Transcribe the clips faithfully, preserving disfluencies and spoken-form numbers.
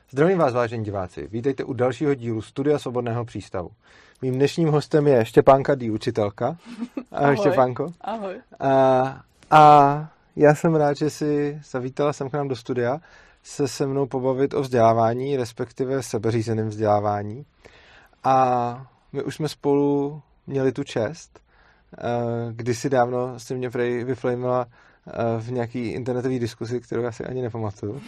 Zdravím vás, vážení diváci. Vítejte u dalšího dílu Studia Svobodného přístavu. Mým dnešním hostem je Štěpánka D., učitelka. Ahoj, Štěpánko. Ahoj. A, a já jsem rád, že jsi zavítala sem k nám do studia se se mnou pobavit o vzdělávání, respektive sebeřízeném vzdělávání. A my už jsme spolu měli tu čest. Kdysi dávno jsi mě prej vyflamila v nějaký internetový diskuzi, kterou já si ani nepamatuju.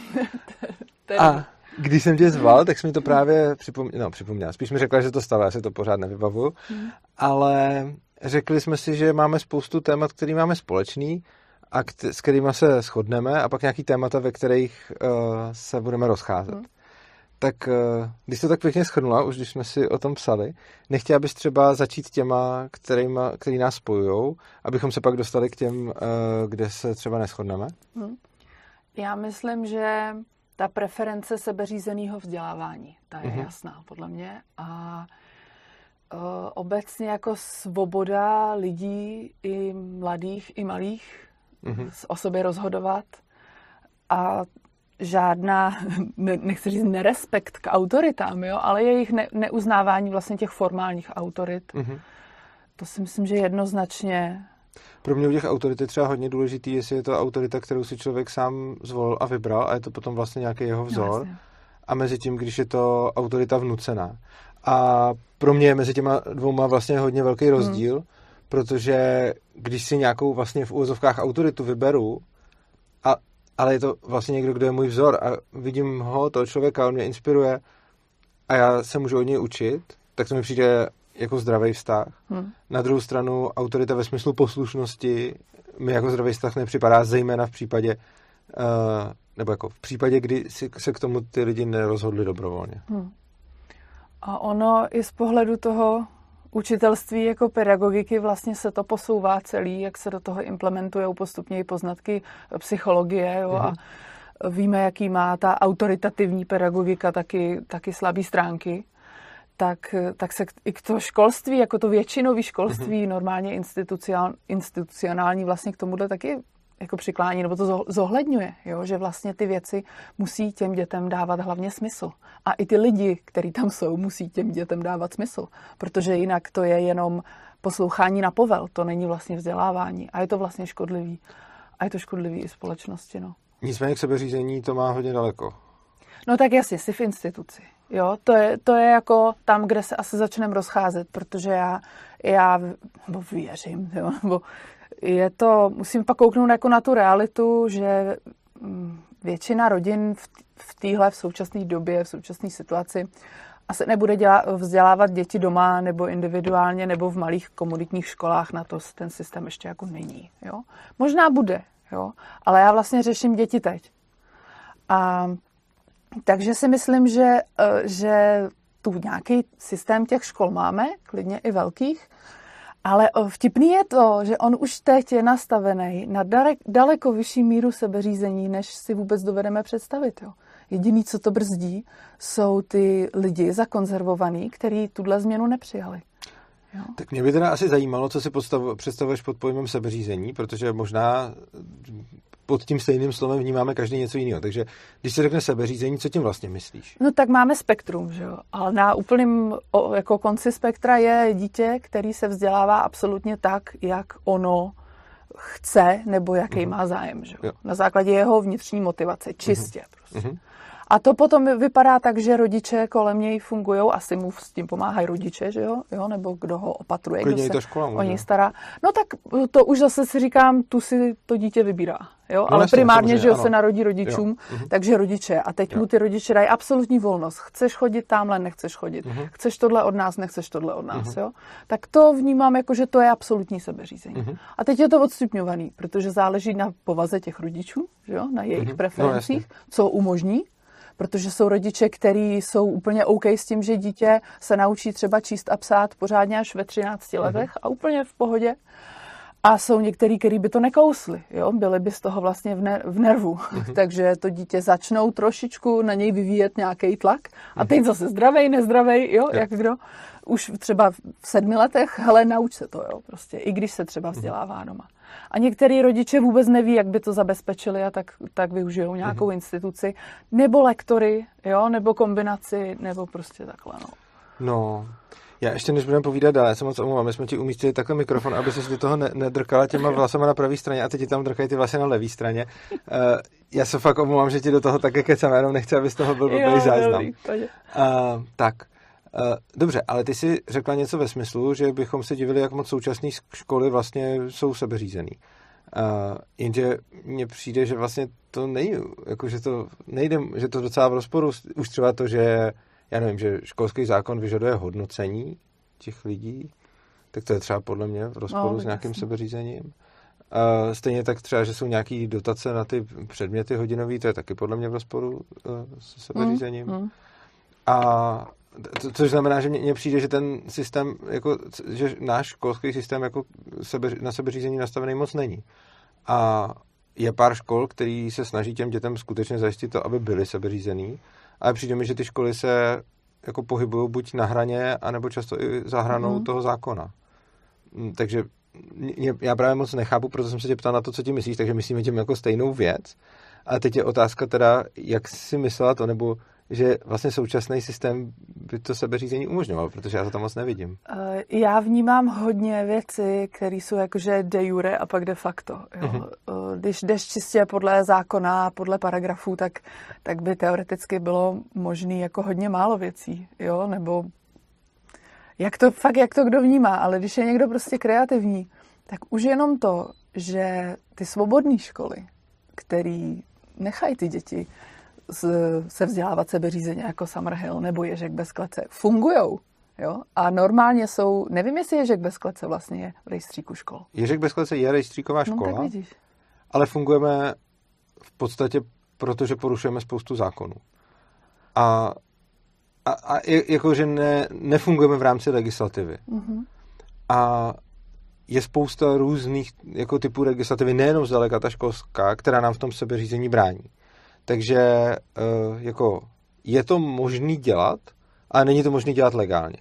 A když jsem tě zval, tak jsi mi to právě připomněla. No, připomněla. Spíš mi řekla, že to stalo, já si to pořád nevybavuju. Mm. Ale řekli jsme si, že máme spoustu témat, který máme společný a k- s kterými se shodneme, a pak nějaký témata, ve kterých uh, se budeme rozcházet. Mm. Tak uh, když to tak pěkně shrnula, už když jsme si o tom psali, nechtěla bys třeba začít těma, kterýma, který nás spojujou, abychom se pak dostali k těm, uh, kde se třeba neshodneme? Mm. Já myslím, že ta preference sebeřízeného vzdělávání, ta je mm-hmm. jasná podle mě. A uh, obecně jako svoboda lidí, i mladých, i malých, mm-hmm. o sobě rozhodovat. A žádná, ne, nechci říct nerespekt k autoritám, jo, ale jejich ne, neuznávání vlastně těch formálních autorit. Mm-hmm. To si myslím, že jednoznačně. Pro mě u těch autorit je třeba hodně důležitý, jestli je to autorita, kterou si člověk sám zvolil a vybral, a je to potom vlastně nějaký jeho vzor. No, a mezi tím, když je to autorita vnucená. A pro mě je mezi těma dvouma vlastně hodně velký rozdíl, hmm. protože když si nějakou vlastně v úvozovkách autoritu vyberu, a, ale je to vlastně někdo, kdo je můj vzor a vidím ho, toho člověka, on mě inspiruje a já se můžu od něj učit, tak to mi přijde jako zdravý vztah. Hmm. Na druhou stranu autorita ve smyslu poslušnosti mi jako zdravý vztah nepřipadá, zejména v případě uh, nebo jako v případě, kdy si, se k tomu ty lidi nerozhodli dobrovolně. Hmm. A ono i z pohledu toho učitelství jako pedagogiky vlastně se to posouvá celý, jak se do toho implementují postupně i poznatky psychologie, jo, hmm. a víme, jaký má ta autoritativní pedagogika taky, taky slabý stránky. Tak, tak se i k to školství, jako to většinové školství, mm-hmm. normálně institucionální, institucionální, vlastně k tomuhle taky jako přiklání, nebo to zohledňuje, jo? Že vlastně ty věci musí těm dětem dávat hlavně smysl. A i ty lidi, kteří tam jsou, musí těm dětem dávat smysl, protože jinak to je jenom poslouchání na povel, to není vlastně vzdělávání a je to vlastně škodlivý. A je to škodlivý i společnosti, no. Nicméně k sebeřízení to má hodně daleko. No tak jasně, jsi v instituci. Jo, to je, to je jako tam, kde se asi začneme rozcházet, protože já, já nebo věřím, jo, nebo je to, musím pak kouknout jako na tu realitu, že většina rodin v, v téhle, v současné době, v současné situaci asi nebude dělat, vzdělávat děti doma nebo individuálně nebo v malých komunitních školách, na to ten systém ještě jako není. Jo. Možná bude, jo, ale já vlastně řeším děti teď. A takže si myslím, že, že tu nějaký systém těch škol máme, klidně i velkých, ale vtipný je to, že on už teď je nastavený na daleko vyšší míru sebeřízení, než si vůbec dovedeme představit. Jo. Jediný, co to brzdí, jsou ty lidi zakonzervovaní, kteří tuhle změnu nepřijali. Jo. Tak mě by teda asi zajímalo, co si představuješ pod pojmem sebeřízení, protože možná pod tím stejným slovem vnímáme každý něco jiného. Takže když se řekne sebeřízení, co tím vlastně myslíš? No tak máme spektrum, že jo. Ale na úplném jako konci spektra je dítě, který se vzdělává absolutně tak, jak ono chce, nebo jaký uh-huh. má zájem, že jo. Na základě jeho vnitřní motivace, čistě uh-huh. prostě. Uh-huh. A to potom vypadá tak, že rodiče kolem něj fungujou, asi mu s tím pomáhají rodiče, že jo, jo? Nebo kdo ho opatruje, Klidně kdo se škola, o něj stará. No tak to už zase si říkám, tu si to dítě vybírá, jo, no, ale jasně, primárně, že jo, ano. se narodí rodičům, jo. takže rodiče. A teď jo. mu ty rodiče dají absolutní volnost. Chceš chodit tamhle, nechceš chodit. Uh-huh. Chceš tohle od nás, nechceš tohle od nás, uh-huh. jo. Tak to vnímám jako, že to je absolutní sebeřízení. Uh-huh. A teď je to odstupňovaný, protože záleží na povaze těch rodičů, že jo, na jejich uh-huh. preferencích, no, co umožní. Protože jsou rodiče, kteří jsou úplně OK s tím, že dítě se naučí třeba číst a psát pořádně až ve třinácti letech a úplně v pohodě. A jsou některý, který by to nekousli, jo? Byli by z toho vlastně v, ne- v nervu. Mm-hmm. Takže to dítě začnou trošičku na něj vyvíjet nějaký tlak. A teď zase zdravej, nezdravej, jo? Jak kdo. Už třeba v sedmi letech, hele, nauč se to, jo? Prostě, i když se třeba vzdělává doma. A některý rodiče vůbec neví, jak by to zabezpečili a tak, tak využijou nějakou mm-hmm. instituci. Nebo lektory, jo? Nebo kombinaci, nebo prostě takhle, no. No... Já ještě než budeme povídat dál, já se moc omlouvám, my jsme ti umístili takhle mikrofon, aby se do toho ne- nedrkala těma vlasama na pravé straně a teď ti tam drkají ty vlasy na levé straně. Uh, já se fakt omlouvám, že ti do toho také kecám, jenom nechci, aby z toho byl blbý záznam. Uh, tak, uh, dobře, ale ty jsi řekla něco ve smyslu, že bychom se divili, jak moc současné školy vlastně jsou sebeřízený. Uh, jenže mně přijde, že vlastně to není, jako že to nejde, že to docela v rozporu, už třeba to, že já nevím, že školský zákon vyžaduje hodnocení těch lidí, tak to je třeba podle mě v rozporu no, s nějakým jasný. sebeřízením. Uh, stejně tak třeba, že jsou nějaký dotace na ty předměty hodinový, to je taky podle mě v rozporu uh, s sebeřízením. Mm, mm. A to, což znamená, že mně přijde, že ten systém, jako, že náš školský systém jako sebe, na sebeřízení nastavený moc není. A je pár škol, který se snaží těm dětem skutečně zajistit to, aby byly sebeřízený. Ale přijde mi, že ty školy se jako pohybují buď na hraně, anebo často i za hranou mm. toho zákona. Takže já právě moc nechápu, proto jsem se tě ptal na to, co ti myslíš, takže myslíme tím jako stejnou věc. A teď je otázka teda, jak si myslela to, nebo že vlastně současný systém by to sebeřízení umožňoval, protože já to tam moc nevidím. Já vnímám hodně věci, které jsou jakože de jure a pak de facto. Jo. Mm-hmm. Když jdeš čistě podle zákona, podle paragrafů, tak, tak by teoreticky bylo možné jako hodně málo věcí, jo, nebo jak to, fakt jak to kdo vnímá, ale když je někdo prostě kreativní, tak už jenom to, že ty svobodné školy, který nechají ty děti se vzdělávat sebeřízeně jako Summerhill nebo Ježek bez klece, fungujou. Jo? A normálně jsou, nevím, jestli Ježek bez klece vlastně je v rejstříku škol. Ježek bez klece je rejstříková škola, no, tak vidíš. Ale fungujeme v podstatě, protože porušujeme spoustu zákonů. A, a, a jakože ne, nefungujeme v rámci legislativy. Mm-hmm. A je spousta různých jako typů legislativy, nejenom zdaleka ta školská, která nám v tom sebeřízení brání. Takže jako je to možný dělat, ale není to možný dělat legálně.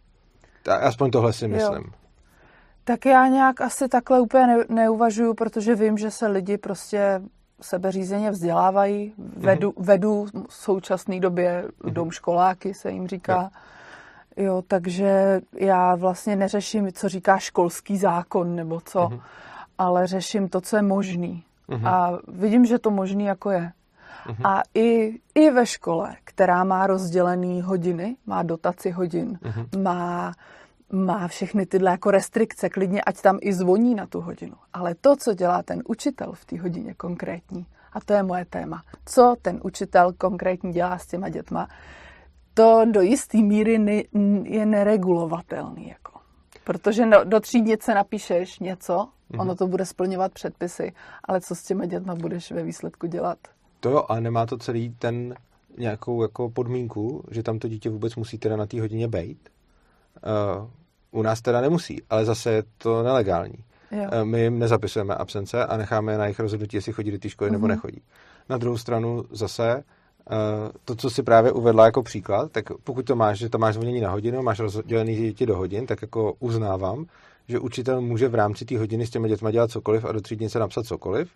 Aspoň tohle si myslím. Jo. Tak já nějak asi takhle úplně ne, neuvažuju, protože vím, že se lidi prostě sebeřízeně vzdělávají. Vedu, mm-hmm. vedu v současné době mm-hmm. dom školáky, se jim říká. Jo. jo, takže já vlastně neřeším, co říká školský zákon nebo co, mm-hmm. ale řeším to, co je možný. Mm-hmm. A vidím, že to možný jako je. Mm-hmm. A i, i ve škole, která má rozdělený hodiny, má dotaci hodin, mm-hmm. má, má všechny tyhle jako restrikce, klidně ať tam i zvoní na tu hodinu. Ale to, co dělá ten učitel v té hodině konkrétní, a to je moje téma, co ten učitel konkrétně dělá s těma dětma, to do jisté míry ne, je neregulovatelný. Jako. Protože no, do třídnice napíšeš něco, mm-hmm. ono to bude splňovat předpisy, ale co s těma dětma budeš ve výsledku dělat? To jo, ale nemá to celý ten nějakou jako podmínku, že tam to dítě vůbec musí teda na té hodině bejt. Uh, u nás teda nemusí, ale zase je to nelegální. Uh, my jim nezapisujeme absence a necháme je na jejich rozhodnutí, jestli chodí do té školy mm-hmm. nebo nechodí. Na druhou stranu zase uh, to, co si právě uvedla jako příklad, tak pokud to máš, že to máš zvonění na hodinu, máš rozdělený děti do hodin, tak jako uznávám, že učitel může v rámci té hodiny s těmi dětmi dělat cokoliv a do třídnice napsat cokoliv.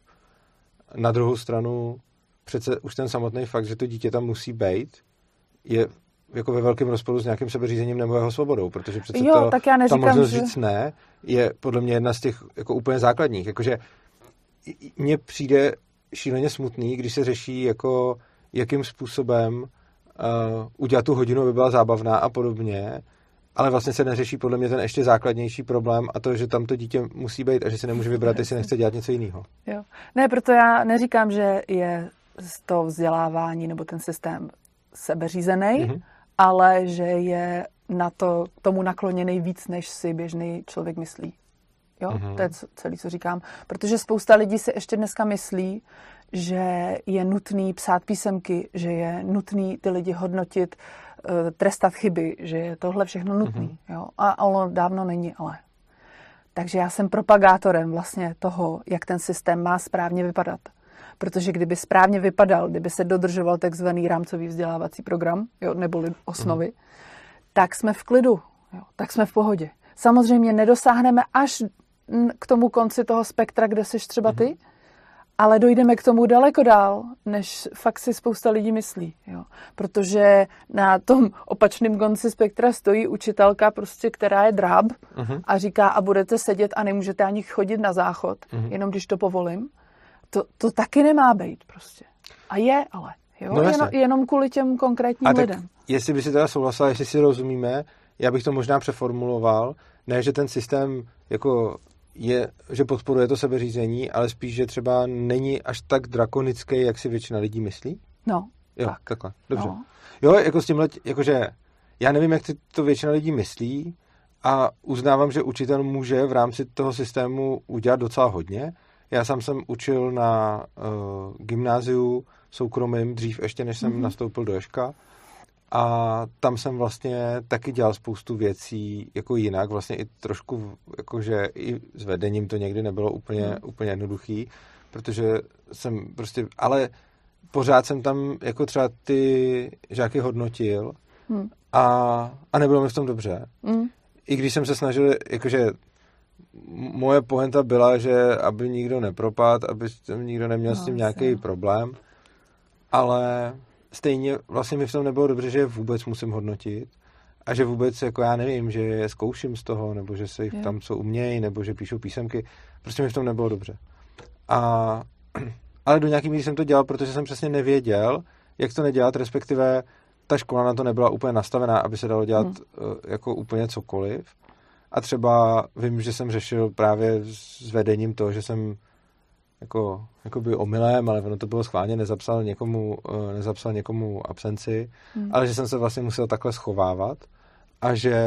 Na druhou stranu přece už ten samotný fakt, že to dítě tam musí bejt, je jako ve velkém rozporu s nějakým sebeřízením nebo jeho svobodou, protože přece jo, to, tak já neříkám, ta možnost že... říct ne je podle mě jedna z těch jako úplně základních. Jakože mně přijde šíleně smutný, když se řeší jako jakým způsobem uh, udělat tu hodinu, aby byla zábavná a podobně, ale vlastně se neřeší podle mě ten ještě základnější problém a to, že tam to dítě musí být a že si nemůže vybrat, jestli nechce dělat něco jiného. Jo. Ne, proto já neříkám, že je to vzdělávání nebo ten systém sebeřízený, mm-hmm. ale že je na to tomu nakloněný víc, než si běžný člověk myslí. Jo? Mm-hmm. To je celé, co říkám. Protože spousta lidí si ještě dneska myslí, že je nutný psát písemky, že je nutný ty lidi hodnotit, trestat chyby, že je tohle všechno nutný. Mm-hmm. Jo? A ono dávno není, ale. Takže já jsem propagátorem vlastně toho, jak ten systém má správně vypadat. Protože kdyby správně vypadal, kdyby se dodržoval takzvaný rámcový vzdělávací program, jo, neboli osnovy, mm. tak jsme v klidu, jo, tak jsme v pohodě. Samozřejmě nedosáhneme až k tomu konci toho spektra, kde jsi třeba ty, mm. ale dojdeme k tomu daleko dál, než fakt si spousta lidí myslí. Jo. Protože na tom opačném konci spektra stojí učitelka, prostě, která je dráb mm. a říká, a budete sedět a nemůžete ani chodit na záchod, mm. jenom když to povolím. To, to taky nemá být prostě. A je, ale. Jo? No jenom, jenom kvůli těm konkrétním a tak, lidem. Jestli by si teda souhlasila, jestli si rozumíme, já bych to možná přeformuloval, ne, že ten systém jako je, že podporuje to sebeřízení, ale spíš, že třeba není až tak drakonický, jak si většina lidí myslí? No, jo, tak. takhle, dobře. No. Jo, jako s tímhle, jakože já nevím, jak to většina lidí myslí a uznávám, že učitel může v rámci toho systému udělat docela hodně. Já sám jsem učil na uh, gymnáziu soukromým dřív ještě, než jsem mm-hmm. nastoupil do Ježka. A tam jsem vlastně taky dělal spoustu věcí jako jinak, vlastně i trošku, jakože i s vedením to někdy nebylo úplně, mm. úplně jednoduchý, protože jsem prostě, ale pořád jsem tam jako třeba ty žáky hodnotil mm. a, a nebylo mi v tom dobře. Mm. I když jsem se snažil, jakože moje pointa byla, že aby nikdo nepropad, aby nikdo neměl no, s tím nějaký problém, ale stejně vlastně mi v tom nebylo dobře, že je vůbec musím hodnotit a že vůbec, jako já nevím, že je zkouším z toho, nebo že se jich tam co umějí, nebo že píšou písemky, prostě mi v tom nebylo dobře. A, ale do nějaký míry jsem to dělal, protože jsem přesně nevěděl, jak to nedělat, respektive ta škola na to nebyla úplně nastavená, aby se dalo dělat hmm. jako úplně cokoliv. A třeba vím, že jsem řešil právě s vedením to, že jsem jako, jako by omylem, ale ono to bylo schválně, nezapsal někomu, nezapsal někomu absenci, hmm. ale že jsem se vlastně musel takhle schovávat a že,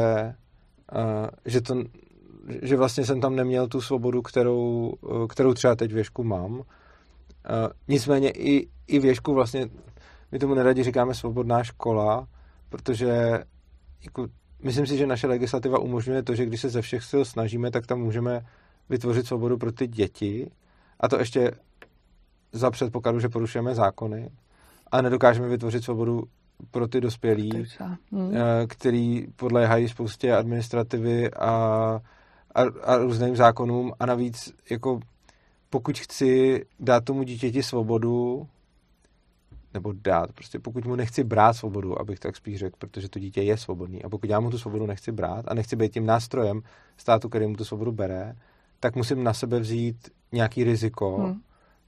že, to, že vlastně jsem tam neměl tu svobodu, kterou, kterou třeba teď v Ježku mám. Nicméně i, i v Ježku vlastně, my tomu neradi říkáme svobodná škola, protože jako, myslím si, že naše legislativa umožňuje to, že když se ze všech sil snažíme, tak tam můžeme vytvořit svobodu pro ty děti. A to ještě za předpokladu, že porušujeme zákony. A nedokážeme vytvořit svobodu pro ty dospělí, hmm. který podléhají spoustě administrativy a, a, a různým zákonům. A navíc, jako pokud chci dát tomu dítěti svobodu, nebo dát, prostě pokud mu nechci brát svobodu, abych tak spíš řekl, protože to dítě je svobodný. A pokud já mu tu svobodu nechci brát a nechci být tím nástrojem státu, který mu tu svobodu bere, tak musím na sebe vzít nějaký riziko, hmm. uh,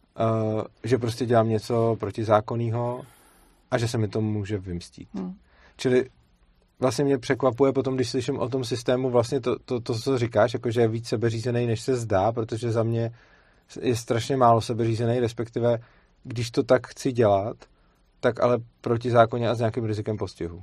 že prostě dělám něco protizákonného a že se mi to může vymstít. Hmm. Čili vlastně mě překvapuje potom, když slyším o tom systému vlastně to, to, to co říkáš, jako že je víc sebeřízený, než se zdá, protože za mě je strašně málo sebeřízený, respektive když to tak chci dělat, tak ale protizákonně a s nějakým rizikem postihu.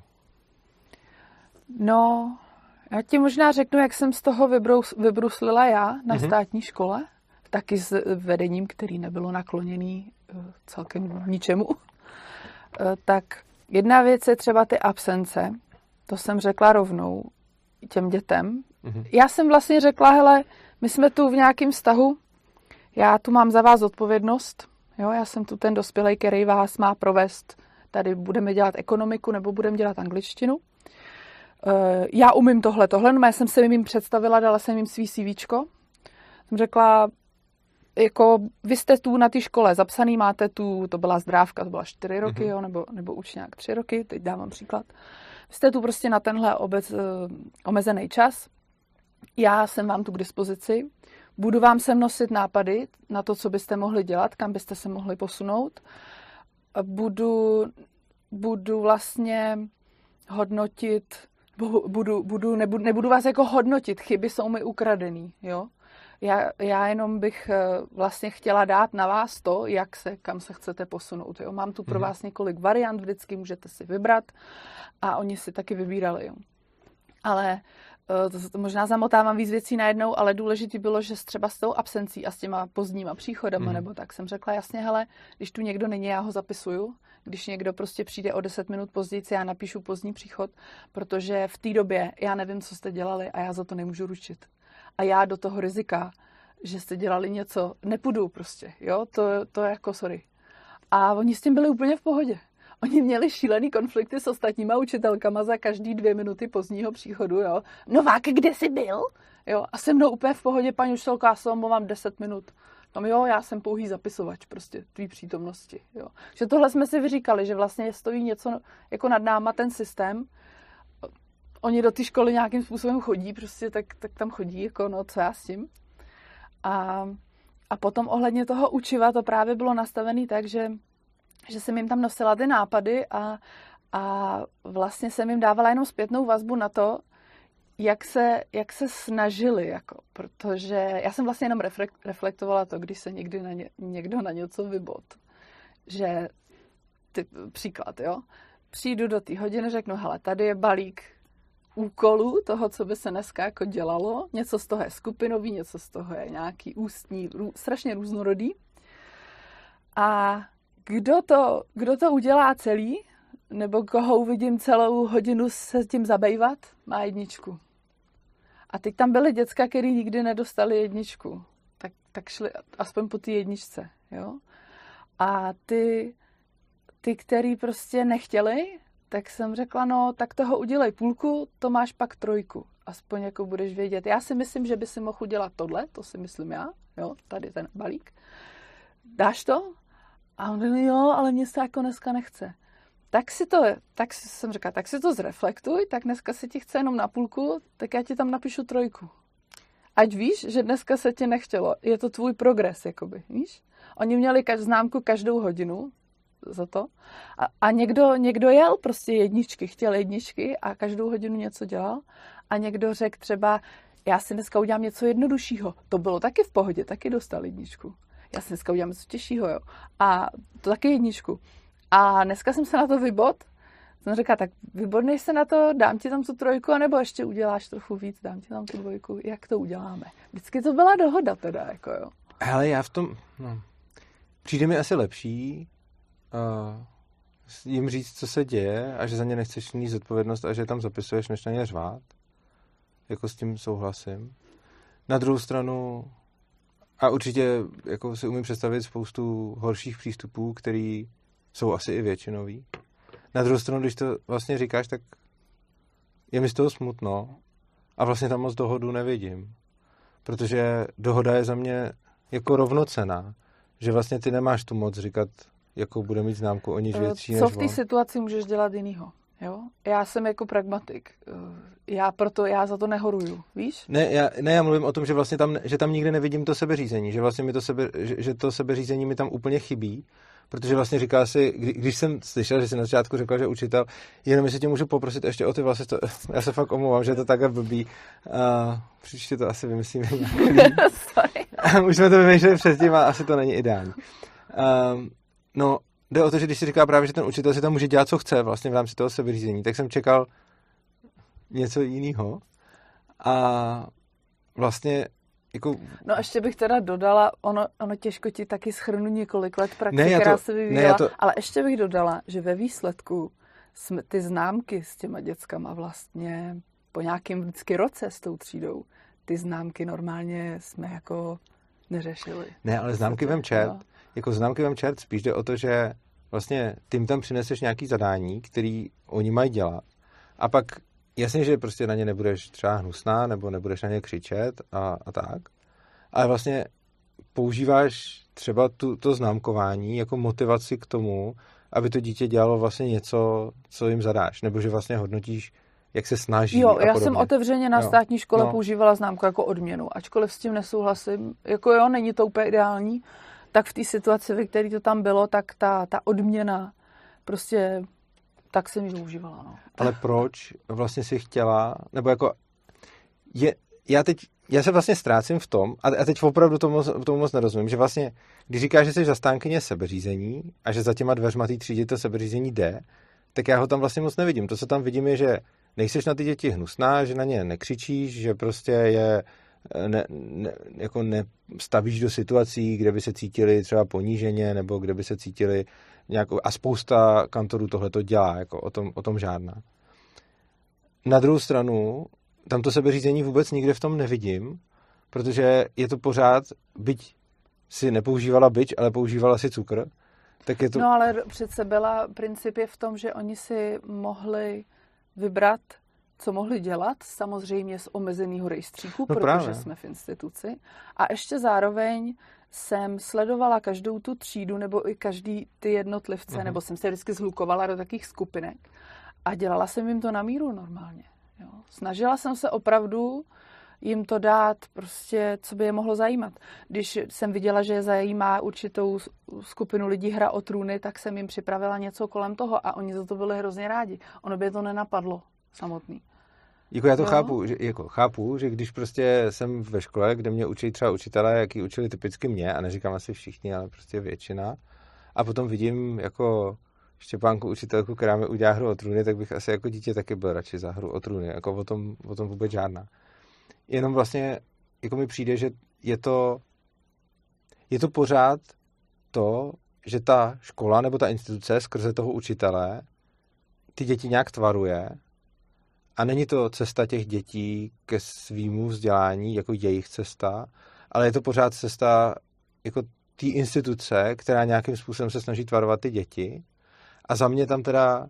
No, já ti možná řeknu, jak jsem z toho vybrous, vybruslila já na mm-hmm. státní škole, taky s vedením, který nebylo nakloněný celkem ničemu. Tak jedna věc je třeba ty absence, to jsem řekla rovnou těm dětem. Mm-hmm. Já jsem vlastně řekla, hele, my jsme tu v nějakém vztahu, já tu mám za vás odpovědnost, jo, já jsem tu ten dospělej, který vás má provést, tady budeme dělat ekonomiku nebo budeme dělat angličtinu. Já umím tohle, tohle, no já jsem se jim představila, dala jsem jim svý CVčko. Jsem řekla, jako vy jste tu na té škole zapsaný, máte tu, to byla Zdrávka, to byla čtyři roky, mm-hmm. jo, nebo, nebo Učňák tři roky, teď dávám příklad. Vy jste tu prostě na tenhle obec, uh, omezený čas, já jsem vám tu k dispozici, budu vám sem nosit nápady na to, co byste mohli dělat, kam byste se mohli posunout. Budu, budu vlastně hodnotit, budu, budu, nebudu, nebudu vás jako hodnotit, chyby jsou mi ukradený, jo. Já, já jenom bych vlastně chtěla dát na vás to, jak se, kam se chcete posunout. Jo. Mám tu pro vás několik variant, vždycky můžete si vybrat a oni si taky vybírali. Jo. Ale to, to možná zamotávám víc věcí najednou, ale důležitý bylo, že třeba s tou absencí a s těma pozdníma příchodama, mm. nebo tak jsem řekla jasně, hele, když tu někdo není, já ho zapisuju. Když někdo prostě přijde o deset minut později, já napíšu pozdní příchod, protože v té době já nevím, co jste dělali a já za to nemůžu ručit. a já do toho rizika, že jste dělali něco, nepůjdu prostě, jo, to, to je jako sorry. A oni s tím byli úplně v pohodě. Oni měli šílený konflikty s ostatníma učitelkama za každý dvě minuty pozdního příchodu, jo. Novák, kde jsi byl? Jo, a se mnou úplně v pohodě, paní učitelka, já se omlouvám deset minut. Tam jo, já jsem pouhý zapisovač, prostě tvý přítomnosti, jo. Že tohle jsme si vyříkali, že vlastně stojí něco jako nad náma ten systém. Oni do té školy nějakým způsobem chodí, prostě tak, tak tam chodí, jako no, co já s tím. A, a potom ohledně toho učiva to právě bylo nastavené tak, že, že jsem jim tam nosila ty nápady a, a vlastně jsem jim dávala jenom zpětnou vazbu na to, jak se, jak se snažili, jako, protože já jsem vlastně jenom reflektovala to, když se někdy na ně, někdo na něco vybod. Že, ty, příklad, jo, přijdu do té hodiny, řeknu, hele, tady je balík úkolů toho, co by se dneska jako dělalo. Něco z toho je skupinový, něco z toho je nějaký ústní, rů, strašně různorodý. A kdo to, kdo to udělá celý, nebo koho uvidím celou hodinu se tím zabývat, má jedničku. A teď tam byly děcka, který nikdy nedostali jedničku. Tak, tak šli aspoň po té jedničce. Jo? A ty, ty, který prostě nechtěli, tak jsem řekla, no tak toho udělej půlku, to máš pak trojku. Aspoň jako budeš vědět. Já si myslím, že by si mohl udělat tohle, to si myslím já, jo, tady ten balík. Dáš to? A on řekl, jo, ale mě se jako dneska nechce. Tak si to, tak jsem řekla, tak si to zreflektuj, tak dneska se ti chce jenom na půlku, tak já ti tam napíšu trojku. Ať víš, že dneska se ti nechtělo. Je to tvůj progres, jakoby, víš? Oni měli kaž, známku každou hodinu za to. A, a někdo, někdo jel prostě jedničky, chtěl jedničky a každou hodinu něco dělal. A někdo řekl třeba, já si dneska udělám něco jednoduššího. To bylo taky v pohodě, taky dostal jedničku. Já si dneska udělám něco těžšího, jo. A to taky jedničku. A dneska jsem se na to vybod. Jsem řekla, tak vybodnej se na to, dám ti tam tu trojku, anebo ještě uděláš trochu víc, dám ti tam tu dvojku. Jak to uděláme? Vždycky to byla dohoda teda, jako jo. Hele, já v tom, no, přijde mi asi lepší uh, jim říct, co se děje a že za ně nechceš mít zodpovědnost a že tam zapisuješ, než na ně řvát. Jako s tím souhlasím. Na druhou stranu, a určitě jako si umím představit spoustu horších přístupů, který jsou asi i většinový. Na druhou stranu, když to vlastně říkáš, tak je mi z toho smutno a vlastně tam moc dohodu nevidím. Protože dohoda je za mě jako rovnocenná. Že vlastně ty nemáš tu moc říkat, jakou bude mít známku o nič větší než co v té on. situaci můžeš dělat jinýho? Jo? Já jsem jako pragmatik. Já proto, já za to nehoruju, víš? Ne, já, ne, já mluvím o tom, že vlastně tam, že tam nikde nevidím to sebeřízení. Že vlastně mi to, sebe, že, že to sebeřízení mi tam úplně chybí. Protože vlastně říká si, kdy, když jsem slyšel, že jsi na začátku řekla, že učitel, jenom jestli tě můžu poprosit ještě o ty vlasy, to, já se fakt omlouvám, že je to takhle blbý. Uh, příště to asi vymyslíme nějaký. Sorry. Už jsme to vymýšleli předtím a asi to není ideální. Um, no, jde o to, že když si říká právě, že ten učitel si tam může dělat, co chce vlastně v rámci toho sebeřízení, tak jsem čekal něco jiného. A vlastně jako... No ještě bych teda dodala, ono, ono těžko ti taky shrnu několik let praxe, ne, která to, se vyvíjela, ne, to... ale ještě bych dodala, že ve výsledku jsme ty známky s těma dětskama vlastně po nějakém vždycky roce s tou třídou, ty známky normálně jsme jako neřešili. Ne, ale známky vem čert, no. Jako známky vem čert, spíš jde o to, že vlastně ty jim tam přineseš nějaký zadání, který oni mají dělat a pak jasně, že prostě na ně nebudeš třeba hnusná, nebo nebudeš na ně křičet a, a tak. Ale vlastně používáš třeba tu, to známkování jako motivaci k tomu, aby to dítě dělalo vlastně něco, co jim zadáš. Nebo že vlastně hodnotíš, jak se snaží. Jo, a já podobně. jsem otevřeně na jo. státní škole no. používala známku jako odměnu. Ačkoliv s tím nesouhlasím, jako jo, není to úplně ideální, tak v té situaci, ve které to tam bylo, tak ta, ta odměna prostě... Tak jsem ji používala, no. Ale proč vlastně si chtěla, nebo jako, je, já teď, já se vlastně ztrácím v tom, a, a teď opravdu tomu, tomu moc nerozumím, že vlastně, když říkáš, že jsi zastánkyně sebeřízení a že za těma dveřma té třídy to sebeřízení jde, tak já ho tam vlastně moc nevidím. To, co tam vidím, je, že nejseš na ty děti hnusná, že na ně nekřičíš, že prostě je ne, ne, jako nestavíš do situací, kde by se cítili třeba poníženě, nebo kde by se cítili nějakou, a spousta kantorů tohle to dělá, jako o tom, o tom žádná. Na druhou stranu, tam to sebeřízení vůbec nikde v tom nevidím protože je to pořád, byť si nepoužívala bič, ale používala si cukr, tak je to... No ale přece byla princip je v tom, že oni si mohli vybrat, co mohli dělat, samozřejmě z omezeného rejstříku, no protože právě. jsme v instituci. A ještě zároveň jsem sledovala každou tu třídu nebo i každý ty jednotlivce, uh-huh. nebo jsem se vždycky zhlukovala do takových skupinek a dělala jsem jim to na míru normálně. Jo. Snažila jsem se opravdu jim to dát prostě, co by je mohlo zajímat. Když jsem viděla, že je zajímá určitou skupinu lidí Hra o trůny, tak jsem jim připravila něco kolem toho a oni za to byli hrozně rádi. Ono by je to nenapadlo samotný. Jako já to chápu že, jako chápu, že když prostě jsem ve škole, kde mě učí třeba učitelé, jaký učili typicky mě, a neříkám asi všichni, ale prostě většina, a potom vidím jako Štěpánku učitelku, která mi udělá Hru o trůny, tak bych asi jako dítě taky byl radši za Hru o trůny. Jako o tom, o tom vůbec žádná. Jenom vlastně jako mi přijde, že je to je to pořád to, že ta škola nebo ta instituce skrze toho učitele ty děti nějak tvaruje a není to cesta těch dětí ke svýmu vzdělání jako jejich cesta, ale je to pořád cesta jako té instituce, která nějakým způsobem se snaží tvarovat ty děti. A za mě tam teda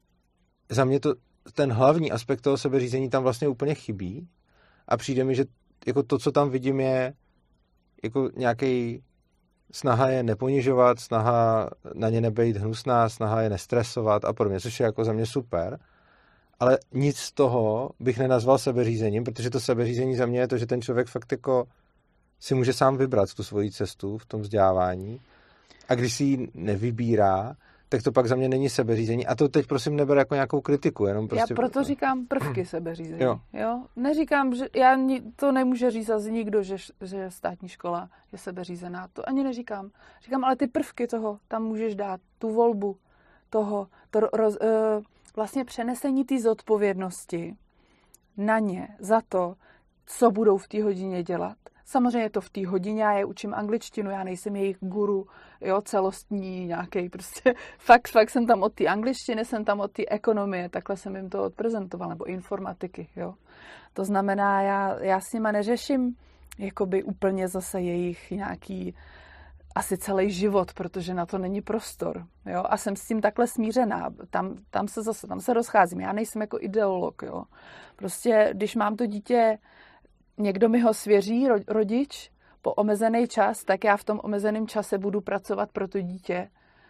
za mě to, ten hlavní aspekt toho sebeřízení tam vlastně úplně chybí a přijde mi, že jako to, co tam vidím, je jako nějaký snaha je neponižovat, snaha na ně nebejt hnusná, snaha je nestresovat a podobně, což je jako za mě super. Ale nic z toho bych nenazval sebeřízením, protože to sebeřízení za mě je to, že ten člověk fakt jako si může sám vybrat tu svoji cestu v tom vzdělávání a když si ji nevybírá, tak to pak za mě není sebeřízení. A to teď prosím neber jako nějakou kritiku, jenom prostě... Já proto říkám prvky sebeřízení. Jo. Jo? Neříkám, že... Já, to nemůže říct asi nikdo, že, že státní škola je sebeřízená. To ani neříkám. Říkám, ale ty prvky toho tam můžeš dát. Tu volbu toho. To roz, uh, vlastně přenesení té zodpovědnosti na ně za to, co budou v té hodině dělat. Samozřejmě je to v té hodině, já je učím angličtinu, já nejsem jejich guru, jo, celostní nějaký prostě. Fakt, fakt jsem tam od té angličtiny, jsem tam od té ekonomie, takhle jsem jim to odprezentovala, nebo informatiky, jo. To znamená, já, já s nima neřeším jakoby úplně zase jejich nějaký asi celý život, protože na to není prostor, jo. A jsem s tím takhle smířená. Tam, tam se zase, tam se rozcházím. Já nejsem jako ideolog, jo. Prostě, když mám to dítě, někdo mi ho svěří, rodič, po omezený čas, tak já v tom omezeném čase budu pracovat pro to dítě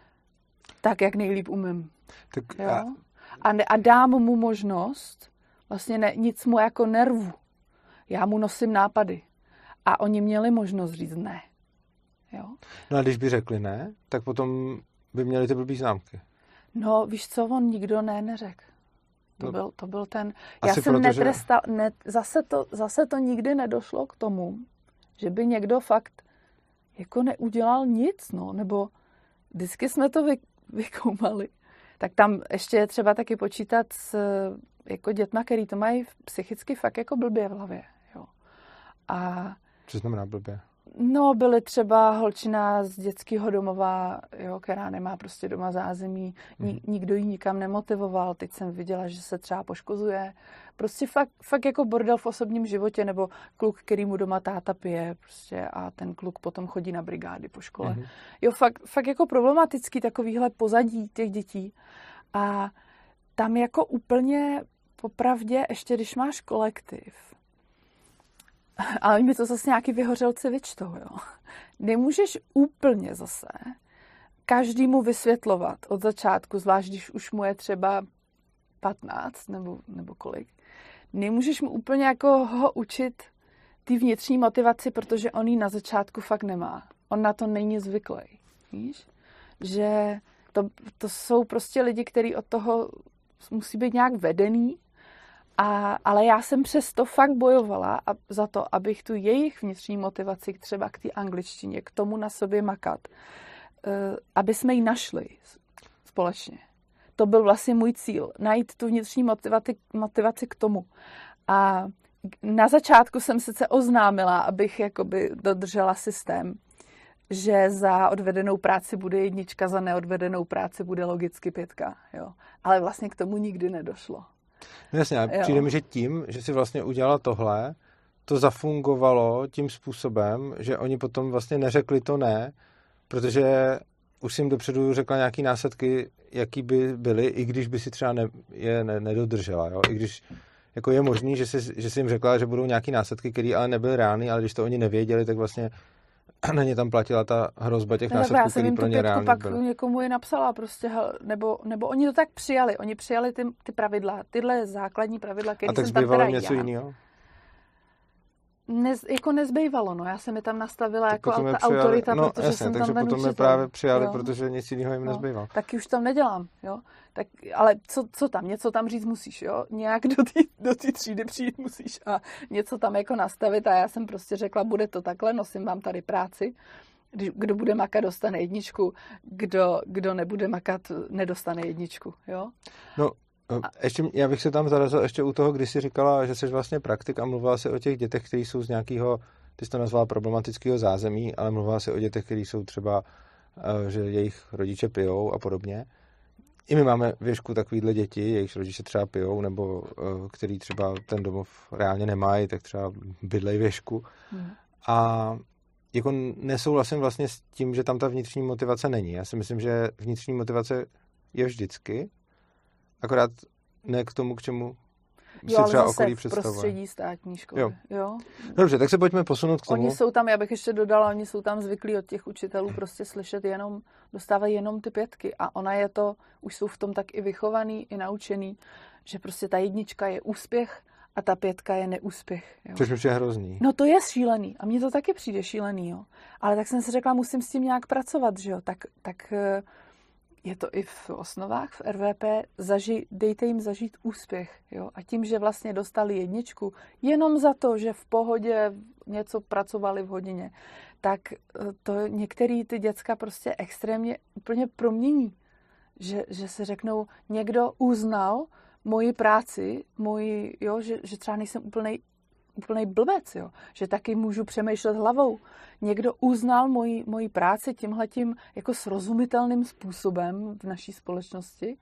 tak, jak nejlíp umím. Tak jo? A... A, ne, a dám mu možnost, vlastně ne, nic mu jako nervu. Já mu nosím nápady. A oni měli možnost říct ne. Jo? No a když by řekli ne, tak potom by měli ty blbý známky. No, víš co, on nikdo ne neřekl. To, no, byl, to byl ten... Já jsem proto, netrestal... Že... Ne, zase, to, zase to nikdy nedošlo k tomu, že by někdo fakt jako neudělal nic, no, nebo vždycky jsme to vy, vykoumali. Tak tam ještě je třeba taky počítat s jako dětma, který to mají psychicky fakt jako blbě v hlavě, jo. A... Co znamená blbě? No, byly třeba holčina z dětského domova, jo, která nemá prostě doma zázemí, Ni, nikdo ji nikam nemotivoval, teď jsem viděla, že se třeba poškozuje. Prostě fakt, fakt jako bordel v osobním životě, nebo kluk, který mu doma táta pije prostě a ten kluk potom chodí na brigády po škole. Mm-hmm. Jo, fakt, fakt jako problematický takovýhle pozadí těch dětí. A tam jako úplně popravdě, ještě když máš kolektiv, ale mi to zase nějaký vyhořelci vyčtou, jo. Nemůžeš úplně zase každému vysvětlovat od začátku, zvlášť když už mu je třeba patnáct nebo, nebo kolik. Nemůžeš mu úplně jako ho učit ty vnitřní motivaci, protože on ji na začátku fakt nemá. On na to není zvyklý. Víš? Že to, to jsou prostě lidi, kteří od toho musí být nějak vedený. A, ale já jsem přesto fakt bojovala a za to, abych tu jejich vnitřní motivaci třeba k té angličtině, k tomu na sobě makat, uh, aby jsme ji našli společně. To byl vlastně můj cíl, najít tu vnitřní motivaci, motivaci k tomu. A na začátku jsem sice oznámila, abych jakoby dodržela systém, že za odvedenou práci bude jednička, za neodvedenou práci bude logicky pětka. Jo. Ale vlastně k tomu nikdy nedošlo. No jasně, ale přijde mi, že tím, že si vlastně udělala tohle, to zafungovalo tím způsobem, že oni potom vlastně neřekli to ne, protože už si jim dopředu řekla nějaký následky, jaký by byly, i když by si třeba ne, je ne, nedodržela. Jo? I když jako je možný, že si, že si jim řekla, že budou nějaký následky, které ale nebyly reálný, ale když to oni nevěděli, tak vlastně na ně tam platila ta hrozba těch následků, které pro ně reálný pak byly. někomu je napsala prostě, nebo, nebo oni to tak přijali. Oni přijali ty, ty pravidla, tyhle základní pravidla, které jsem tam teda něco jiného? Nez, jako nezbývalo, no. Já jsem je tam nastavila tak jako ta přijali, autorita, no, protože jasně, jsem takže tam ten potom učitel. je právě přijali, jo. protože nic jiného jim no, nezbývalo. Taky už tam nedělám, jo. Tak, ale co, co tam? Něco tam říct musíš, jo. Nějak do té do té třídy přijít musíš a něco tam jako nastavit a já jsem prostě řekla, bude to takhle, nosím vám tady práci. Když, kdo bude makat, dostane jedničku, kdo, kdo nebude makat, nedostane jedničku, jo. No, a... ještě, já bych se tam zarazil ještě u toho, když jsi říkala, že jsi vlastně praktik a mluvila se o těch dětech, kteří jsou z nějakého, ty jsi to nazvala problematického zázemí, ale mluvila se o dětech, kteří jsou třeba, že jejich rodiče pijou a podobně. I my máme věšku takovýhle děti, jejich rodiče třeba pijou, nebo který třeba ten domov reálně nemají, tak třeba bydlej věšku. Hmm. A jako nesouhlasím vlastně s tím, že tam ta vnitřní motivace není. Já si myslím, že vnitřní motivace je vždycky, akorát ne k tomu, k čemu si jo, třeba zase okolí v představuje. prostředí státní školy. Jo. jo. Dobře, tak se pojďme posunout k tomu. Oni jsou tam, já bych ještě dodala, oni jsou tam zvyklí od těch učitelů prostě slyšet jenom, dostávají jenom ty pětky a ona je to, už jsou v tom tak i vychovaný, i naučený, že prostě ta jednička je úspěch a ta pětka je neúspěch. Jo. Což už je hrozný. No to je šílený a mně to taky přijde šílený, jo. Ale tak jsem si řekla, musím s tím nějak pracovat, že jo. Tak, tak je to i v osnovách, v R V P, zaži, dejte jim zažít úspěch, jo. A tím, že vlastně dostali jedničku, jenom za to, že v pohodě něco pracovali v hodině, tak to některý ty děcka prostě extrémně úplně promění. Že, že se řeknou, někdo uznal moji práci, moji, jo, že, že třeba nejsem úplnej, úplnej blbec, jo, že taky můžu přemýšlet hlavou. Někdo uznal moji, moji práci tímhletím jako srozumitelným způsobem v naší společnosti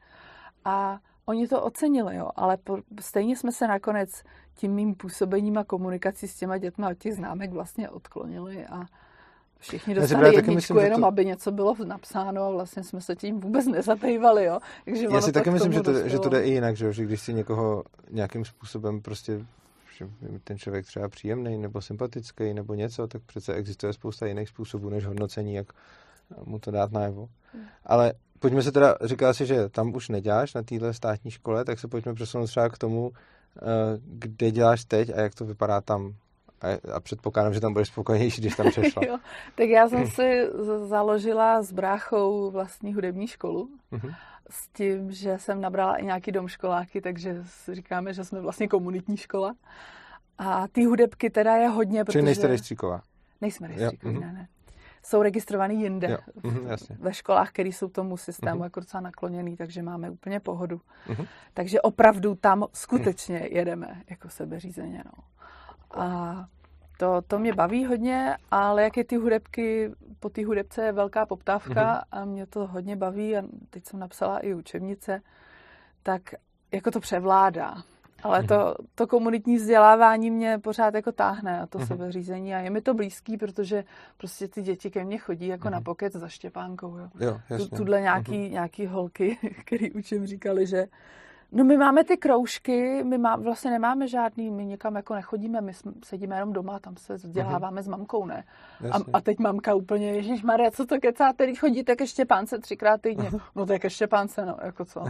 a oni to ocenili, jo, ale po, stejně jsme se nakonec tím mým působením a komunikací s těma dětma od těch známek vlastně odklonili a všichni dostali jedničku, myslím, jenom to... aby něco bylo napsáno a vlastně jsme se tím vůbec nezabývali, jo. Takže já si taky myslím, že to, že to jde i jinak, že, že když si někoho nějakým způsobem prostě, že ten člověk třeba příjemný nebo sympatický nebo něco, tak přece existuje spousta jiných způsobů než hodnocení, jak mu to dát najevo. Hmm. Ale pojďme se teda, říká si, že tam už neděláš na téhle státní škole, tak se pojďme přesunout třeba k tomu, kde děláš teď a jak to vypadá tam. A předpokládám, že tam budeš spokojenější, když tam přešla. Jo, tak já jsem si založila s bráchou vlastní hudební školu mm-hmm. s tím, že jsem nabrala i nějaký domškoláky, takže si říkáme, že jsme vlastně komunitní škola. A ty hudebky teda je hodně, protože... Čili nejste rejstříková? Nejsme rejstříkoví, mm-hmm. ne, ne. Jsou registrovaný jinde. Jo, mm-hmm, jasně. Ve školách, které jsou tomu systému mm-hmm. jako docela nakloněný, takže máme úplně pohodu. Mm-hmm. Takže opravdu tam skutečně jedeme jako sebeřízeně, no. A to, to mě baví hodně, ale jak je ty hudebky, po té hudebce je velká poptávka mm-hmm. a mě to hodně baví a teď jsem napsala i učebnice, tak jako to převládá. Ale mm-hmm. to, to komunitní vzdělávání mě pořád jako táhne a to mm-hmm. sebeřízení a je mi to blízký, protože prostě ty děti ke mně chodí jako mm-hmm. na pokec za Štěpánkou. Jo. Jo, jasně. Tudle nějaký, mm-hmm. nějaký holky, který učím, říkali, že no my máme ty kroužky, my má, vlastně nemáme žádný, my nikam jako nechodíme, my sedíme jenom doma, tam se vzděláváme mm-hmm. s mamkou, ne? A, a teď mamka úplně, ježišmarja, co to kecáte, teď chodíte ke Štěpánce třikrát týdně. No to je ke Štěpánce, no, jako co?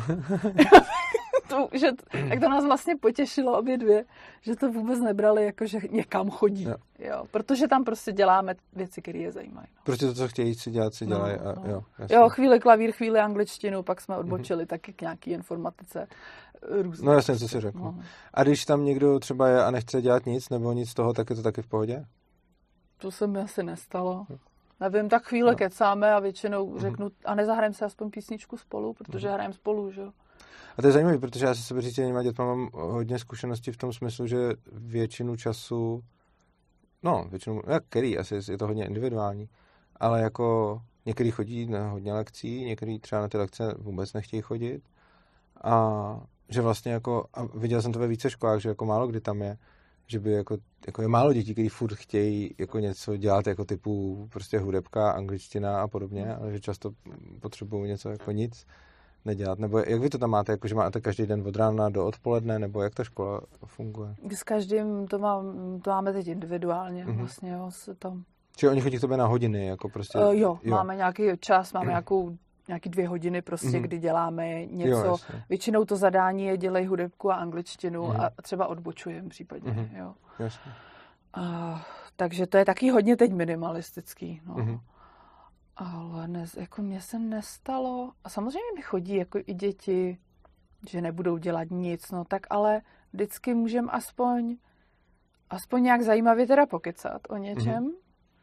to, že, tak to nás vlastně potěšilo obě dvě, že to vůbec nebrali, jako že někam chodí. Jo. Jo, protože tam prostě děláme věci, které je zajímají. No. Prostě to, co chtějí si dělat, si dělají. No, a, no. Jo, jo, chvíli klavír, chvíli angličtinu, pak jsme odbočili mm-hmm. taky k nějaký informatice. Různý. No jasně, co si řekl. No. A když tam někdo třeba je a nechce dělat nic, nebo nic z toho, tak je to taky v pohodě? To se mi asi nestalo. No. Nevím, tak chvíli no. kecáme a většinou mm-hmm. řeknu, a nezahrajeme se aspoň písničku spolu, protože mm-hmm. hrajeme spolu, že jo. A to je zajímavé, protože já se sebeřízenýma dětma mám hodně zkušeností v tom smyslu, že většinu času, no, většinu, jak který, asi je to hodně individuální, ale jako některý chodí na hodně lekcí, některý třeba na ty lekce vůbec nechtějí chodit a že vlastně jako, a viděl jsem to ve více školách, že jako málo kdy tam je, že by jako, jako je málo dětí, kteří furt chtějí jako něco dělat jako typu prostě hudebka, angličtina a podobně, ale že často potřebují něco jako nic nedělat. Nebo jak vy to tam máte, jako že máte každý den od rána do odpoledne, nebo jak ta škola funguje? S každým to, mám, to máme teď individuálně mm-hmm. vlastně, jo, se tam... Čiže oni chodí k tobě na hodiny, jako prostě... Uh, jo, jo, máme nějaký čas, máme nějakou, nějaký dvě hodiny prostě, mm-hmm. kdy děláme něco. Jo, většinou to zadání je dělej hudebku a angličtinu mm-hmm. a třeba odbočujeme případně, mm-hmm. jo. Jasně. Uh, takže to je taky hodně teď minimalistický, no. Mm-hmm. Ale ne, jako mně se nestalo, a samozřejmě mi chodí jako i děti, že nebudou dělat nic, no tak ale vždycky můžeme aspoň, aspoň nějak zajímavě teda pokecat o něčem, mm-hmm.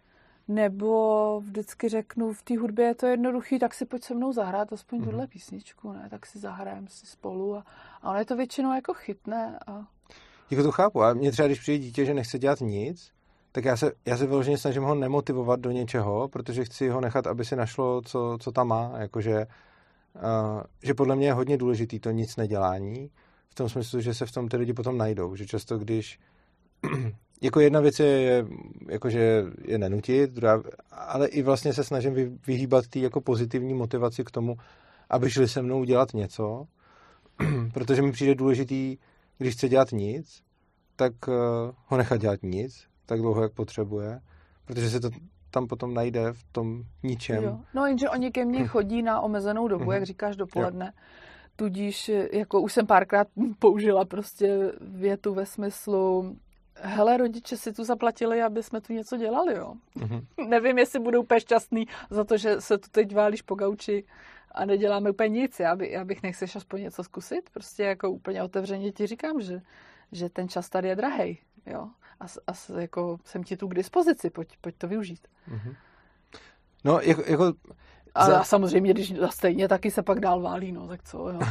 nebo vždycky řeknu, v té hudbě je to jednoduchý, tak si pojď se mnou zahrát aspoň mm-hmm. tuhle písničku, ne, tak si zahrajeme si spolu a, a ono je to většinou jako chytné. A... Jako to chápu, a mě třeba, když přijde dítě, že nechce dělat nic, tak já se, já se vyloženě snažím ho nemotivovat do něčeho, protože chci ho nechat, aby si našlo, co, co tam má. Jakože, uh, že podle mě je hodně důležitý to nic nedělání, v tom smyslu, že se v tom ty lidi potom najdou. Že často, když... jako jedna věc je, je jakože je nenutit, druhá, ale i vlastně se snažím vy, vyhýbat té jako pozitivní motivaci k tomu, aby šli se mnou dělat něco, protože mi přijde důležitý, když chce dělat nic, tak uh, ho nechat dělat nic, tak dlouho, jak potřebuje, protože se to tam potom najde v tom ničem. Jo. No jenže oni ke mně chodí na omezenou dobu, jak říkáš, dopoledne. Jo. Tudíž, jako už jsem párkrát použila prostě větu ve smyslu, hele, rodiče si tu zaplatili, aby jsme tu něco dělali, jo. Mm-hmm. Nevím, jestli budou úplně šťastný za to, že se tu teď válíš po gauči a neděláme úplně nic. Já, by, já bych nechceš aspoň něco zkusit. Prostě jako úplně otevřeně ti říkám, že, že ten čas tady je drahej, jo. A, a jako jsem ti tu k dispozici, pojď, pojď to využít. Mm-hmm. No, jako... jako a za... samozřejmě, když stejně taky se pak dál válí, no, tak co, jo.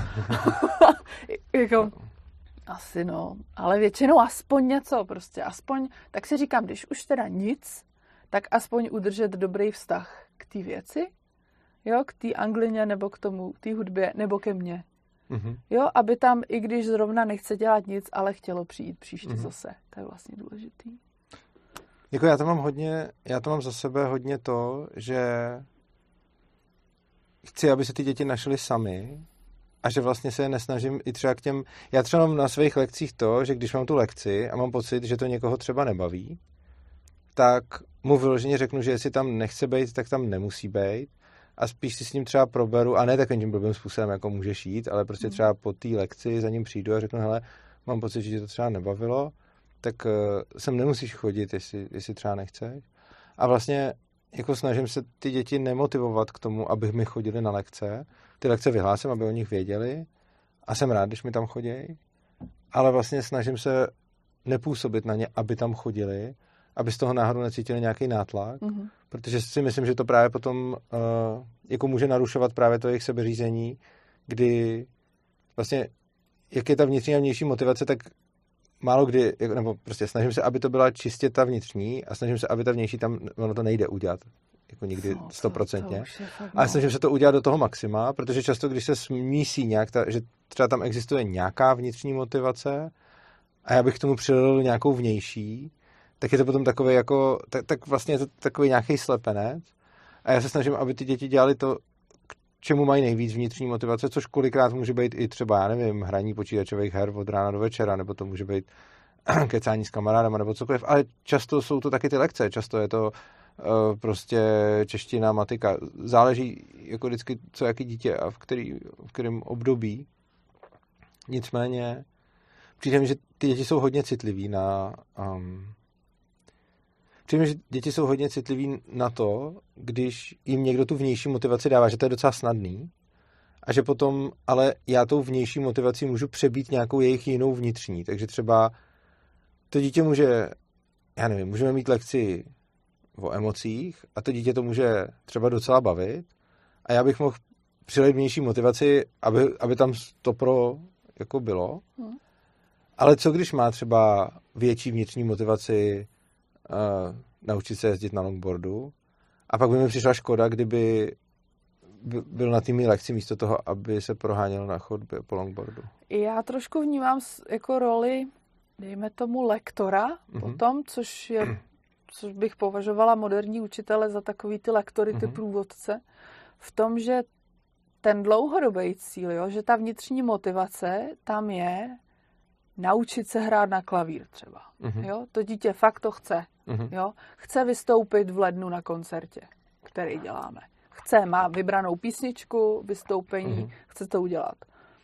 jako... Asi no, ale většinou aspoň něco prostě, aspoň, tak si říkám, když už teda nic, tak aspoň udržet dobrý vztah k té věci, jo, k té anglině nebo k tomu, k té hudbě, nebo ke mně. Mm-hmm. Jo, aby tam, i když zrovna nechce dělat nic, ale chtělo přijít příště mm-hmm. zase. To je vlastně důležitý. Jako já to mám hodně, já to mám za sebe hodně to, že chci, aby se ty děti našly sami a že vlastně se nesnažím i třeba k těm... Já třeba mám na svých lekcích to, že když mám tu lekci a mám pocit, že to někoho třeba nebaví, tak mu vyloženě řeknu, že jestli tam nechce být, tak tam nemusí být a spíš si s ním třeba proberu, a ne takovým tím blbým způsobem, jako můžeš jít, ale prostě třeba po té lekci za ním přijdu a řeknu, hele, mám pocit, že tě to třeba nebavilo, tak uh, sem nemusíš chodit, jestli, jestli třeba nechceš. A vlastně jako snažím se ty děti nemotivovat k tomu, aby mi chodili na lekce. Ty lekce vyhlásím, aby o nich věděli a jsem rád, když mi tam chodí, ale vlastně snažím se nepůsobit na ně, aby tam chodili, aby z toho náhodou necítili nějaký nátlak, mm-hmm. protože si myslím, že to právě potom uh, jako může narušovat právě to jejich sebeřízení, kdy vlastně jak je ta vnitřní a vnější motivace, tak málo kdy, nebo prostě snažím se, aby to byla čistě ta vnitřní a snažím se, aby ta vnější tam, ono to nejde udělat, jako nikdy stoprocentně. Ale snažím se to udělat do toho maxima, protože často, když se smísí nějak, ta, že třeba tam existuje nějaká vnitřní motivace a já bych k tomu přidal nějakou vnější, tak je to potom takový jako, tak, tak vlastně je to takový nějaký slepenec a já se snažím, aby ty děti dělali to, k čemu mají nejvíc vnitřní motivace, což kolikrát může být i třeba, já nevím, hraní počítačových her od rána do večera, nebo to může být kecání s kamarádama, nebo cokoliv, ale často jsou to taky ty lekce, často je to uh, prostě čeština, matika, záleží jako vždycky, co jaký dítě a v, který, v kterém období. Nicméně přijde mi, že ty děti jsou hodně citliví na um, přijde mi, že děti jsou hodně citliví na to, když jim někdo tu vnější motivaci dává, že to je docela snadný a že potom, ale já tou vnější motivací můžu přebít nějakou jejich jinou vnitřní, takže třeba to dítě může, já nevím, můžeme mít lekci o emocích a to dítě to může třeba docela bavit a já bych mohl přidat vnější motivaci, aby, aby tam to pro jako bylo. Hmm. Ale co když má třeba větší vnitřní motivaci uh, naučit se jezdit na longboardu a pak by mi přišla škoda, kdyby byl na tými lekci místo toho, aby se proháněl na chodbě po longboardu. Já trošku vnímám jako roli dejme tomu lektora mm-hmm. potom, což je, což bych považovala moderní učitele za takový ty lektory, ty mm-hmm. průvodce, v tom, že ten dlouhodobý cíl, jo, že ta vnitřní motivace tam je naučit se hrát na klavír třeba. Mm-hmm. Jo? To dítě fakt to chce. Mm-hmm. Jo? Chce vystoupit v lednu na koncertě, který děláme. Chce, má vybranou písničku, vystoupení, mm-hmm. chce to udělat.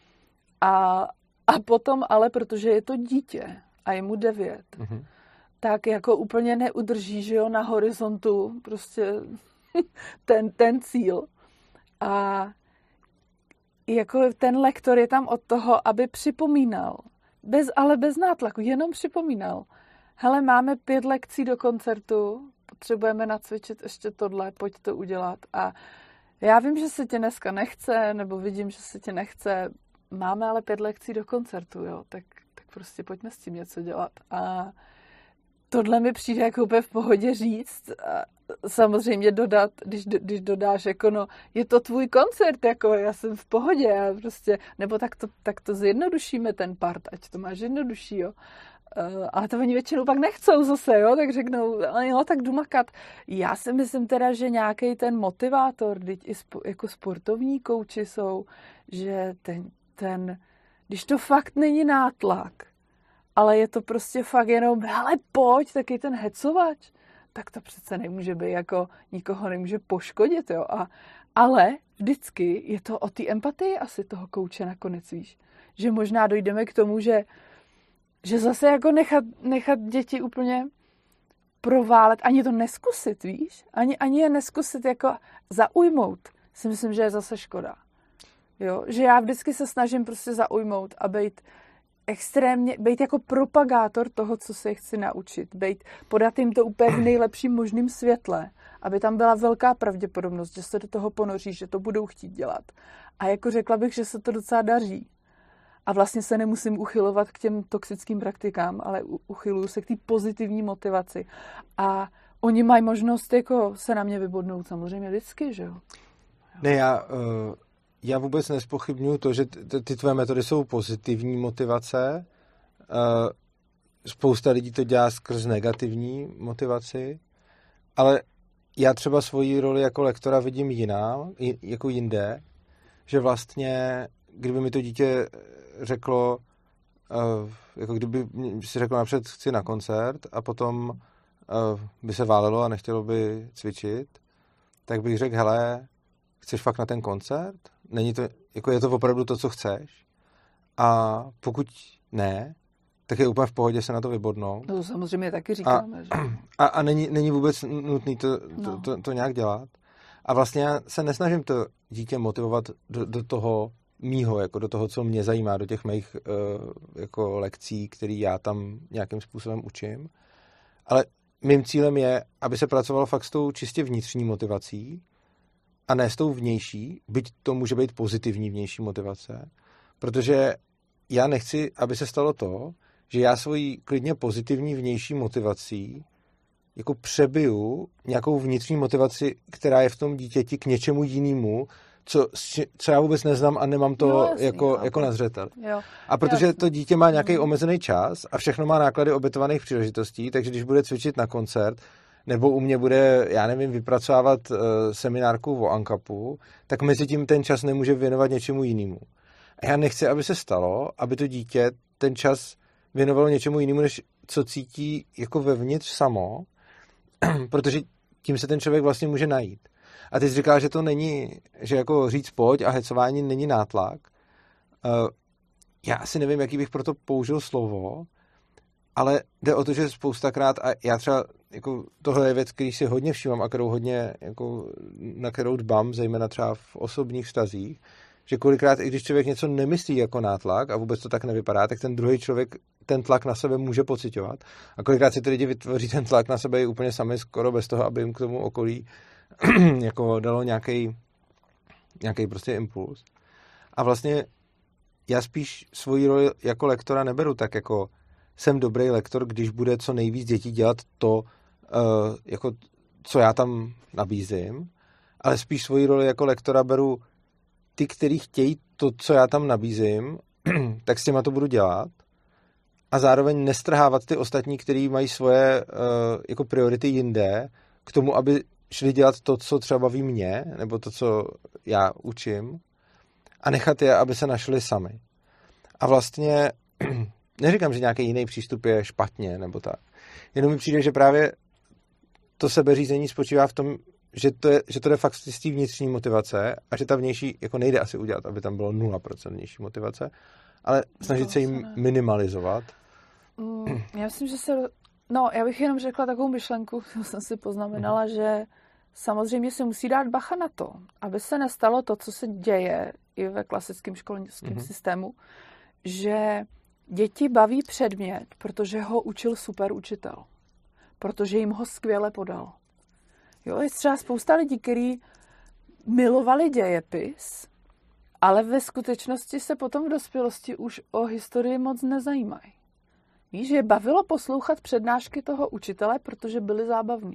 A, a potom ale, protože je to dítě a je mu devět, mm-hmm. tak jako úplně neudrží, že jo, na horizontu prostě ten, ten cíl. A jako ten lektor je tam od toho, aby připomínal, bez, ale bez nátlaku, jenom připomínal. Hele, máme pět lekcí do koncertu, potřebujeme nacvičit ještě tohle, pojď to udělat. A já vím, že se tě dneska nechce, nebo vidím, že se tě nechce, máme ale pět lekcí do koncertu, jo, tak, tak prostě pojďme s tím něco dělat. A tohle mi přijde jako úplně v pohodě říct. A samozřejmě dodat, když, když dodáš, jako no, je to tvůj koncert, jako já jsem v pohodě, já prostě, nebo tak to, tak to zjednodušíme ten part, ať to máš jednodušší, jo. Uh, ale to oni většinou pak nechcou zase, jo, tak řeknou, jo, tak jdu makat. Já si myslím teda, že nějaký ten motivátor, teď i spo, jako sportovní kouči jsou, že ten, ten, když to fakt není nátlak, ale je to prostě fakt jenom, ale pojď, taky ten hecovač, tak to přece nemůže být, jako nikoho nemůže poškodit, jo. A, ale vždycky je to o té empatii asi toho kouče nakonec, víš. Že možná dojdeme k tomu, že, že zase jako nechat, nechat děti úplně proválet, ani to neskusit, víš. Ani, ani je neskusit jako zaujmout, si myslím, že je zase škoda. Jo. Že já vždycky se snažím prostě zaujmout a být extrémně, být jako propagátor toho, co se chci naučit, být, podat jim to úplně v nejlepším možným světle, aby tam byla velká pravděpodobnost, že se do toho ponoří, že to budou chtít dělat. A jako řekla bych, že se to docela daří. A vlastně se nemusím uchylovat k těm toxickým praktikám, ale uchyluju se k té pozitivní motivaci. A oni mají možnost jako se na mě vybodnout samozřejmě vždycky, že jo? Ne, já... Uh... Já vůbec nespochybnuju to, že ty, ty tvoje metody jsou pozitivní motivace. Spousta lidí to dělá skrz negativní motivaci, ale já třeba svoji roli jako lektora vidím jiná, jako jinde, že vlastně, kdyby mi to dítě řeklo, jako kdyby si řeklo napřed chci na koncert a potom by se válelo a nechtělo by cvičit, tak bych řekl, hele, chceš fakt na ten koncert? Není to, jako je to opravdu to, co chceš? A pokud ne, tak je úplně v pohodě se na to vybodnout. No to samozřejmě taky říkáme. A, že? a, a není, není vůbec nutný to, to, no. to, to nějak dělat. A vlastně já se nesnažím to dítě motivovat do, do toho mýho, jako do toho, co mě zajímá, do těch mých uh, jako lekcí, které já tam nějakým způsobem učím. Ale mým cílem je, aby se pracovalo fakt s tou čistě vnitřní motivací, a ne s tou vnější, byť to může být pozitivní vnější motivace, protože já nechci, aby se stalo to, že já svoji klidně pozitivní vnější motivací jako přebiju nějakou vnitřní motivaci, která je v tom dítěti k něčemu jinému, co, co já vůbec neznám a nemám to jo, jasný, jako, jo. jako na zřetel. Jo, a protože jasný. to dítě má nějaký omezený čas a všechno má náklady obětovaných příležitostí, takže když bude cvičit na koncert, nebo u mě bude, já nevím, vypracovávat uh, seminárku o ANCAPu, tak mezi tím ten čas nemůže věnovat něčemu jinému. A já nechci, aby se stalo, aby to dítě ten čas věnovalo něčemu jinému, než co cítí jako vevnitř samo, protože tím se ten člověk vlastně může najít. A ty jsi říkal, že to není, že jako říct pojď a hecování není nátlak. Uh, já asi nevím, jaký bych proto použil slovo, ale jde o to, že spoustakrát, a já třeba, jako tohle je věc, který si hodně všímám a kterou hodně, jako, na kterou dbám, zejména třeba v osobních vztazích, že kolikrát, i když člověk něco nemyslí jako nátlak a vůbec to tak nevypadá, tak ten druhý člověk ten tlak na sebe může pociťovat. A kolikrát si ty lidi vytvoří ten tlak na sebe i úplně sami, skoro bez toho, aby jim k tomu okolí jako dalo nějaký nějaký prostě impuls. A vlastně já spíš svoji roli jako lektora neberu tak jako jsem dobrý lektor, když bude co nejvíc dětí dělat to, uh, jako, co já tam nabízím, ale spíš svoji roli jako lektora beru ty, kteří chtějí to, co já tam nabízím, tak s těma to budu dělat. a zároveň nestrhávat ty ostatní, kteří mají svoje uh, jako priority jinde, k tomu, aby šli dělat to, co třeba baví mě, nebo to, co já učím, a nechat je, aby se našli sami. A vlastně neříkám, že nějaký jiný přístup je špatně, nebo tak. Jenom mi přijde, že právě to sebeřízení spočívá v tom, že to, je, že to jde fakt z té vnitřní motivace a že ta vnější jako nejde asi udělat, aby tam bylo nula procent vnější motivace, ale snažit se jim minimalizovat. Mm, já myslím, že se... No, já bych jenom řekla takovou myšlenku, jsem si poznamenala, mm. že samozřejmě si musí dát bacha na to, aby se nestalo to, co se děje i ve klasickém školském mm. systému, že děti baví předmět, protože ho učil super učitel. Protože jim ho skvěle podal. Jo, je třeba spousta lidí, kteří milovali dějepis, ale ve skutečnosti se potom v dospělosti už o historii moc nezajímají. Víš, že je bavilo poslouchat přednášky toho učitele, protože byly zábavný.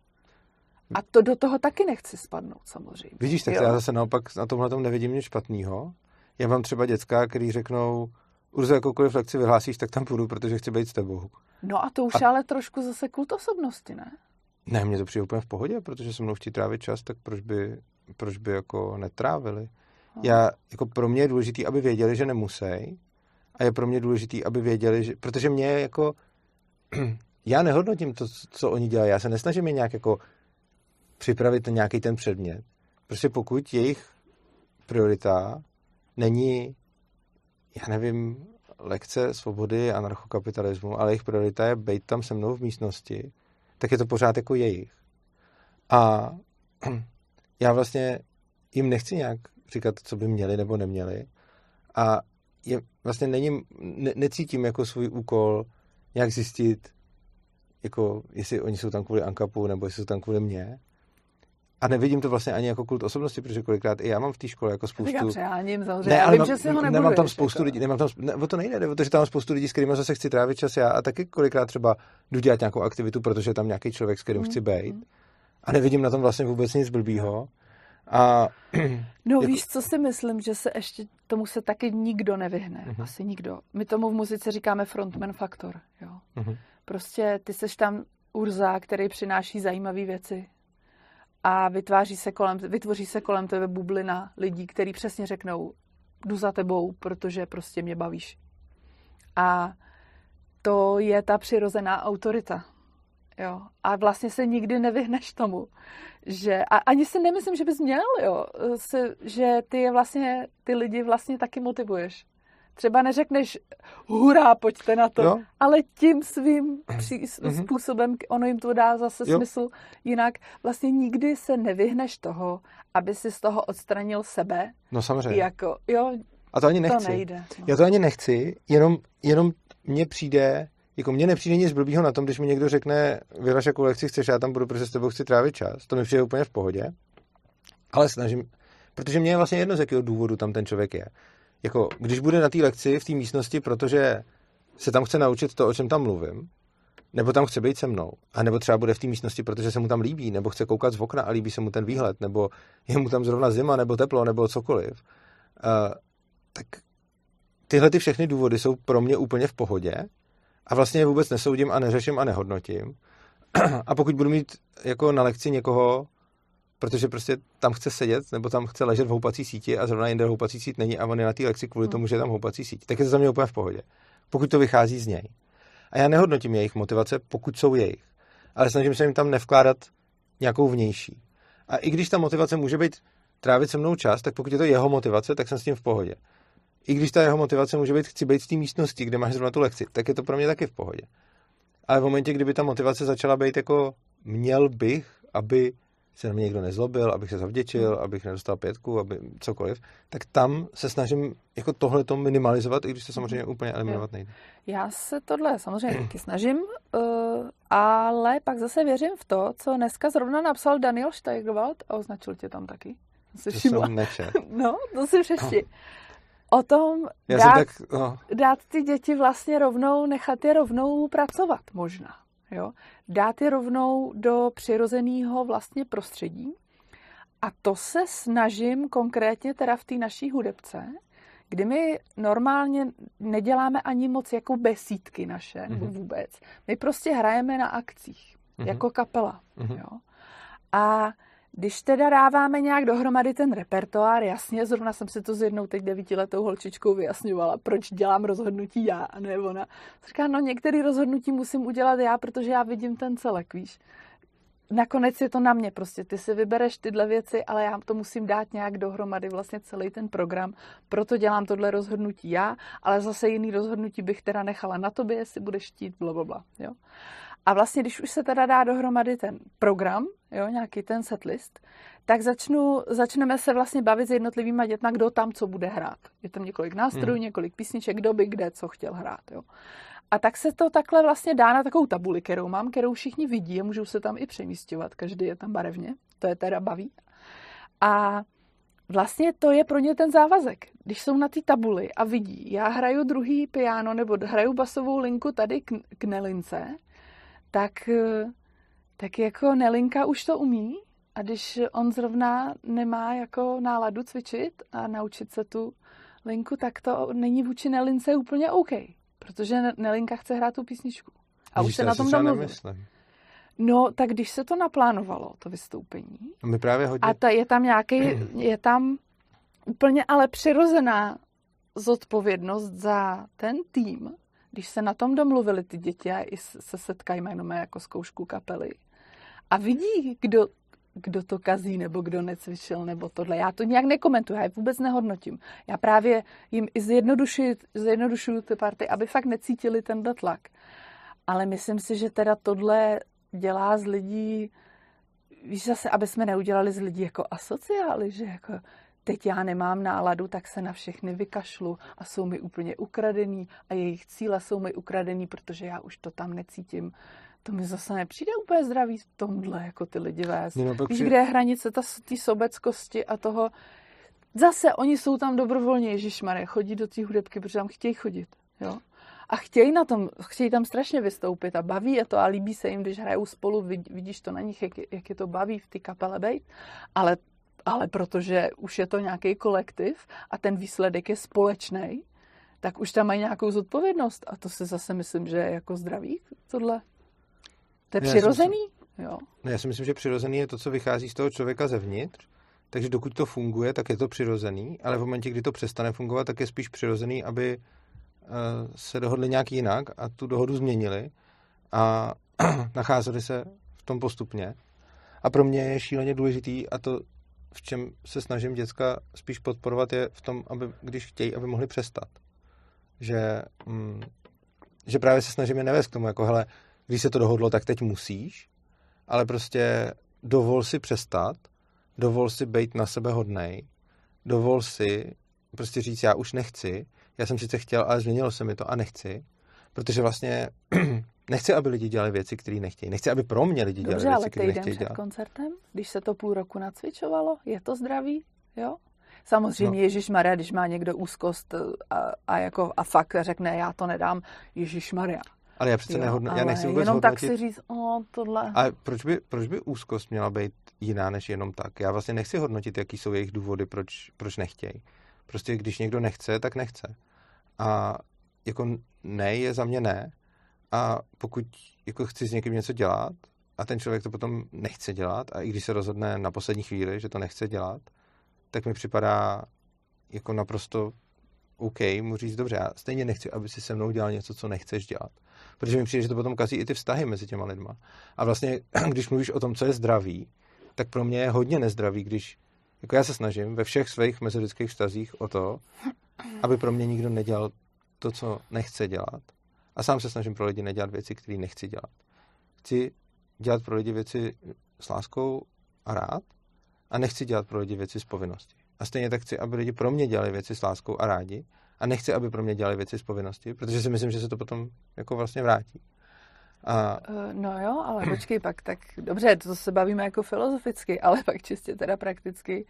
A to do toho taky nechci spadnout, samozřejmě. Vidíš, tak jo? Já zase naopak na tomhle tom nevidím nic špatného. Já mám třeba děcka, který řeknou, Urzo, jakoukoliv lekci vyhlásíš, tak tam půjdu, protože chci být s tebou. No a to už a... ale trošku zase kult osobnosti, ne? Ne, mně to přijde úplně v pohodě, protože se mnou chtějí trávit čas, tak proč by, proč by jako netrávili? No. Já, jako pro mě je důležitý, aby věděli, že nemusí, a je pro mě důležitý, aby věděli, že, protože mě jako, já nehodnotím to, co oni dělají, já se nesnažím je nějak jako připravit na nějaký ten předmět. Prostě pokud jejich priorita není, já nevím, lekce svobody, anarchokapitalismu, ale jejich priorita je být tam se mnou v místnosti, tak je to pořád jako jejich. A já vlastně jim nechci nějak říkat, co by měli nebo neměli. A je, vlastně není, ne, necítím jako svůj úkol nějak zjistit, jako jestli oni jsou tam kvůli ANCAPu nebo jestli jsou tam kvůli mně. A nevidím to vlastně ani jako kult osobnosti, protože kolikrát i já mám v té škole jako spoustu... Já přeháním, samozřejmě. Ne, já vím, mám, že si ho nebuduješ. Nemám tam spoustu jako. lidí, nemám tam, ne, o to nejde, o to, že tam mám spoustu lidí, s kterými zase chci trávit čas já a taky kolikrát třeba jdu dělat nějakou aktivitu, protože je tam nějaký člověk, s kterým mm. chci být. A nevidím na tom vlastně vůbec nic blbýho. A, no jako... víš, co si myslím, že se ještě tomu se taky nikdo nevyhne. Uh-huh. Asi nikdo. My tomu v muzice říkáme frontman faktor. Jo? Uh-huh. Prostě ty seš tam Urza, který přináší zajímavé věci a vytváří se kolem, vytvoří se kolem tebe bublina lidí, kteří přesně řeknou, jdu za tebou, protože prostě mě bavíš. A to je ta přirozená autorita. Jo. A vlastně se nikdy nevyhneš tomu, že, a ani si nemyslím, že bys měl, jo, se, že ty je vlastně, ty lidi vlastně taky motivuješ. Třeba neřekneš, hurá, pojďte na to, jo. ale tím svým pří, mm-hmm. způsobem, ono jim to dá zase jo. smysl, jinak vlastně nikdy se nevyhneš toho, aby si z toho odstranil sebe. No samozřejmě. Jako, jo, a to ani nechci. To nejde. No. Já to ani nechci, jenom, jenom mně přijde, jako mně nepřijde nic blbýho na tom, když mi někdo řekne, vyhlaš, jakou lekci chceš, já tam budu, protože s tebou chci trávit čas. To mi přijde úplně v pohodě. Ale snažím, protože mě je vlastně jedno, z jakého důvodu tam ten člověk je. Jako, když bude na té lekci v té místnosti, protože se tam chce naučit to, o čem tam mluvím, nebo tam chce být se mnou, a nebo třeba bude v té místnosti, protože se mu tam líbí, nebo chce koukat z okna a líbí se mu ten výhled, nebo je mu tam zrovna zima, nebo teplo, nebo cokoliv, uh, tak tyhle ty všechny důvody jsou pro mě úplně v pohodě a vlastně je vůbec nesoudím a neřeším a nehodnotím. A pokud budu mít jako na lekci někoho, protože prostě tam chce sedět, nebo tam chce ležet v houpací síti a zrovna jinde houpací sít není a on je na té lekci kvůli tomu, že je tam houpací síť, tak je to za mě úplně v pohodě. Pokud to vychází z něj. A já nehodnotím jejich motivace, pokud jsou jejich. Ale snažím se jim tam nevkládat nějakou vnější. A i když ta motivace může být trávit se mnou čas, tak pokud je to jeho motivace, tak jsem s tím v pohodě. I když ta jeho motivace může být chci být v té místnosti, kde máš zrovna tu lekci, tak je to pro mě taky v pohodě. Ale v momentě, kdyby ta motivace začala být jako měl bych, aby se na mě někdo nezlobil, abych se zavděčil, abych nedostal pětku, aby cokoliv, tak tam se snažím jako tohleto minimalizovat, i když to samozřejmě úplně eliminovat nejde. Já se tohle samozřejmě taky snažím, uh, ale pak zase věřím v to, co dneska zrovna napsal Daniel Steigerwald a označil tě tam taky. To jsem nečet. No, to si přešli. O tom Já dát, tak, no. dát ty děti vlastně rovnou, nechat je rovnou pracovat možná. Jo? Dát je rovnou do přirozeného vlastně prostředí. A to se snažím konkrétně teda v té naší hudebce kdy my normálně neděláme ani moc jako besídky naše, mm-hmm. vůbec. My prostě hrajeme na akcích, mm-hmm. jako kapela. Mm-hmm. Jo? A když teda dáváme nějak dohromady ten repertoár, jasně, zrovna jsem si to s jednou teď devítiletou holčičkou vyjasňovala, proč dělám rozhodnutí já a ne ona. Říká, no některé rozhodnutí musím udělat já, protože já vidím ten celek, víš. Nakonec je to na mě prostě, ty si vybereš tyhle věci, ale já to musím dát nějak dohromady vlastně celý ten program, proto dělám tohle rozhodnutí já, ale zase jiný rozhodnutí bych teda nechala na tobě, jestli budeš chtít, blablabla, jo. A vlastně, když už se teda dá dohromady ten program, jo, nějaký ten setlist, tak začnu, začneme se vlastně bavit s jednotlivýma dětma, kdo tam co bude hrát. Je tam několik nástrojů, hmm. několik písniček, kdo by kde co chtěl hrát, jo. A tak se to takhle vlastně dá na takovou tabuli, kterou mám, kterou všichni vidí a můžou se tam i přemísťovat, každý je tam barevně, to je teda baví. A vlastně to je pro ně ten závazek. Když jsou na té tabuli a vidí, já hraju druhý piano nebo hraju basovou linku tady k, k Nelince, tak, tak jako Nelinka už to umí a když on zrovna nemá jako náladu cvičit a naučit se tu linku, tak to není vůči Nelince úplně OK. Protože Nelinka chce hrát tu písničku. A už se na tom domluvili. No, tak když se to naplánovalo, to vystoupení. My právě hodně... A ta, je tam nějaký, je tam úplně ale přirozená zodpovědnost za ten tým, když se na tom domluvili ty děti a i se setkají jenom jako zkoušku kapely. A vidí, kdo, kdo to kazí, nebo kdo necvičil, nebo tohle. Já to nějak nekomentuji, já je vůbec nehodnotím. Já právě jim i zjednodušuju, zjednodušuju ty party, aby fakt necítili tenhle tlak. Ale myslím si, že teda tohle dělá z lidí, víš zase, aby jsme neudělali z lidí jako asociály, že jako teď já nemám náladu, tak se na všechny vykašlu a jsou mi úplně ukradený a jejich cíle jsou mi ukradený, protože já už to tam necítím. To mi zase nepřijde úplně zdravý v tomhle, jako ty lidi vést. No, Víš, při... kde je hranice té sobeckosti a toho... Zase oni jsou tam dobrovolně, ježišmarja, chodí do té hudebky, protože tam chtějí chodit, jo. A chtějí na tom, chtějí tam strašně vystoupit a baví je to a líbí se jim, když hrajou spolu, vidíš to na nich, jak, jak je to baví v té kapele bejt, ale, ale protože už je to nějaký kolektiv a ten výsledek je společný, tak už tam mají nějakou zodpovědnost a to si zase myslím, že je jako zdravý tohle. To je přirozený? Jo. Já si myslím, že přirozený je to, co vychází z toho člověka zevnitř, takže dokud to funguje, tak je to přirozený, ale v momentě, kdy to přestane fungovat, tak je spíš přirozený, aby se dohodli nějak jinak a tu dohodu změnili a nacházeli se v tom postupně. A pro mě je šíleně důležitý a to, v čem se snažím děcka spíš podporovat, je v tom, aby, když chtějí, aby mohli přestat. Že, mm, že právě se snažím je nevést k tomu, jako hele, když se to dohodlo, tak teď musíš, ale prostě dovol si přestat, dovol si být na sebe hodnej, dovol si prostě říct, já už nechci, já jsem sice chtěl, ale změnilo se mi to a nechci, protože vlastně nechci, aby lidi dělali věci, které nechtějí. Nechci, aby pro mě lidi dělali Dobře, věci, které nechtějí dělat. Dobře, ale týden před koncertem, když se to půl roku nacvičovalo, je to zdravý, jo? Samozřejmě no. Ježišmarja, když má někdo úzkost a, a, jako, a fakt řekne, já to nedám, Ježišmarja. Ale já přece nehodno, já nechci vůbec jenom hodnotit. Tak si říct, o, tohle. Ale proč by, proč by úzkost měla být jiná než jenom tak? Já vlastně nechci hodnotit, jaký jsou jejich důvody, proč, proč nechtějí. Prostě když někdo nechce, tak nechce. A jako ne je za mě ne. A pokud jako chci s někým něco dělat a ten člověk to potom nechce dělat a i když se rozhodne na poslední chvíli, že to nechce dělat, tak mi připadá jako naprosto OK, mu říct, dobře, já stejně nechci, aby si se mnou dělal něco, co nechceš dělat. Protože mi přijde, že to potom kazí i ty vztahy mezi těma lidma. A vlastně, když mluvíš o tom, co je zdravý, tak pro mě je hodně nezdravý, když jako já se snažím ve všech svých mezilidských vztazích o to, aby pro mě nikdo nedělal to, co nechce dělat. A sám se snažím pro lidi nedělat věci, které nechci dělat. Chci dělat pro lidi věci s láskou a rád a nechci dělat pro lidi věci z povinnosti. A stejně tak chci, aby lidi pro mě dělali věci s láskou a rádi a nechci, aby pro mě dělali věci z povinnosti, protože si myslím, že se to potom jako vlastně vrátí. A... No jo, ale počkej pak, tak dobře, to se bavíme jako filozoficky, ale pak čistě teda prakticky.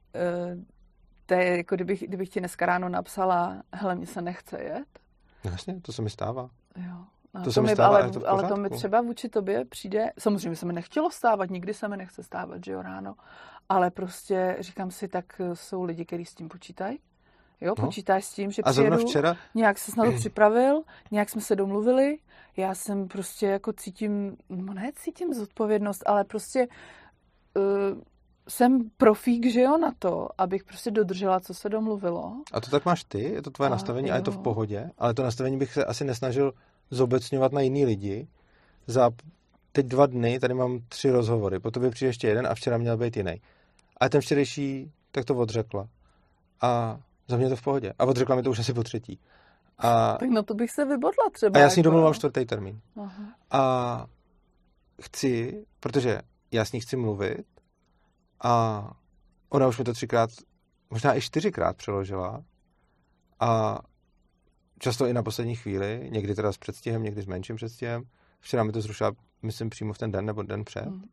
To je jako kdybych, kdybych ti dneska ráno napsala, hele, mně se nechce jet. Jasně, to se mi stává. Jo. To, to se mi mi, stává, ale, to ale to mi třeba vůči tobě přijde, samozřejmě se mi nechtělo stávat, nikdy se mi nechce stávat, že jo, ráno, ale prostě říkám si, tak jsou lidi, kteří s tím počítají, Jo, no. počítáš s tím, že a přijedu, včera... nějak se snad připravil, nějak jsme se domluvili, já jsem prostě jako cítím, no ne cítím zodpovědnost, ale prostě uh, jsem profík, že jo, na to, abych prostě dodržela, co se domluvilo. A to tak máš ty, je to tvoje a, nastavení jo. a je to v pohodě, ale to nastavení bych se asi nesnažil zobecňovat na jiný lidi. Za teď dva dny tady mám tři rozhovory, potom by přijde ještě jeden a včera měl být jiný. A ten včerejší tak to odřekla. A za mě to v pohodě. A odřekla mi to už asi po třetí. A, tak no to bych se vybodla třeba. A já s ní jako... domluvám čtvrtý termín. Aha. A chci, protože já s ní chci mluvit a ona už mi to třikrát, možná i čtyřikrát přeložila a často i na poslední chvíli, někdy teda s předstihem, někdy s menším předstihem. Včera mi to zrušila, myslím, přímo v ten den nebo den před. Hmm.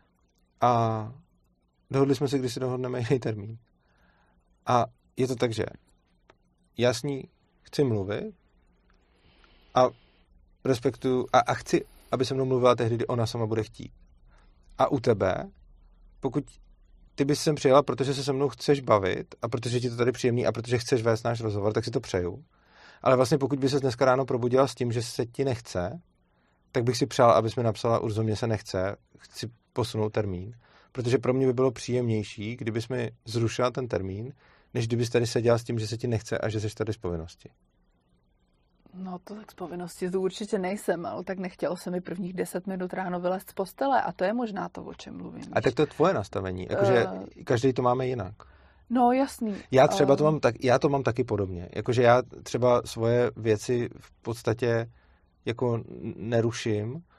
A dohodli jsme si, když si dohodneme jiný termín. A je to tak, že já s ní chci mluvit a respektuju a, a chci, aby se mnou mluvila tehdy, kdy ona sama bude chtít. A u tebe, pokud ty bys sem přijela, protože se se mnou chceš bavit a protože ti to tady příjemný a protože chceš vést náš rozhovor, tak si to přeju. Ale vlastně pokud by se dneska ráno probudila s tím, že se ti nechce, tak bych si přál, abys mi napsala, Urzo, mě se nechce, chci posunout termín. Protože pro mě by bylo příjemnější, kdybys mi zrušila ten termín, než kdybys tady seděla s tím, že se ti nechce a že jsi tady z povinnosti. No to tak z povinnosti to určitě nejsem, ale tak nechtělo se mi prvních deset minut ráno vylézt z postele a to je možná to, o čem mluvím. A tak to je tvoje nastavení, jakože uh, každý to máme jinak. No jasný. Já třeba to mám, tak, já to mám taky podobně, jakože já třeba svoje věci v podstatě jako neruším uh,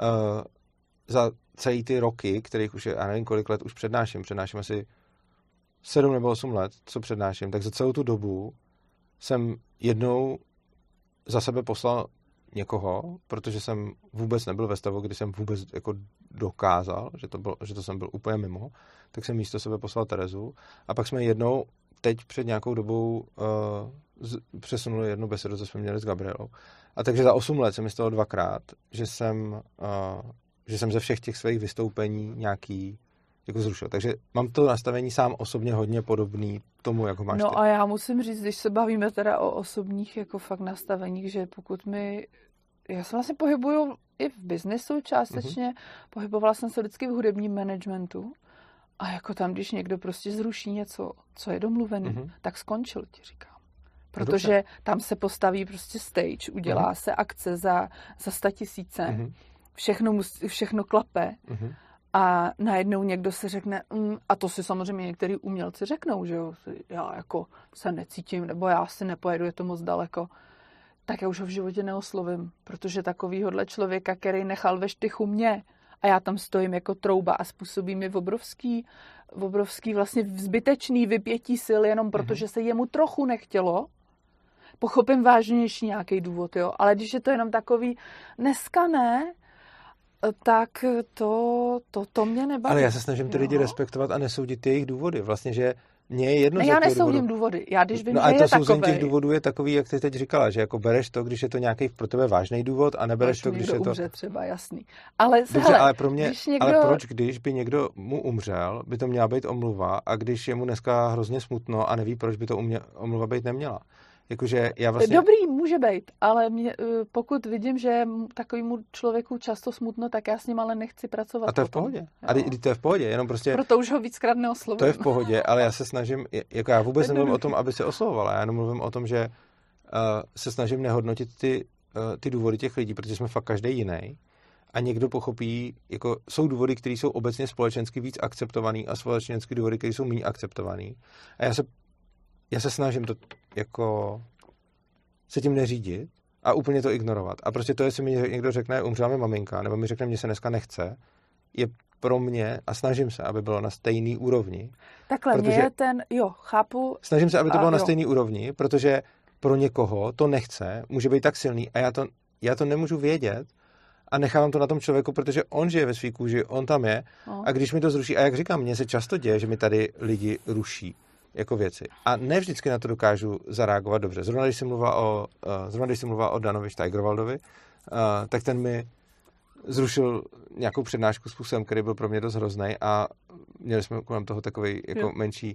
za celý ty roky, kterých už je, já nevím kolik let už přednáším, přednáším asi sedm nebo osm let, co přednáším, tak za celou tu dobu jsem jednou za sebe poslal někoho, protože jsem vůbec nebyl ve stavu, kdy jsem vůbec jako dokázal, že to, byl, že to jsem byl úplně mimo, tak jsem místo sebe poslal Terezu a pak jsme jednou teď před nějakou dobou uh, z, přesunuli jednu besedu, co jsme měli s Gabrielou. A takže za osm let se mi stalo dvakrát, že jsem, uh, že jsem ze všech těch svých vystoupení nějaký jako zrušil. Takže mám to nastavení sám osobně hodně podobný tomu, jako máš No ty. a já musím říct, když se bavíme teda o osobních jako fakt nastaveních, že pokud mi, já se vlastně pohybuju i v biznesu částečně, mm-hmm. pohybovala jsem se vždycky v hudebním managementu a jako tam, když někdo prostě zruší něco, co je domluvený, mm-hmm. tak skončil, ti říkám. Protože Dobře. tam se postaví prostě stage, udělá mm-hmm. se akce za, za sta tisíce, mm-hmm. všechno, musí, všechno klape, mm-hmm. a najednou někdo se řekne, mm, a to si samozřejmě některý umělci řeknou, že jo, já jako se necítím, nebo já si nepojedu, je to moc daleko, tak já už ho v životě neoslovím, protože takovýhodle člověka, který nechal ve štychu mě a já tam stojím jako trouba a způsobí mi obrovský, obrovský vlastně zbytečný vypětí sil, jenom protože mm-hmm. se jemu trochu nechtělo, pochopím vážnější nějaký důvod, jo, ale když je to jenom takový, dneska ne, tak to, to, to mě nebaví. Ale já se snažím ty lidi respektovat a nesoudit jejich důvody. Vlastně, že mně je jedno, ne, já nesoudím důvody. Já když vím, no že a je to souzení takovej. těch důvodů je takový, jak ty teď říkala, že jako bereš to, když je to nějaký pro tebe vážný důvod a nebereš to, když je to... umře třeba, jasný. Ale, Dobře, hele, ale pro mě, někdo... ale proč, když by někdo mu umřel, by to měla být omluva a když je mu dneska hrozně smutno a neví, proč by to umě, omluva být neměla. Jakože já vlastně... Dobrý, může být, ale mě, pokud vidím, že takovému člověku často smutno, tak já s ním ale nechci pracovat. A to je v pohodě. Jo. A to je v pohodě, jenom prostě... Proto už ho víckrát neoslovím. To je v pohodě, ale já se snažím, jako já vůbec nemluvím o tom, aby se oslovovala, já jenom mluvím o tom, že uh, se snažím nehodnotit ty, uh, ty důvody těch lidí, protože jsme fakt každý jiný. A někdo pochopí, jako jsou důvody, které jsou obecně společensky víc akceptovaný a společenské důvody, které jsou méně akceptovaný. A já se Já se snažím to jako se tím neřídit a úplně to ignorovat. A prostě to, jestli mi někdo řekne, umřela mi maminka, nebo mi řekne, mě se dneska nechce, je pro mě, a snažím se, aby bylo na stejný úrovni. Takhle, mě je ten, jo, chápu. Snažím se, aby to bylo a, na jo. stejný úrovni, protože pro někoho to nechce, může být tak silný a já to, já to nemůžu vědět a nechávám to na tom člověku, protože on žije ve svý kůži, on tam je no. A když mi to zruší, a jak říkám, mně se často děje, že mi tady lidi ruší jako věci. A ne vždycky na to dokážu zareagovat dobře. Zrovna když jsem mluvila o, uh, zrovna když jsem mluvila o Danovi Steigerwaldovi, uh, tak ten mi zrušil nějakou přednášku způsobem, který byl pro mě dost hroznej a měli jsme kolem toho takový jako menší,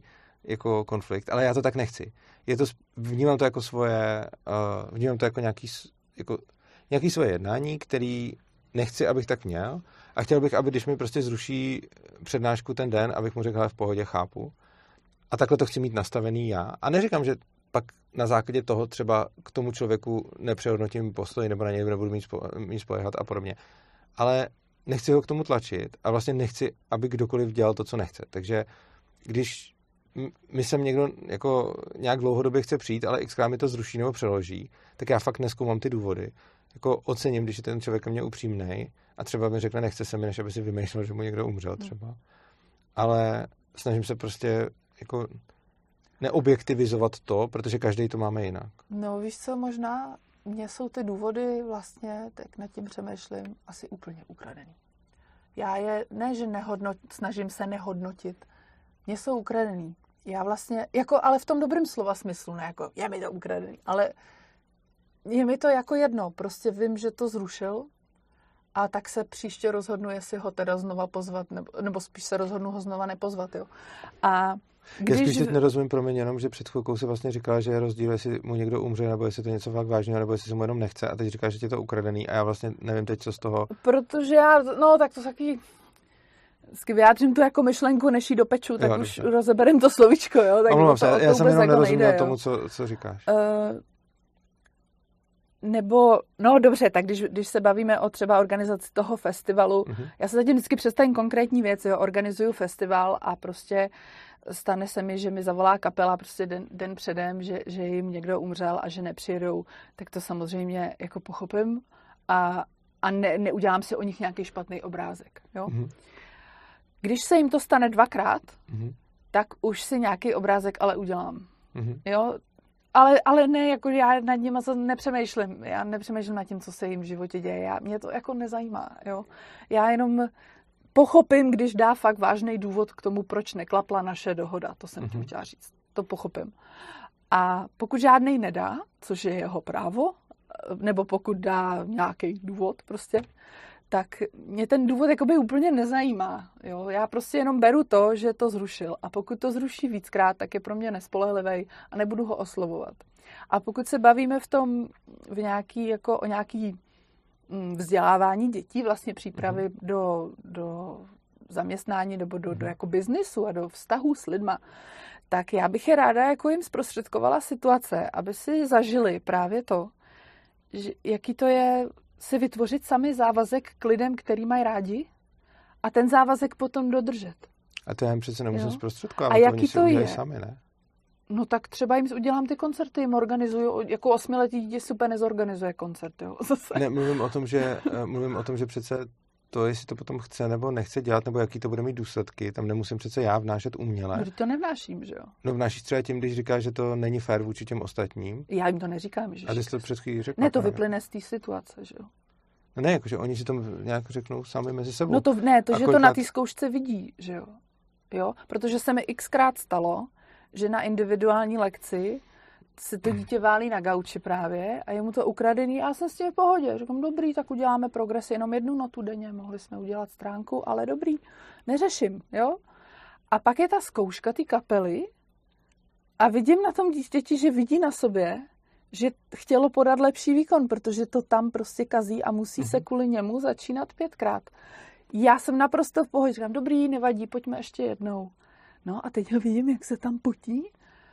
jako konflikt, ale já to tak nechci. Je to, vnímám to jako svoje, uh, vnímám to jako nějaký, jako, nějaký svoje jednání, který nechci, abych tak měl a chtěl bych, aby když mi prostě zruší přednášku ten den, abych mu řekl, hele, v pohodě, chápu. A takhle to chci mít nastavený já. A neříkám, že pak na základě toho třeba k tomu člověku nepřehodnotím postoj nebo na něj nebudu mít, spo, mít spoléhat a podobně. Ale nechci ho k tomu tlačit a vlastně nechci, aby kdokoliv dělal to, co nechce. Takže když mi sem někdo jako nějak dlouhodobě chce přijít, ale xkrát mi to zruší nebo přeloží, tak já fakt nezkoumám ty důvody. Jako ocením, když je ten člověk ke mně upřímnej a třeba mi řekne, nechce se mi, než aby si vymýšlel, že mu někdo umřel třeba. Ale snažím se prostě jako neobjektivizovat to, protože každý to máme jinak. No víš co, možná mně jsou ty důvody vlastně, tak nad tím přemýšlím, asi úplně ukradený. Já je, ne, že nehodnot, snažím se nehodnotit, mně jsou ukradený. Já vlastně, jako, ale v tom dobrém slova smyslu, ne jako, je mi to ukradený, ale je mi to jako jedno, prostě vím, že to zrušil a tak se příště rozhodnu, jestli ho teda znova pozvat, nebo, nebo spíš se rozhodnu ho znova nepozvat, jo. A když... Já spíš teď nerozumím, promiň, jenom, že před chvilkou si vlastně říkala, že je rozdíl, jestli mu někdo umře, nebo jestli to je něco fakt vážného, nebo jestli se mu jenom nechce a teď říká, že tě to ukradený a já vlastně nevím teď, co z toho... Protože já, no tak to taky... Vždycky vyjádřím tu jako myšlenku, než ji dopeču, tak jo, už dobře. Rozeberem to slovíčko, jo. Tak Omlouvám to, se, to já jsem jenom jako nerozuměl nejde, tomu, co, co říkáš. Uh, nebo, no dobře, tak když, když se bavíme o třeba organizaci toho festivalu, uh-huh. já se zatím vždycky představím konkrétní věc, jo, organizuju festival a prostě stane se mi, že mi zavolá kapela prostě den, den předem, že, že jim někdo umřel a že nepřijedou, tak to samozřejmě jako pochopím a, a ne, neudělám si o nich nějaký špatný obrázek, jo. Uh-huh. Když se jim to stane dvakrát, uh-huh. tak už si nějaký obrázek ale udělám, uh-huh. jo. Ale, ale ne, jako já nad nimi nepřemýšlím. Já nepřemýšlím nad tím, co se jim v životě děje. Já, mě to jako nezajímá, jo. Já jenom pochopím, když dá fakt vážný důvod k tomu, proč neklapla naše dohoda. To jsem tím chtěla říct. To pochopím. A pokud žádnej nedá, což je jeho právo, nebo pokud dá nějaký důvod prostě, tak mě ten důvod jakoby úplně nezajímá. Jo? Já prostě jenom beru to, že to zrušil. A pokud to zruší víckrát, tak je pro mě nespolehlivý a nebudu ho oslovovat. A pokud se bavíme v tom v nějaký, jako o nějaký vzdělávání dětí, vlastně přípravy mm. do, do zaměstnání nebo do, mm. do jako biznisu a do vztahů s lidma, tak já bych je ráda jako jim zprostředkovala situace, aby si zažili právě to, že, jaký to je si vytvořit sami závazek k lidem, který mají rádi a ten závazek potom dodržet. A to já jim přece nemusím jo? zprostředkovat, a to jaký oni si to je? Sami, ne? No tak třeba jim udělám ty koncerty, jim organizuju, jako osmiletý dítě super nezorganizuje koncert, jo. Zase. Ne, mluvím o tom, že, mluvím o tom, že přece to, jestli to potom chce nebo nechce dělat, nebo jaký to bude mít důsledky, tam nemusím přece já vnášet uměle. No to nevnáším, že jo. No vnášíš třeba tím, když říkáš, že to není fér vůči těm ostatním. Já jim to neříkám, že. A ty jsi to před chvílí řekla. Ne, to vyplyne z té situace, že jo. No ne, jakože oni si to nějak řeknou sami mezi sebou. No to ne, to, že kolikrát... to na té zkoušce vidí, že jo. Jo, protože se mi xkrát stalo, že na individuální lekci se to dítě válí na gauči právě a je mu to ukradený a já jsem s tím v pohodě. Říkám, dobrý, tak uděláme progres jenom jednu notu denně, mohli jsme udělat stránku, ale dobrý, neřeším, jo. A pak je ta zkouška té kapely a vidím na tom dítěti, že vidí na sobě, že chtělo podat lepší výkon, protože to tam prostě kazí a musí se kvůli němu začínat pětkrát. Já jsem naprosto v pohodě, říkám, dobrý, nevadí, pojďme ještě jednou. No a teď ho vidím, jak se tam potí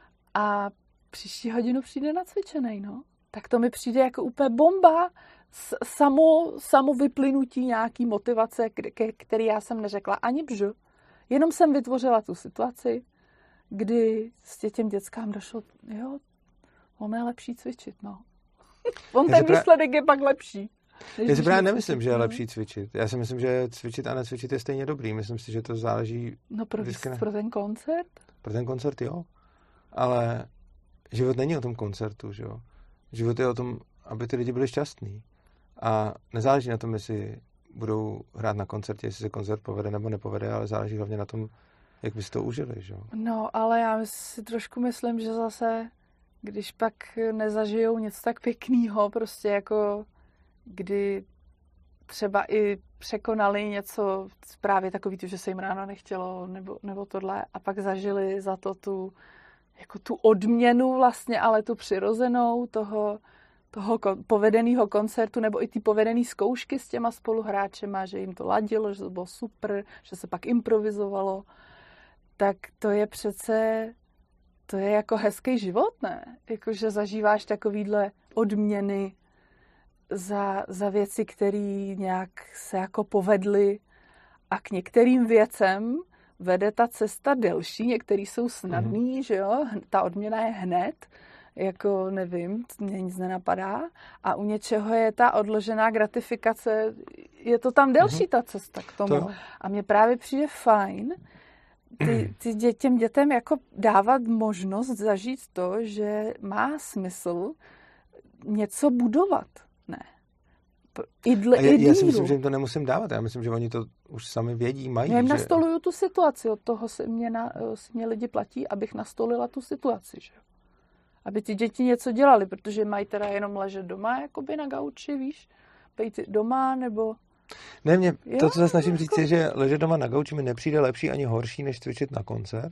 a příští hodinu přijde nacvičenej, no. Tak to mi přijde jako úplně bomba, samo, samo vyplynutí nějaký motivace, ke, který já jsem neřekla ani bžu. Jenom jsem vytvořila tu situaci, kdy s těm dětskám došlo, jo, ono je lepší cvičit, no. On ten pra... výsledek je pak lepší. Já si právě nemyslím, že je lepší cvičit. Já si myslím, že cvičit a necvičit je stejně dobrý. Myslím si, že to záleží... No pro, pro ten koncert? Pro ten koncert, jo. Ale život není o tom koncertu, že jo. Život je o tom, aby ty lidi byli šťastní. A nezáleží na tom, jestli budou hrát na koncertě, jestli se koncert povede nebo nepovede, ale záleží hlavně na tom, jak by si to užili, že jo. No, ale já si trošku myslím, že zase, když pak nezažijou něco tak pěknýho, prostě jako kdy třeba i překonali něco, právě takový, že se jim ráno nechtělo, nebo, nebo tohle, a pak zažili za to tu, jako tu odměnu vlastně, ale tu přirozenou toho, toho povedeného koncertu, nebo i ty povedené zkoušky s těma spoluhráčema, že jim to ladilo, že to bylo super, že se pak improvizovalo, tak to je přece, to je jako hezký život, ne? Jakože zažíváš takovýhle odměny za, za věci, které nějak se jako povedly, a k některým věcem vede ta cesta delší, některý jsou snadný, mm. že jo, ta odměna je hned, jako nevím, mě nic nenapadá, a u něčeho je ta odložená gratifikace, je to tam delší mm. ta cesta k tomu. To. A mně právě přijde fajn ty, ty dě, těm dětem jako dávat možnost zažít to, že má smysl něco budovat. Ne. Idle, já, já si myslím, že jim to nemusím dávat. Já myslím, že oni to už sami vědí, mají. Já jim že... nastoluju tu situaci. Od toho si mě, na, si mě lidi platí, abych nastolila tu situaci. Že? Aby ty děti něco dělali, protože mají teda jenom ležet doma, jakoby na gauči, víš? Bejt doma, nebo... Ne, mě, to, co se snažím říct, je, že ležet doma na gauči mi nepřijde lepší ani horší, než cvičit na koncert.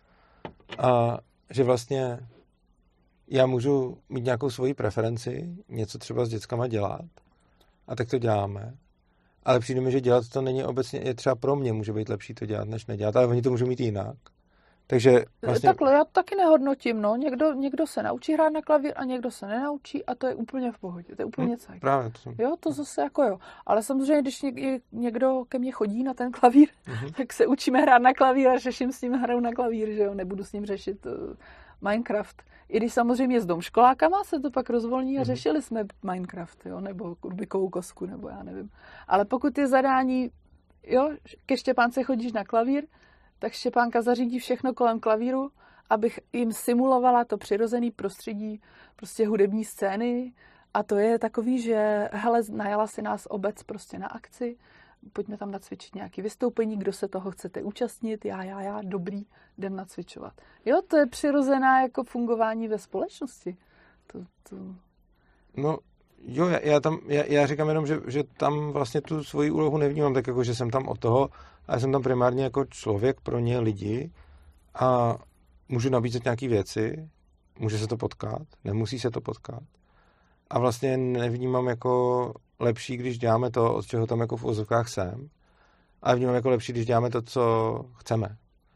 A že vlastně já můžu mít nějakou svoji preferenci, něco třeba s dětskama dělat, a tak to děláme. Ale přijde mi, že dělat to není obecně, je třeba pro mě může být lepší to dělat, než nedělat, ale oni to můžou mít jinak. Takže vlastně... Takhle, já to taky nehodnotím, no. Někdo, někdo se naučí hrát na klavír a někdo se nenaučí, a to je úplně v pohodě, to je úplně hmm, cajk. Právě to jsem... Jo, to zase jako jo. Ale samozřejmě, když někdo ke mně chodí na ten klavír, mm-hmm. tak se učíme hrát na klavír a řeším s ním hrou na klavír, že jo, nebudu s ním řešit uh, Minecraft. I když samozřejmě s domškolákama se to pak rozvolní a mm-hmm. řešili jsme Minecraft, jo, nebo Rubikovou kostku, nebo já nevím. Ale pokud je zadání, jo, ke Štěpánce chodíš na klavír, tak Štěpánka zařídí všechno kolem klavíru, abych jim simulovala to přirozené prostředí, prostě hudební scény, a to je takový, že hele, najala si nás obec prostě na akci, pojďme tam nacvičit nějaké vystoupení, kdo se toho chcete účastnit, já, já, já, dobrý, jdem nacvičovat. Jo, to je přirozená jako fungování ve společnosti. To, to... No, jo, já, já, tam, já, já říkám jenom, že, že tam vlastně tu svoji úlohu nevnímám, tak jako, že jsem tam od toho, a já jsem tam primárně jako člověk pro ně lidi a můžu nabízet nějaké věci, může se to potkat, nemusí se to potkat. A vlastně nevnímám jako lepší, když děláme to, od čeho tam jako v ozovkách jsem, ale vnímám jako lepší, když děláme to, co chceme.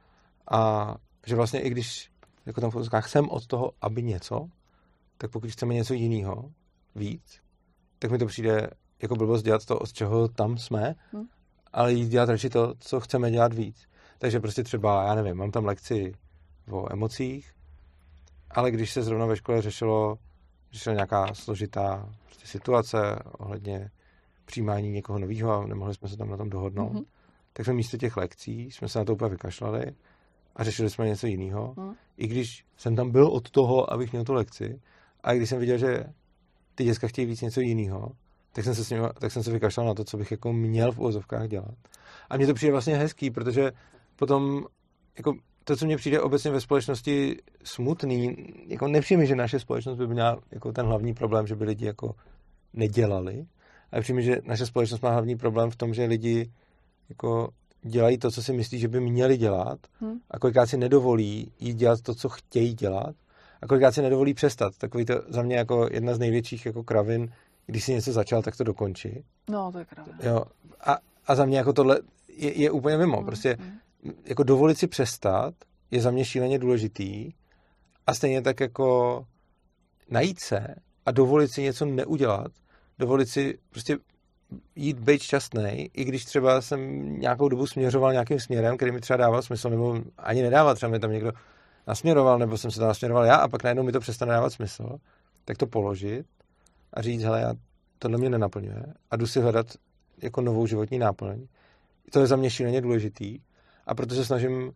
A že vlastně i když jako tam v ozovkách jsem od toho, aby něco, tak pokud chceme něco jiného, víc, tak mi to přijde jako blbost dělat to, od čeho tam jsme, hmm. ale jít dělat radši to, co chceme dělat víc. Takže prostě třeba, já nevím, mám tam lekci o emocích, ale když se zrovna ve škole řešilo, řešila nějaká složitá prostě situace ohledně přijímání někoho nového a nemohli jsme se tam na tom dohodnout, mm-hmm. tak jsme místo těch lekcí jsme se na to úplně vykašlali a řešili jsme něco jiného. Mm. I když jsem tam byl od toho, abych měl tu lekci, a když jsem viděl, že ty děcka chtějí víc něco jiného, tak jsem se s ním, tak jsem se vykašlal na to, co bych jako měl v uvozovkách dělat. A mně to přijde vlastně hezký, protože potom jako to, co mně přijde obecně ve společnosti smutný, jako nepřijde mi, že naše společnost by měla jako ten hlavní problém, že by lidi jako nedělali, ale přijde mi, že naše společnost má hlavní problém v tom, že lidi jako dělají to, co si myslí, že by měli dělat, hmm. a kolikrát si nedovolí jít dělat to, co chtějí dělat, a kolikrát si nedovolí přestat. Takový to za mě jako jedna z největších jako kravin, když si něco začal, tak to dokončí. No, to je kravina. Jo. A, a za mě jako tohle je, je úplně mimo. Hmm. Prostě jako dovolit si přestat je za mě šíleně důležitý, a stejně tak jako najít se a dovolit si něco neudělat, dovolit si prostě jít být šťastnej, i když třeba jsem nějakou dobu směřoval nějakým směrem, který mi třeba dával smysl, nebo ani nedával, třeba mi tam někdo nasměroval, nebo jsem se tam nasměroval já, a pak najednou mi to přestane dávat smysl, tak to položit a říct, hele, já, tohle mě nenaplňuje a jdu si hledat jako novou životní náplň. To je za mě šíleně důležitý, a proto se snažím uh,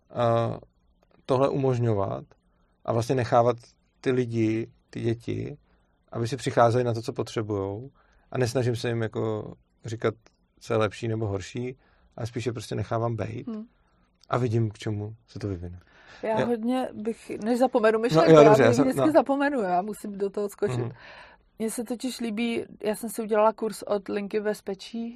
tohle umožňovat a vlastně nechávat ty lidi, ty děti, aby si přicházeli na to, co potřebujou, a nesnažím se jim jako říkat, co je lepší nebo horší, ale spíš je prostě nechávám bejt hmm. a vidím, k čemu se to vyvine. Já jo. hodně bych, než zapomenu myšlenku, no, jo, já dobře, bych já jsem, vždycky no. zapomenu, já musím do toho skočit. Hmm. Mně se totiž líbí, já jsem si udělala kurz od Linky bezpečí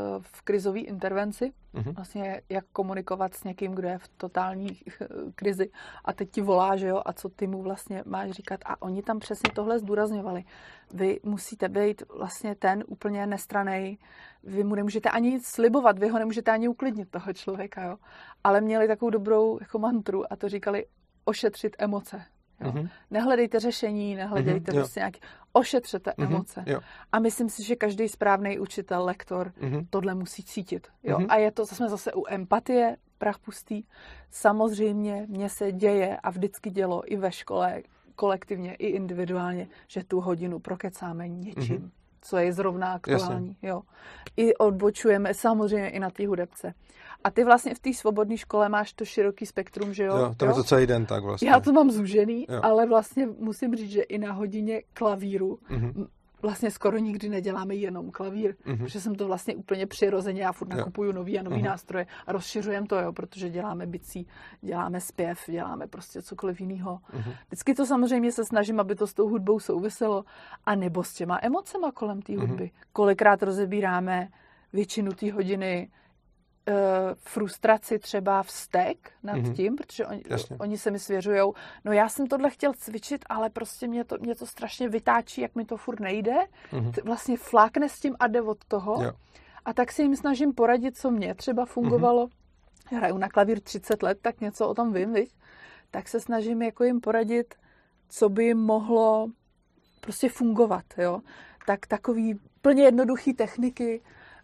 v krizové intervenci, uh-huh. vlastně jak komunikovat s někým, kdo je v totální krizi a teď ti volá, že jo, a co ty mu vlastně máš říkat. A oni tam přesně tohle zdůrazňovali. Vy musíte být vlastně ten úplně nestranej, vy mu nemůžete ani nic slibovat, vy ho nemůžete ani uklidnit, toho člověka, jo. Ale měli takovou dobrou jako mantru a to říkali ošetřit emoce. Jo. Mm-hmm. Nehledejte řešení, nehledejte mm-hmm, prostě nějaký, ošetřete mm-hmm, emoce. Jo. A myslím si, že každý správný učitel, lektor mm-hmm. tohle musí cítit. Jo. Mm-hmm. A je to, jsme zase u empatie, prach pustý. Samozřejmě mně se děje a vždycky dělo i ve škole, kolektivně, i individuálně, že tu hodinu prokecáme něčím, mm-hmm. co je zrovna aktuální. Jo. I odbočujeme samozřejmě i na té hudebce. A ty vlastně v té svobodné škole máš to široký spektrum, že jo? Jo, to je to celý den tak vlastně. Já to mám zúžený, jo. Ale vlastně musím říct, že i na hodině klavíru mm-hmm. vlastně skoro nikdy neděláme jenom klavír, mm-hmm. protože jsem to vlastně úplně přirozeně, já furt nakupuju nový a nový mm-hmm. nástroje a rozšiřujeme to, jo, protože děláme bicí, děláme zpěv, děláme prostě cokoliv jiného. Mm-hmm. Vždycky to samozřejmě se snažím, aby to s tou hudbou souviselo, a nebo s těma emocema kolem té hudby. Mm-hmm. Kolikrát rozebíráme většinu té hodiny Uh, frustraci třeba vztek nad mm-hmm. tím, protože oni, oni se mi svěřujou, no já jsem tohle chtěl cvičit, ale prostě mě to, mě to strašně vytáčí, jak mi to furt nejde. Mm-hmm. Vlastně flákne s tím a jde od toho. Jo. A tak se jim snažím poradit, co mě třeba fungovalo. Mm-hmm. Hraju na klavír třicet let, tak něco o tom vím, viď? Tak se snažím jako jim poradit, co by jim mohlo prostě fungovat, jo. Tak takový plně jednoduchý techniky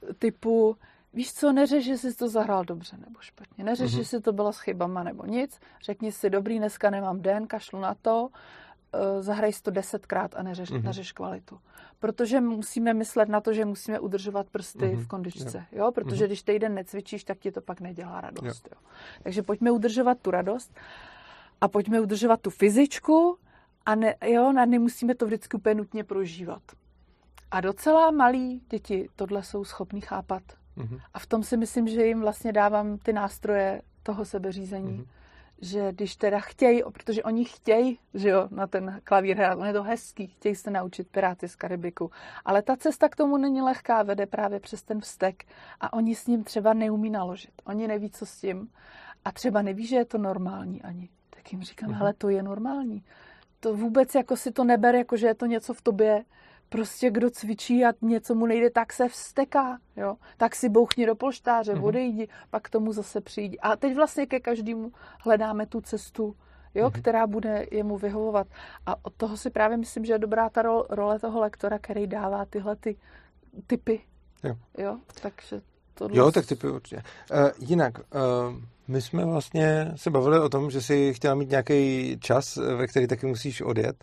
typu víš co, neřeš, že jsi to zahrál dobře nebo špatně. Neřeš, mm-hmm. že to bylo s chybama nebo nic. Řekni si, dobrý, dneska nemám den, kašlu na to, uh, zahraj si to desetkrát a neřeš, mm-hmm. neřeš kvalitu. Protože musíme myslet na to, že musíme udržovat prsty mm-hmm. v kondičce. Jo. Jo? Protože mm-hmm. když týden necvičíš, tak ti to pak nedělá radost. Jo. Jo. Takže pojďme udržovat tu radost a pojďme udržovat tu fyzičku a ne, jo, nemusíme to vždycky úplně nutně prožívat. A docela malí děti tohle jsou schopní chápat. Mm-hmm. A v tom si myslím, že jim vlastně dávám ty nástroje toho sebeřízení, mm-hmm. že když teda chtějí, protože oni chtějí, že jo, na ten klavír hrát, on je to hezký, chtějí se naučit Piráty z Karibiku, ale ta cesta k tomu není lehká, vede právě přes ten vztek a oni s ním třeba neumí naložit, oni neví, co s tím a třeba neví, že je to normální ani. Tak jim říkám, mm-hmm. hele, to je normální. To vůbec jako si to neber, jako že je to něco v tobě. Prostě kdo cvičí a něco mu nejde, tak se vzteká, jo. Tak si bouchni do polštáře, mm-hmm. odejdi, pak k tomu zase přijdi. A teď vlastně ke každému hledáme tu cestu, jo, mm-hmm. která bude jemu vyhovovat. A od toho si právě myslím, že je dobrá ta role toho lektora, který dává tyhle ty typy. Jo. Jo, takže tohle... Jo, tak typy určitě. Uh, jinak, uh, my jsme vlastně se bavili o tom, že jsi chtěla mít nějaký čas, ve který taky musíš odjet.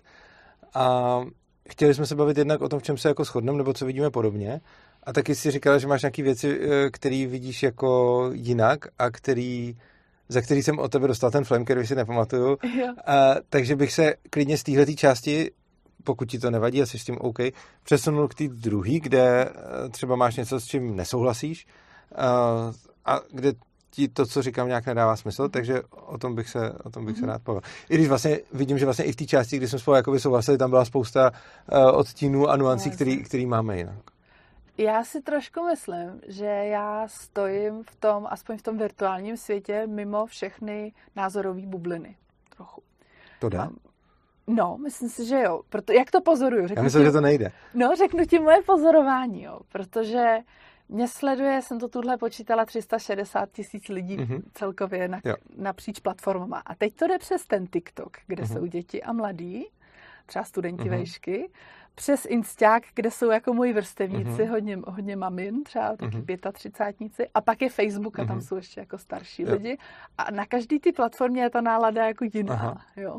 A chtěli jsme se bavit jednak o tom, v čem se jako shodneme, nebo co vidíme podobně. A taky si říkala, že máš nějaké věci, které vidíš jako jinak a který, za který jsem od tebe dostal ten flame, který si nepamatuju. A, takže bych se klidně z téhleté části, pokud ti to nevadí a jsi s tím OK, přesunul k té druhé, kde třeba máš něco, s čím nesouhlasíš a, a kde ti to, co říkám, nějak nedává smysl, takže o tom bych se, o tom bych mm-hmm. se rád povedal. I když vlastně vidím, že vlastně i v té části, kdy jsme spolu jakoby souhlasili, tam byla spousta uh, odstínů a nuancí, no, který, který máme jinak. Já si trošku myslím, že já stojím v tom, aspoň v tom virtuálním světě, mimo všechny názorové bubliny. Trochu. To jde? No, myslím si, že jo. Proto, jak to pozoruju? Řeknu já myslím, ti, že to nejde. No, řeknu ti moje pozorování, jo. Protože mě sleduje, jsem to tuhle počítala, tři sta šedesát tisíc lidí mm-hmm. celkově na, napříč platformama. A teď to jde přes ten TikTok, kde mm-hmm. jsou děti a mladí, třeba studenti mm-hmm. vejšky, přes Instač, kde jsou jako moji vrstevníci, mm-hmm. hodně, hodně mamin, třeba taky mm-hmm. třicátníci, a pak je Facebook a mm-hmm. tam jsou ještě jako starší jo. lidi. A na každý ty platformě je ta nálada jako jiná, jo.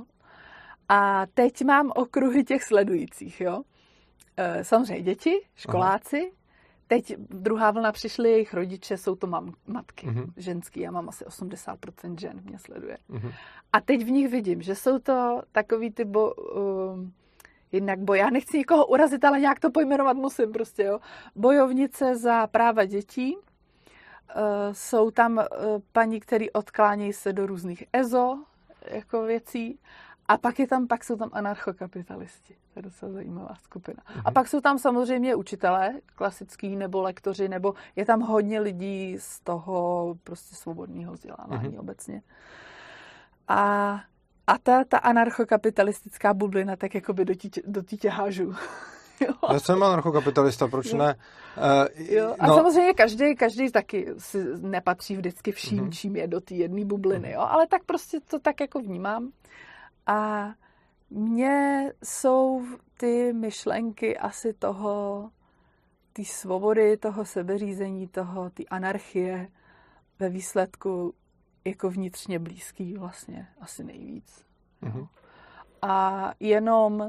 A teď mám okruhy těch sledujících, jo. E, samozřejmě děti, školáci. Aha. Teď druhá vlna přišly, jejich rodiče, jsou to mam, matky, uh-huh. ženský, já mám asi osmdesát procent žen, mě sleduje. Uh-huh. A teď v nich vidím, že jsou to takový ty, bo, uh, jednak boj, já nechci nikoho urazit, ale nějak to pojmenovat musím prostě, jo. Bojovnice za práva dětí, uh, jsou tam uh, paní, který odklánějí se do různých ezo, jako věcí, A pak, je tam, pak jsou tam anarchokapitalisti. To je docela zajímavá skupina. Mhm. A pak jsou tam samozřejmě učitelé, klasický nebo lektoři, nebo je tam hodně lidí z toho prostě svobodného vzdělávání Mhm. obecně. A, a ta, ta anarchokapitalistická bublina tak jakoby do tí, do tí tě hážu. Jo. Já jsem anarchokapitalista, proč Jo. ne? Uh, Jo. A no, samozřejmě každý, každý taky si nepatří vždycky vším, Mhm. čím je do té jedné bubliny. Jo. Ale tak prostě to tak jako vnímám. A mně jsou ty myšlenky asi toho, té svobody, toho sebeřízení, toho, té anarchie ve výsledku jako vnitřně blízký vlastně asi nejvíc. Mhm. A jenom,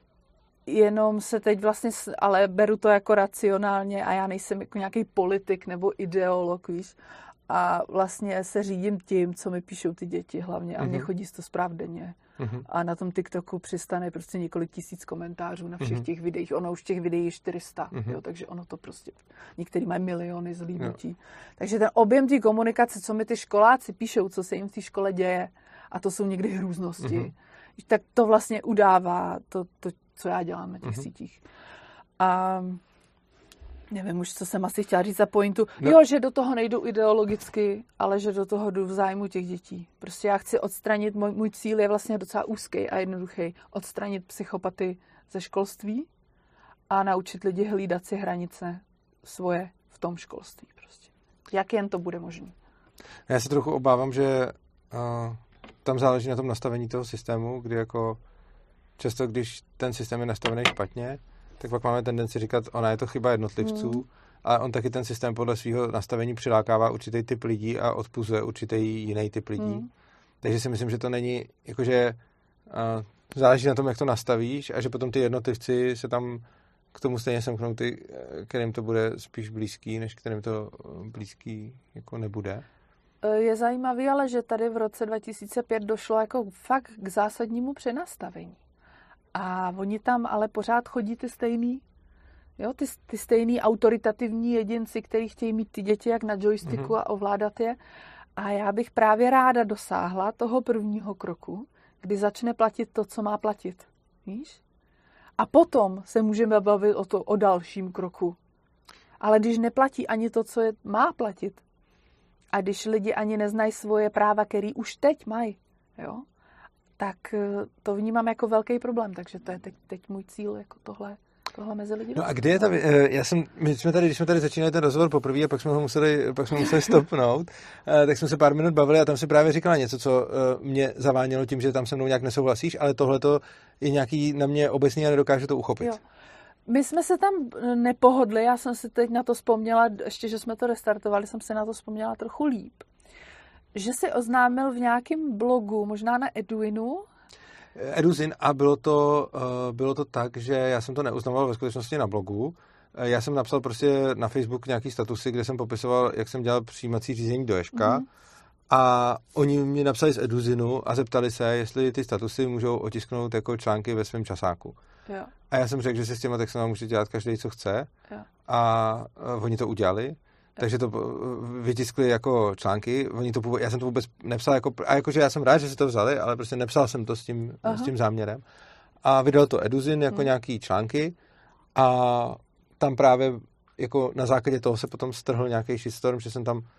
jenom se teď vlastně, s- ale beru to jako racionálně a já nejsem jako nějaký politik nebo ideolog, víš. A vlastně se řídím tím, co mi píšou ty děti hlavně. A mně Mhm. chodí sto zpráv denně. Mhm. A na tom TikToku přistane prostě několik tisíc komentářů na všech Mhm. těch těch videích. Ono už těch videí je čtyři sta, Mhm. jo, takže ono to prostě, některý mají miliony zlíbnutí. Takže ten objem té komunikace, co mi ty školáci píšou, co se jim v té škole děje, a to jsou někdy hrůznosti, Mhm. tak to vlastně udává to, to, co já dělám na těch Mhm. sítích. A nevím už, co jsem asi chtěla říct za pointu. No. Jo, že do toho nejdu ideologicky, ale že do toho jdu v zájmu těch dětí. Prostě já chci odstranit, můj, můj cíl je vlastně docela úzký a jednoduchý. Odstranit psychopaty ze školství a naučit lidi hlídat si hranice svoje v tom školství. Prostě. Jak jen to bude možné. Já se trochu obávám, že uh, tam záleží na tom nastavení toho systému, kdy jako často, když ten systém je nastavený špatně, tak pak máme tendenci říkat, ona je to chyba jednotlivců, Hmm. a on taky ten systém podle svého nastavení přilákává určitý typ lidí a odpuzuje určitý jiný typ lidí. Hmm. Takže si myslím, že to není, jakože uh, záleží na tom, jak to nastavíš a že potom ty jednotlivci se tam k tomu stejně semknou ty, kterým to bude spíš blízký, než kterým to blízký jako nebude. Je zajímavý, ale že tady v roce dva tisíce pět došlo jako fakt k zásadnímu přenastavení. A oni tam ale pořád chodí ty stejný, jo, ty, ty stejný autoritativní jedinci, kteří chtějí mít ty děti jak na joysticku Mhm. a ovládat je. A já bych právě ráda dosáhla toho prvního kroku, kdy začne platit to, co má platit. Víš? A potom se můžeme bavit o, to, o dalším kroku. Ale když neplatí ani to, co je, má platit, a když lidi ani neznají svoje práva, který už teď mají, jo, tak eh, to vnímám jako velký problém. Takže to je teď, teď můj cíl, jako tohle, tohle mezi lidi. No a kde je ta, eh, já jsem, my jsme tady, když jsme tady začínali ten rozhovor poprvé a pak jsme ho museli, pak jsme museli stopnout, eh, tak jsme se pár minut bavili a tam si právě říkala něco, co eh, mě zavánělo tím, že tam se mnou nějak nesouhlasíš, ale tohle to je nějaký na mě obecný a nedokážu to uchopit. Jo. My jsme se tam nepohodli, já jsem si teď na to vzpomněla, ještě, že jsme to restartovali, jsem se na to vzpomněla trochu líp. Že si oznámil v nějakém blogu, možná na Eduinu. Eduzin, a bylo to, uh, bylo to tak, že já jsem to neuznamoval ve skutečnosti na blogu. Uh, já jsem napsal prostě na Facebook nějaký statusy, kde jsem popisoval, jak jsem dělal přijímací řízení do Ježka. Mm-hmm. A oni mi napsali z Eduzinu a zeptali se, jestli ty statusy můžou otisknout jako články ve svém časáku. Jo. A já jsem řekl, že si s těma textama může dělat každý, co chce. Jo. A uh, oni to udělali. Takže to vytiskli jako články. Oni to, já jsem to vůbec nepsal, jako, a jakože já jsem rád, že si to vzali, ale prostě nepsal jsem to s tím, s tím záměrem. A vydal to Eduzin jako hmm. nějaký články a tam právě jako na základě toho se potom strhl nějaký shitstorm, že jsem tam uh,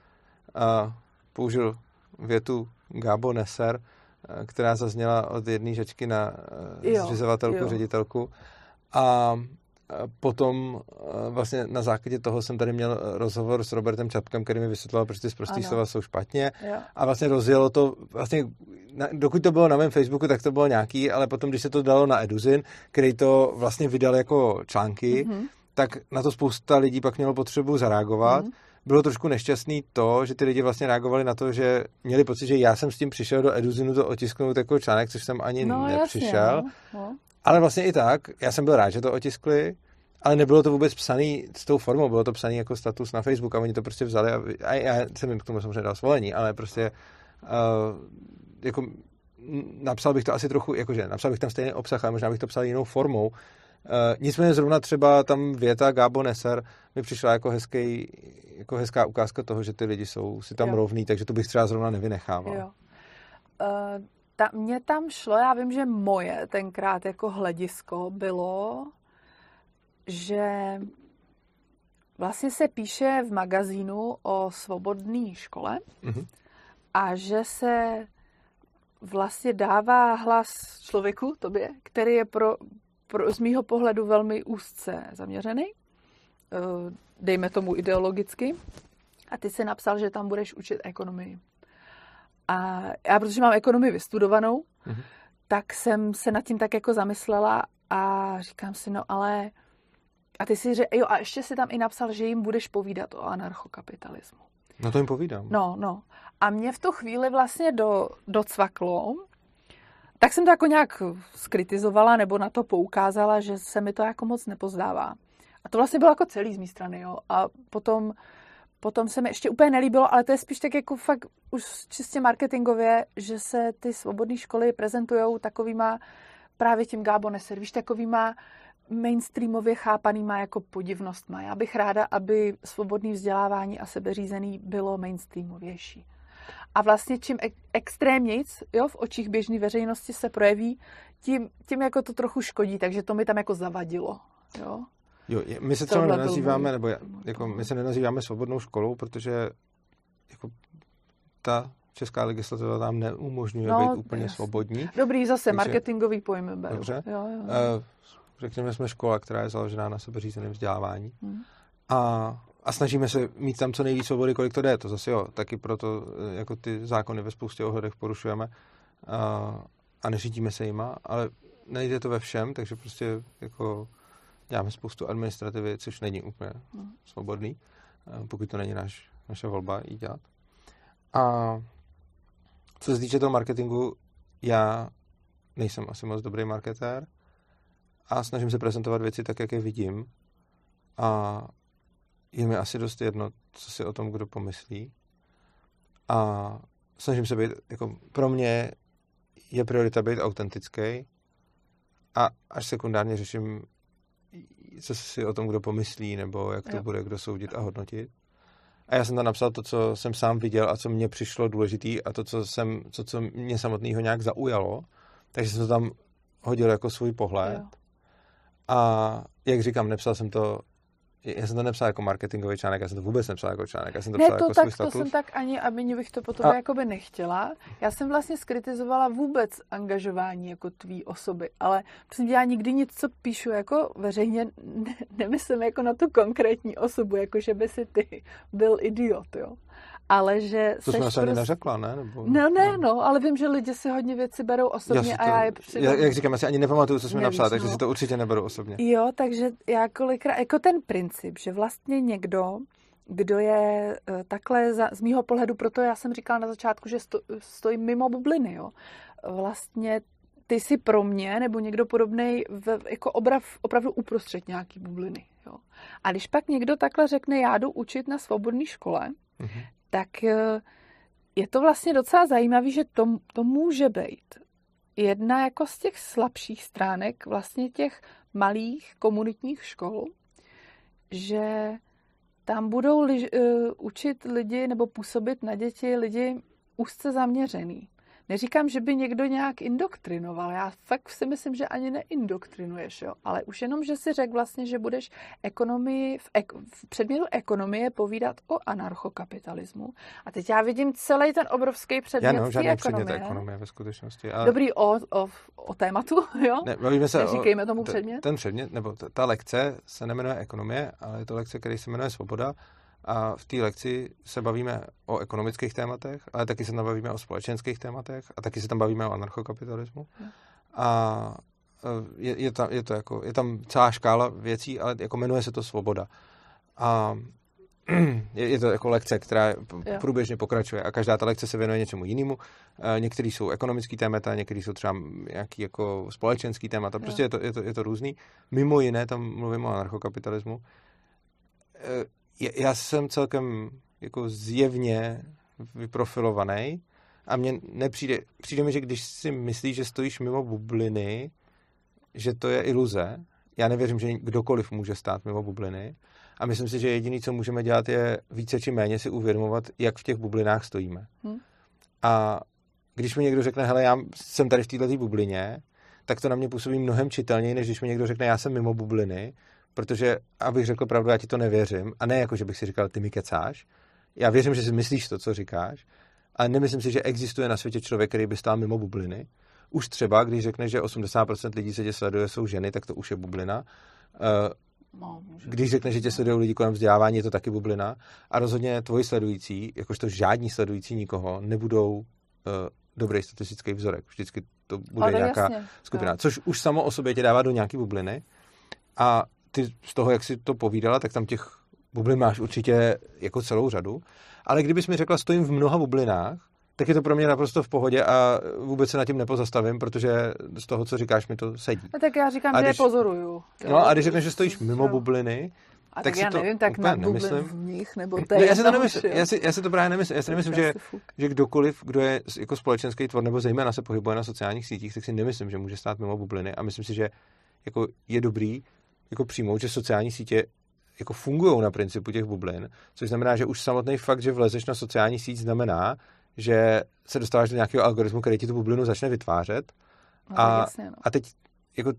použil větu Gábo Neser, uh, která zazněla od jedné žečky na uh, zřizovatelku, jo. ředitelku. A potom vlastně na základě toho jsem tady měl rozhovor s Robertem Čapkem, který mi vysvětloval, proč ty zprostý slova jsou špatně. Jo. A vlastně rozjelo to, vlastně, dokud to bylo na mém Facebooku, tak to bylo nějaký, ale potom, když se to dalo na Eduzin, který to vlastně vydal jako články, mm-hmm. tak na to spousta lidí pak mělo potřebu zareagovat. Mm-hmm. Bylo trošku nešťastný to, že ty lidi vlastně reagovali na to, že měli pocit, že já jsem s tím přišel do Eduzinu to otisknout jako článek, což jsem ani no, nepřišel. Jasně, no. Ale vlastně i tak, já jsem byl rád, že to otiskli, ale nebylo to vůbec psaný s tou formou, bylo to psaný jako status na Facebook a oni to prostě vzali a, a já jsem jim k tomu samozřejmě dal svolení, ale prostě uh, jako napsal bych to asi trochu, jakože napsal bych tam stejný obsah, ale možná bych to psal jinou formou. Uh, nicméně zrovna třeba tam věta Gábo Neser mi přišla jako, hezký, jako hezká ukázka toho, že ty lidi jsou si tam jo. rovný, takže to bych třeba zrovna nevynechával. Jo. Uh... ta, mě tam šlo, já vím, že moje tenkrát jako hledisko bylo, že vlastně se píše v magazínu o svobodné škole mm-hmm. a že se vlastně dává hlas člověku, tobě, který je pro, pro, z mýho pohledu velmi úzce zaměřený, dejme tomu ideologicky, a ty jsi napsal, že tam budeš učit ekonomii. A já, protože mám ekonomii vystudovanou, mm-hmm. tak jsem se nad tím tak jako zamyslela a říkám si, no ale... A ty si řekl, jo, a ještě si tam i napsal, že jim budeš povídat o anarchokapitalismu. No to jim povídám. No, no. A mě v tu chvíli vlastně do, docvaklo, tak jsem to jako nějak skritizovala nebo na to poukázala, že se mi to jako moc nepozdává. A to vlastně bylo jako celý z mé strany, jo. A potom, potom se mi ještě úplně nelíbilo, ale to je spíš tak jako fakt už čistě marketingově, že se ty svobodné školy prezentujou takovýma, právě tím Gábo Neser, víš, takovýma mainstreamově chápanýma jako podivnostma. Já bych ráda, aby svobodné vzdělávání a sebeřízený bylo mainstreamovější. A vlastně čím ek- extrémnějc, jo, v očích běžné veřejnosti se projeví, tím, tím jako to trochu škodí, takže to mi tam jako zavadilo, jo. Jo, my se třeba nenazýváme, nebo jako my se nenazýváme svobodnou školou, protože jako ta česká legislativa tam neumožňuje no, být úplně jasný. Svobodní. Dobrý, zase takže, marketingový pojmy beru. Dobře. Jo, jo. Uh, řekněme, jsme škola, která je založená na sebeřízeném vzdělávání. Hmm. A, a snažíme se mít tam co nejvíc svobody, kolik to jde. To zase jo, taky proto jako ty zákony ve spoustě ohledech porušujeme a, a neřídíme se jima, ale nejde to ve všem, takže prostě jako děláme spoustu administrativy, což není úplně hmm. svobodný, pokud to není naš, naše volba jí dělat. A co se týče toho marketingu, já nejsem asi moc dobrý marketér a snažím se prezentovat věci tak, jak je vidím. A je mi asi dost jedno, co si o tom kdo pomyslí. A snažím se být, jako pro mě je priorita být autentický a až sekundárně řeším, co si o tom kdo pomyslí, nebo jak to jo. bude kdo soudit a hodnotit. A já jsem tam napsal to, co jsem sám viděl a co mně přišlo důležitý a to, co, jsem, co, co mě samotného nějak zaujalo. Takže jsem to tam hodil jako svůj pohled. Jo. A jak říkám, nepsal jsem to, já jsem to nepsal jako marketingový článek, já jsem to vůbec nepsal jako článek, já jsem to ne, psal to jako tak, svůj status. To jsem tak ani, aby bych to po tobě a... jakoby nechtěla. Já jsem vlastně skritizovala vůbec angažování jako tvý osoby, ale myslím, já nikdy nic, co píšu jako veřejně, ne, nemyslím jako na tu konkrétní osobu, jako že by si ty byl idiot, jo. Ale že to jsem asi ani prostě... neřekla, ne? Nebo... No, ne, no, ale vím, že lidi si hodně věci berou osobně já to, a já je přidám. Já, jak říkám, já si ani nepamatuju, co jsi mi napsal, takže no. si to určitě neberu osobně. Jo, takže já kolikrát, jako ten princip, že vlastně někdo, kdo je takhle, za, z mýho pohledu, proto já jsem říkala na začátku, že sto, stojí mimo bubliny, jo. Vlastně ty jsi pro mě, nebo někdo podobnej, v, jako obrav, opravdu uprostřed nějaký bubliny, jo. A když pak někdo takhle řekne, já jdu učit na svobodné škole, mm-hmm. tak je to vlastně docela zajímavé, že to, to může být jedna jako z těch slabších stránek vlastně těch malých komunitních škol, že tam budou li, uh, učit lidi nebo působit na děti lidi úzce zaměřený. Neříkám, že by někdo nějak indoktrinoval. Já fakt si myslím, že ani neindoktrinuješ, jo. Ale už jenom, že si řekl vlastně, že budeš ekonomii, v, ek, v předmětu ekonomie povídat o anarchokapitalismu. A teď já vidím celý ten obrovský předmět Já no, žádný ekonomie. předmět ekonomie ve skutečnosti. Ale... Dobrý o, o, o tématu, jo? Ne, bavíme se Neříkejme o, tomu předmět. Ten předmět, nebo ta, ta lekce se nemenuje ekonomie, ale je to lekce, která se jmenuje svoboda. A v té lekci se bavíme o ekonomických tématech, ale taky se tam bavíme o společenských tématech a taky se tam bavíme o anarchokapitalismu. A je, je, tam, je, to jako, je tam celá škála věcí, ale jako jmenuje se to svoboda. A je, je to jako lekce, která průběžně pokračuje a každá ta lekce se věnuje něčemu jinému. Některý jsou ekonomický témata, některý jsou třeba nějaký jako společenský témata. Prostě je to, je, to, je to různý. Mimo jiné tam mluvím o anarchokapitalismu. Já jsem celkem jako zjevně vyprofilovaný a mně nepřijde, přijde mi, že když si myslíš, že stojíš mimo bubliny, že to je iluze. Já nevěřím, že kdokoliv může stát mimo bubliny a myslím si, že jediné, co můžeme dělat, je více či méně si uvědomovat, jak v těch bublinách stojíme. Hmm. A když mi někdo řekne, hele, já jsem tady v této bublině, tak to na mě působí mnohem čitelněji, než když mi někdo řekne, já jsem mimo bubliny, protože, abych řekl pravdu, já ti to nevěřím. A ne jako, že bych si říkal, ty mi kecáš. Já věřím, že si myslíš to, co říkáš, ale nemyslím si, že existuje na světě člověk, který by stál mimo bubliny. Už třeba, když řekne, že osmdesát procent lidí se tě sleduje, jsou ženy, tak to už je bublina. Když řekne, že tě sledují lidi kolem vzdělávání, je to taky bublina. A rozhodně tvoji sledující, jakožto žádní sledující nikoho, nebudou uh, dobrý statistický vzorek. Vždycky to bude ale nějaká jasně, skupina. jo. Což už samo o sobě tě dává do nějaký bubliny. A ty z toho, jak jsi to povídala, tak tam těch bublin máš určitě jako celou řadu. Ale kdybys mi řekla, stojím v mnoha bublinách, tak je to pro mě naprosto v pohodě a vůbec se nad tím nepozastavím, protože z toho, co říkáš, mi to sedí. No tak já říkám, a že když, je pozoruju. No a když řekneš, že stojíš mimo bubliny, a tak, tak já si to nevím, tak na bublin nemyslím. v nich, nebo No, té já, si to nemyslím, já, si, já si to právě nemyslím. Já si nemyslím, že, fuk. že kdokoliv, kdo je jako společenský tvor, nebo zejména se pohybuje na sociálních sítích, tak si nemyslím, že může stát mimo bubliny a myslím si, že jako je dobrý jako přijmout, že sociální sítě jako fungují na principu těch bublin, což znamená, že už samotný fakt, že vlezeš na sociální síť, znamená, že se dostáváš do nějakého algoritmu, který ti tu bublinu začne vytvářet. No, a, jasně, no. a teď jako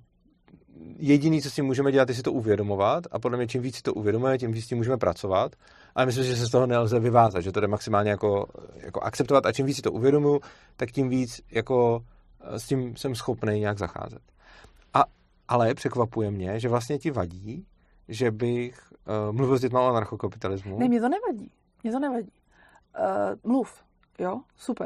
jediný, co si můžeme dělat, je si to uvědomovat a podle mě čím víc si to uvědomuje, tím víc s tím můžeme pracovat. Ale myslím, že se z toho nelze vyvázat, že to jde maximálně jako, jako akceptovat a čím víc si to uvědomuji, tak tím víc jako s tím jsem schopný nějak zacházet. A, ale překvapuje mě, že vlastně ti vadí, že bych uh, mluvil s dětma o anarchokapitalismu. Ne, mě to nevadí. Mě to nevadí. Uh, mluv. Jo, super.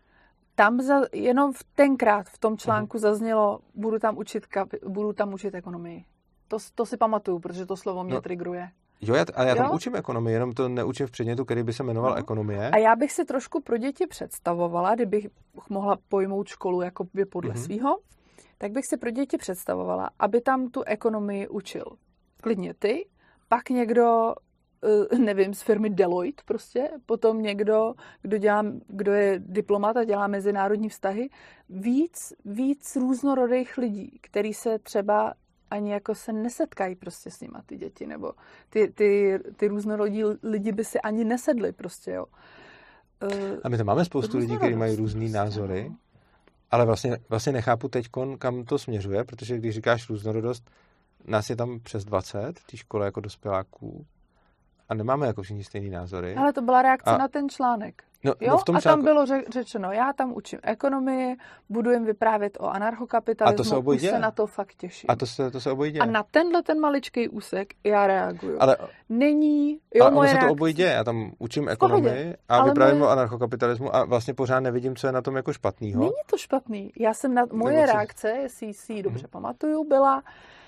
Tam za, jenom v tenkrát v tom článku uh-huh. zaznělo, budu tam učit, kapi, budu tam učit ekonomii. To, to si pamatuju, protože to slovo mě no, trigruje. Jo, já, ale já tam jo? učím ekonomii, jenom to neučím v předmětu, který by se jmenoval no. ekonomie. A já bych si trošku pro děti představovala, kdybych mohla pojmout školu jako by podle uh-huh. svýho, tak bych si pro děti představovala, aby tam tu ekonomii učil klidně ty, pak někdo, nevím, z firmy Deloitte prostě, potom někdo, kdo, dělá, kdo je diplomat a dělá mezinárodní vztahy, víc, víc různorodých lidí, který se třeba ani jako se nesetkají prostě s nima ty děti, nebo ty, ty, ty různorodí lidi by si ani nesedli prostě, jo. A my tam máme spoustu lidí, kteří mají různý prostě, názory, no. Ale vlastně, vlastně nechápu teďkon, kam to směřuje, protože když říkáš různorodost, nás je tam přes dvacet v té škole jako dospěláků a nemáme jako všichni stejný názory. Ale to byla reakce a... na ten článek. No, jo? No v tom a článku... tam bylo řečeno, já tam učím ekonomii, budu jim vyprávět o anarchokapitalismu, a to se obojí už děje. se na to fakt těším. A to se, to se obojí děje. A na tenhle ten maličkej úsek já reaguju. Ale... Není, jo, ale moje ono se reakce... to obojí děje. Já tam učím ekonomii a vyprávím moje... o anarchokapitalismu a vlastně pořád nevidím, co je na tom jako špatného. Není to špatný. Já jsem na... Moje co... reakce, jestli si ji dobře mm-hmm. pamatuju, byla,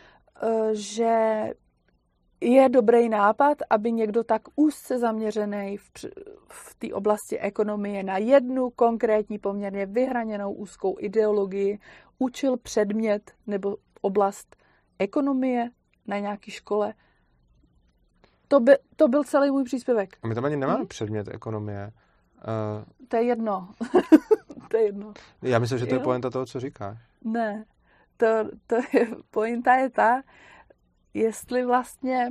že je dobrý nápad, aby někdo tak úzce zaměřený v, v té oblasti ekonomie na jednu konkrétní poměrně vyhraněnou úzkou ideologii učil předmět nebo oblast ekonomie na nějaké škole. To, by, to byl celý můj příspěvek. A my tam ani nemáme hmm? předmět ekonomie. Uh... To je jedno. To je jedno. Já myslím, že to jo? je pointa toho, co říkáš. Ne. To, to je, pointa je ta, jestli vlastně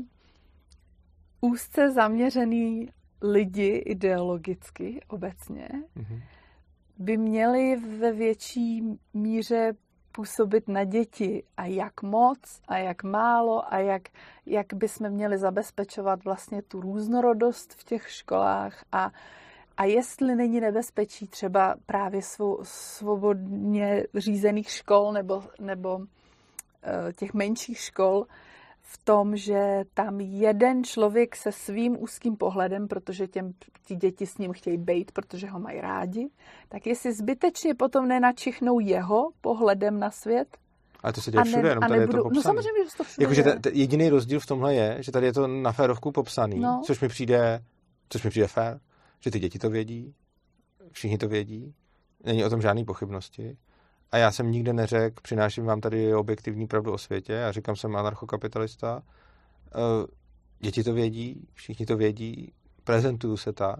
úzce zaměřený lidi ideologicky obecně mm-hmm. by měli ve větší míře působit na děti a jak moc a jak málo a jak, jak bychom měli zabezpečovat vlastně tu různorodost v těch školách a, a jestli není nebezpečí třeba právě svou, svobodně řízených škol nebo, nebo uh, těch menších škol v tom, že tam jeden člověk se svým úzkým pohledem, protože těm, ti děti s ním chtějí bejt, protože ho mají rádi, tak jestli zbytečně potom nenačichnou jeho pohledem na svět. Ale to se děje všude, jenom tady nebudu, je to popsaný. No samozřejmě, že to všude Jakože jediný rozdíl v tomhle je, že tady je to na férovku popsaný, no. což mi přijde, což mi přijde fér, že ty děti to vědí, všichni to vědí, není o tom žádný pochybnosti. A já jsem nikde neřekl, přináším vám tady objektivní pravdu o světě, já říkám, jsem anarchokapitalista. Děti to vědí, všichni to vědí, prezentuju se tak.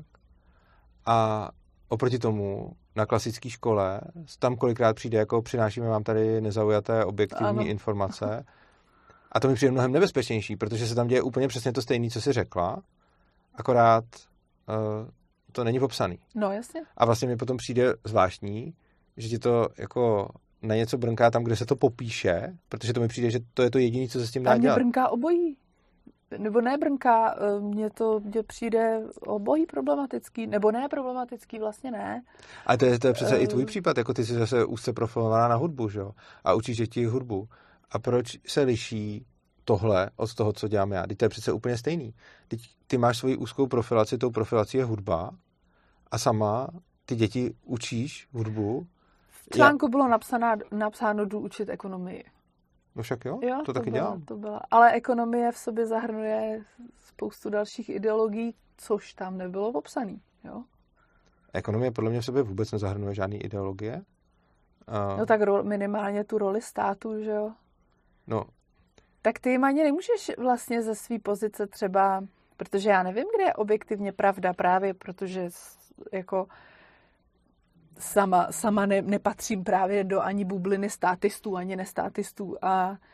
A oproti tomu na klasické škole tam kolikrát přijde, jako přinášíme vám tady nezaujaté objektivní ano. informace. A to mi přijde mnohem nebezpečnější, protože se tam děje úplně přesně to stejné, co jsi řekla, akorát to není popsaný. No, jasně. A vlastně mi potom přijde zvláštní, že ti to jako na něco brnká tam, kde se to popíše, protože to mi přijde, že to je to jediné, co se s tím dá A mě dělat. brnká obojí. Nebo ne brnká, mně to mně přijde obojí problematický, nebo ne problematický, vlastně ne. A to je, to je přece uh... i tvůj Uh... případ, jako ty jsi zase úzce profilovaná na hudbu, že jo? A učíš děti hudbu. A proč se liší tohle od toho, co dělám já? Teď to je přece úplně stejný. Teď ty máš svoji úzkou profilaci, tou profilací je hudba a sama ty děti učíš hudbu. V článku já... bylo napsaná, napsáno jdu učit ekonomii. No však jo, jo to, to taky byla, dělám. To byla. Ale ekonomie v sobě zahrnuje spoustu dalších ideologií, což tam nebylo popsaný. Jo? Ekonomie podle mě v sobě vůbec nezahrnuje žádný ideologie. Uh... No tak ro, minimálně tu roli státu, že jo? No. Tak ty jim ani nemůžeš vlastně ze své pozice třeba, protože já nevím, kde je objektivně pravda právě, protože jako sama, sama ne, nepatřím právě do ani bubliny státistů, ani nestátistů a e,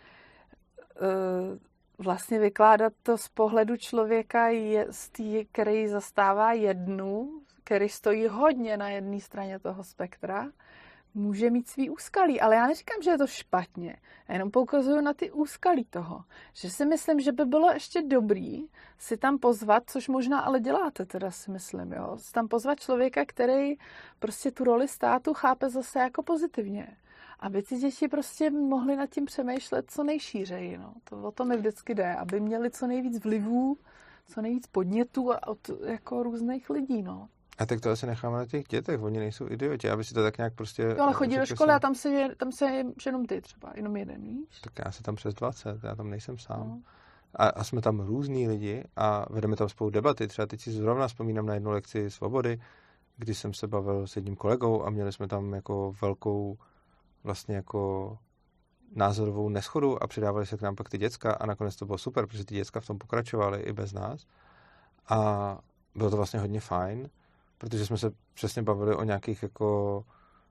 vlastně vykládat to z pohledu člověka, je, tý, který zastává jednu, který stojí hodně na jedné straně toho spektra, může mít svý úskalí, ale já neříkám, že je to špatně. Já jenom poukazuju na ty úskalí toho. Že si myslím, že by bylo ještě dobrý si tam pozvat, což možná ale děláte, teda si myslím, jo. Si tam pozvat člověka, který prostě tu roli státu chápe zase jako pozitivně. Aby ty děti prostě mohly nad tím přemýšlet co nejšířeji, no. To o to mi vždycky jde, aby měli co nejvíc vlivů, co nejvíc podnětů od jako různých lidí, no. A tak to asi necháme na těch dětech, oni nejsou idioti, aby si to tak nějak prostě... Jo, ale chodí do školy a tam se, tam se jenom ty třeba, jenom jeden, víš? Tak já se tam přes dvacet, já tam nejsem sám. No. A, a jsme tam různý lidi a vedeme tam spolu debaty. Třeba teď si zrovna vzpomínám na jednu lekci svobody, kdy jsem se bavil s jedním kolegou a měli jsme tam jako velkou vlastně jako názorovou neschodu a přidávali se k nám pak ty děcka a nakonec to bylo super, protože ty děcka v tom pokračovaly i bez nás. A bylo to vlastně hodně fajn, protože jsme se přesně bavili o nějakých jako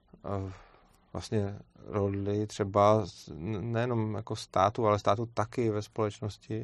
vlastně roli třeba nejenom jako státu, ale státu taky ve společnosti.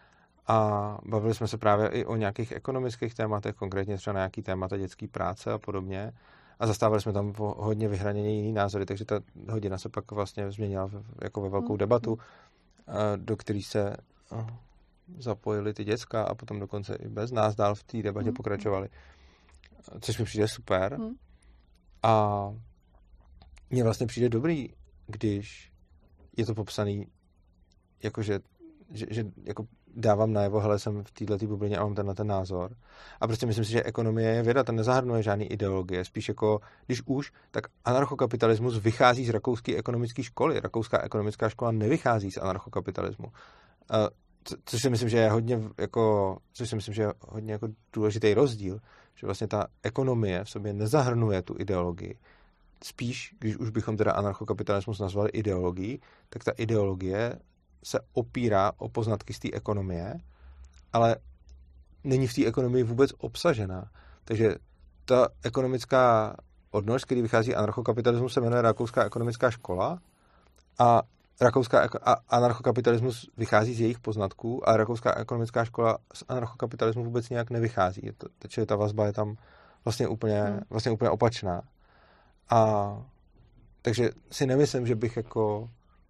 A bavili jsme se právě i o nějakých ekonomických tématech, konkrétně třeba na nějaký témata dětské práce a podobně. A zastávali jsme tam hodně vyhraněně jiný názory, takže ta hodina se pak vlastně změnila jako ve velkou debatu, do které se zapojili ty děcka a potom dokonce i bez nás dál v té debatě pokračovali. Což mi přijde super. Hmm. A mně vlastně přijde dobrý, když je to popsaný, jakože, že, že jako dávám najevo, hele, jsem v této bublině a mám tenhle ten názor. A prostě myslím si, že ekonomie je věda, ta nezahrnuje žádný ideologie. Spíš jako, když už, tak anarchokapitalismus vychází z rakouské ekonomické školy. Rakouská ekonomická škola nevychází z anarchokapitalismu. Co, což si myslím, že je hodně jako, což si myslím, že je hodně jako důležitý rozdíl, že vlastně ta ekonomie v sobě nezahrnuje tu ideologii. Spíš, když už bychom teda anarchokapitalismus nazvali ideologií, tak ta ideologie se opírá o poznatky z té ekonomie, ale není v té ekonomii vůbec obsažená. Takže ta ekonomická odnož, z který vychází anarchokapitalismus, se jmenuje Rakouská ekonomická škola a Rakouská a anarchokapitalismus vychází z jejich poznatků a Rakouská ekonomická škola z anarchokapitalismu vůbec nějak nevychází. Takže ta vazba je tam vlastně úplně, hmm. vlastně úplně opačná. A takže si nemyslím, že bych jako...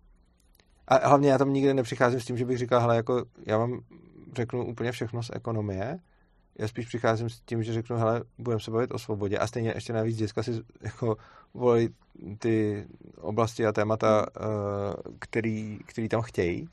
A hlavně já tam nikdy nepřicházím s tím, že bych říkal, hele, jako já vám řeknu úplně všechno z ekonomie. Já spíš přicházím s tím, že řeknu, hele, budeme se bavit o svobodě a stejně ještě navíc děcka si jako volí ty oblasti a témata, který, který tam chtějí.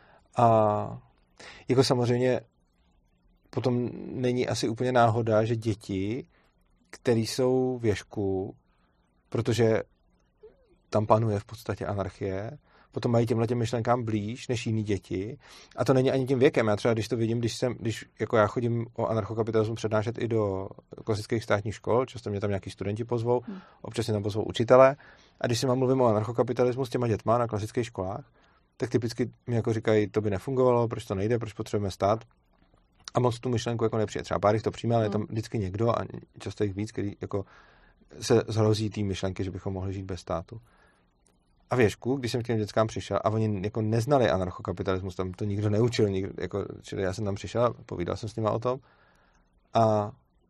A jako samozřejmě potom není asi úplně náhoda, že děti, který jsou v ježku, protože tam panuje v podstatě anarchie, potom mají těmhle těm myšlenkám blíž než jiný děti. A to není ani tím věkem. Já třeba, když to vidím, když jsem, když jako já chodím o anarchokapitalismu přednášet i do klasických státních škol, často mě tam nějaký studenti pozvou, hmm. občas mě tam pozvou učitelé. A když si mám mluvím o anarchokapitalismu s těma dětma na klasických školách, tak typicky mi jako říkají, to by nefungovalo, proč to nejde, proč potřebujeme stát. A moc tu myšlenku jako nepřijde. Třeba pár jich to přijme, ale je tam vždycky někdo a často jich víc, který jako se zhrozí té myšlenky, že bychom mohli žít bez státu. A v ježku, když jsem k těm dětskám přišel a oni jako neznali anarchokapitalismus, tam to nikdo neučil, nikdo, jako, čili já jsem tam přišel, povídal jsem s nima o tom a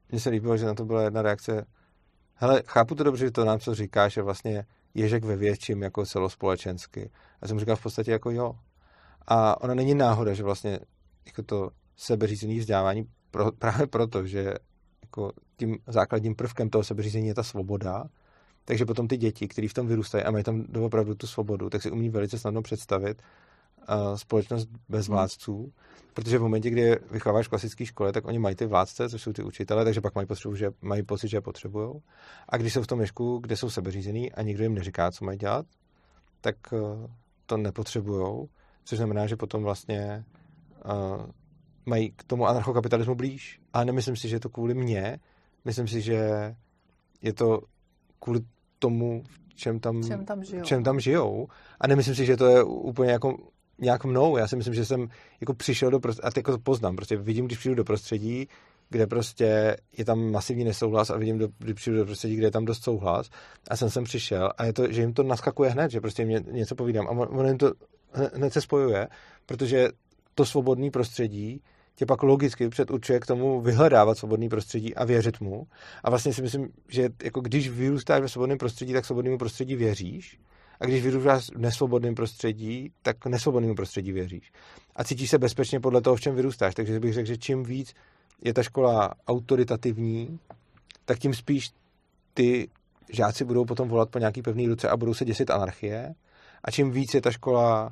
mně se líbilo, že na to byla jedna reakce. Hele, chápu to dobře, že to nám co říkáš, že vlastně ježek ve větším jako celospolečensky. A jsem říkal v podstatě jako jo. A ona není náhoda, že vlastně jako to sebeřízené vzdělávání pro, právě proto, že jako tím základním prvkem toho sebeřízení je ta svoboda, takže potom ty děti, které v tom vyrůstají a mají tam doopravdu tu svobodu, tak si umí velice snadno představit uh, společnost bez vládců, hmm. protože v momentě, kdy je vychováváš v klasické škole, tak oni mají ty vládce, což jsou ty učitelé, takže pak mají, potřebu, že, mají pocit, že je potřebujou. A když jsou v tom ježku, kde jsou sebeřízený a nikdo jim neříká, co mají dělat, tak uh, to nepotřebujou, což znamená, že potom vlastně uh, mají k tomu anarchokapitalismu blíž. Ale nemyslím si, že je to kvůli mně, myslím si, že je to kvůli tomu, v čem tam, čem tam žijou. Čem tam žijou. A nemyslím si, že to je úplně jako nějak mnou. Já si myslím, že jsem jako přišel do prostředí, a teď jako poznám, prostě vidím, když přijdu do prostředí, kde prostě je tam masivní nesouhlas a vidím, do, když přijdu do prostředí, kde je tam dost souhlas a jsem sem přišel a je to, že jim to naskakuje hned, že prostě jim něco povídám a on jim to hned se spojuje, protože to svobodné prostředí tě pak logicky předurčuje k tomu vyhledávat svobodné prostředí a věřit mu. A vlastně si myslím, že jako když vyrůstáš ve svobodném prostředí, tak svobodnému prostředí věříš. A když vyrůstáš v nesvobodném prostředí, tak nesvobodnému prostředí věříš. A cítíš se bezpečně podle toho, v čem vyrůstáš. Takže bych řekl, že čím víc je ta škola autoritativní, tak tím spíš ty žáci budou potom volat po nějaký pevný ruce a budou se děsit anarchie. A čím víc je ta škola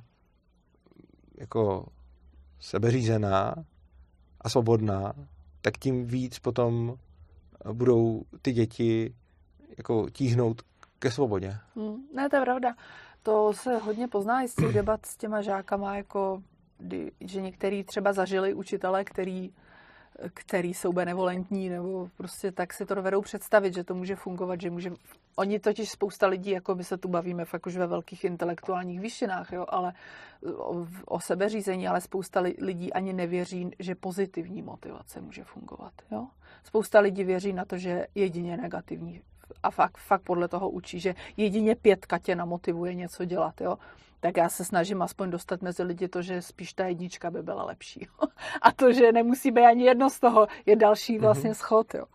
jako sebeřízená a svobodná, tak tím víc potom budou ty děti jako tíhnout ke svobodě. Hmm, ne, to je pravda. To se hodně pozná i z těch debat s těma žákama, jako, že některý třeba zažili učitele, který, který jsou benevolentní, nebo prostě tak si to dovedou představit, že to může fungovat, že může... Oni totiž spousta lidí, jako my se tu bavíme fakt už ve velkých intelektuálních výšinách, jo, ale o, o sebeřízení, ale spousta lidí ani nevěří, že pozitivní motivace může fungovat. Jo? Spousta lidí věří na to, že jedině negativní a fakt, fakt podle toho učí, že jedině pětka tě namotivuje něco dělat. Jo? Tak já se snažím aspoň dostat mezi lidi to, že spíš ta jednička by byla lepší. A to, že nemusí být ani jedno z toho, je další vlastně schod. Jo?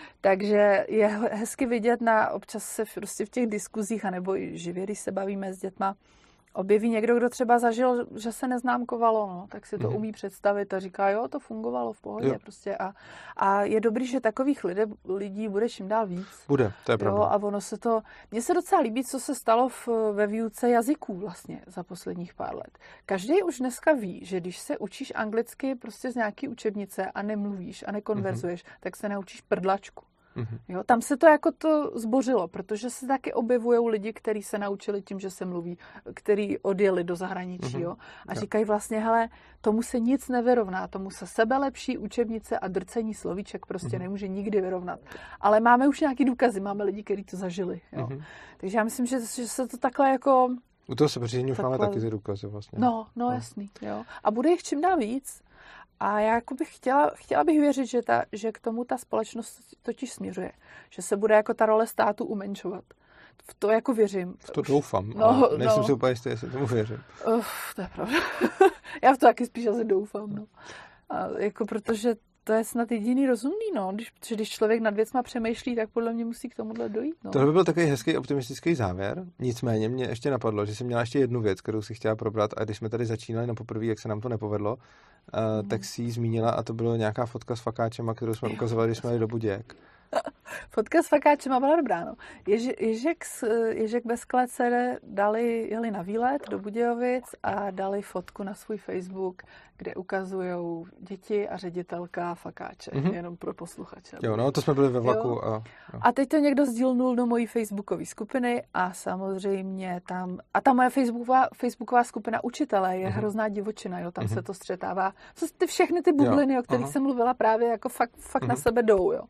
Takže je hezky vidět na, občas se prostě v těch diskuzích, anebo i živě, když se bavíme s dětma, objeví někdo, kdo třeba zažil, že se neznámkovalo, no, tak si to umí představit a říká, jo, to fungovalo v pohodě. Jo. Prostě a, a je dobrý, že takových lidí, lidí bude čím dál víc. Bude, to je pravda. Jo, a ono se to, mně se docela líbí, co se stalo v, ve výuce jazyků vlastně za posledních pár let. Každý už dneska ví, že když se učíš anglicky prostě z nějaký učebnice a nemluvíš a nekonverzuješ, mm-hmm. tak se naučíš prdlačku. Mm-hmm. Jo, tam se to jako to zbořilo, protože se taky objevují lidi, kteří se naučili tím, že se mluví, kteří odjeli do zahraničí, mm-hmm. jo, a říkají vlastně, hele, tomu se nic nevyrovná, tomu se sebelepší učebnice a drcení slovíček prostě mm-hmm. nemůže nikdy vyrovnat. Ale máme už nějaký důkazy, máme lidi, kteří to zažili, jo. Mm-hmm. Takže já myslím, že, že se to takhle jako... U toho sebeřízení už máme taky ty důkazy vlastně. No, no, no, jasný, jo. A bude jich čím dál víc. A já jako bych chtěla, chtěla bych věřit, že, ta, že k tomu ta společnost totiž směřuje. Že se bude jako ta role státu umenšovat. V to jako věřím. V to doufám, no, ale nejsem no. si úplně jistý, jestli tomu věřím. Uf, to je pravda. Já v to taky spíš asi doufám. No. A jako protože to je snad jediný rozumný, no. Když, když člověk nad věcma přemýšlí, tak podle mě musí k tomuhle dojít. No. Tohle by byl takový hezký optimistický závěr. Nicméně mě ještě napadlo, že jsem měla ještě jednu věc, kterou si chtěla probrat, a když jsme tady začínali na poprvé, jak se nám to nepovedlo, uh, mm. tak si ji zmínila, a to byla nějaká fotka s fakáčema, kterou jsme ukazovali, když jsme jeli do Budějek. Fotka s fakáčema byla dobrá, no. Ježi, Ježek, Ježek bez klece dali, jeli na výlet do Budějovic a dali fotku na svůj Facebook, kde ukazujou děti a ředitelka fakáče, mm-hmm. jenom pro posluchače. Jo, no, to jsme byli ve vlaku. A, a teď to někdo sdílnul do mojí facebookové skupiny a samozřejmě tam, a ta moje facebooková, facebooková skupina učitele je mm-hmm. hrozná divočina, jo, tam mm-hmm. se to střetává. Ty všechny ty bubliny, jo. o kterých Aha. jsem mluvila, právě jako fakt, fakt mm-hmm. na sebe jdou, jo.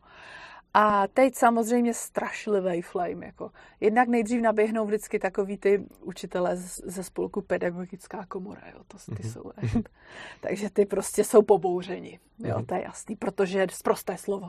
A teď samozřejmě strašlivý flame. Jako. Jednak nejdřív naběhnou vždycky takový ty učitelé ze spolku Pedagogická komora. Jo, to ty mm-hmm. jsou echt. Takže ty prostě jsou pobouřeni. Jo, mm-hmm. to je jasný, protože je sprosté slovo.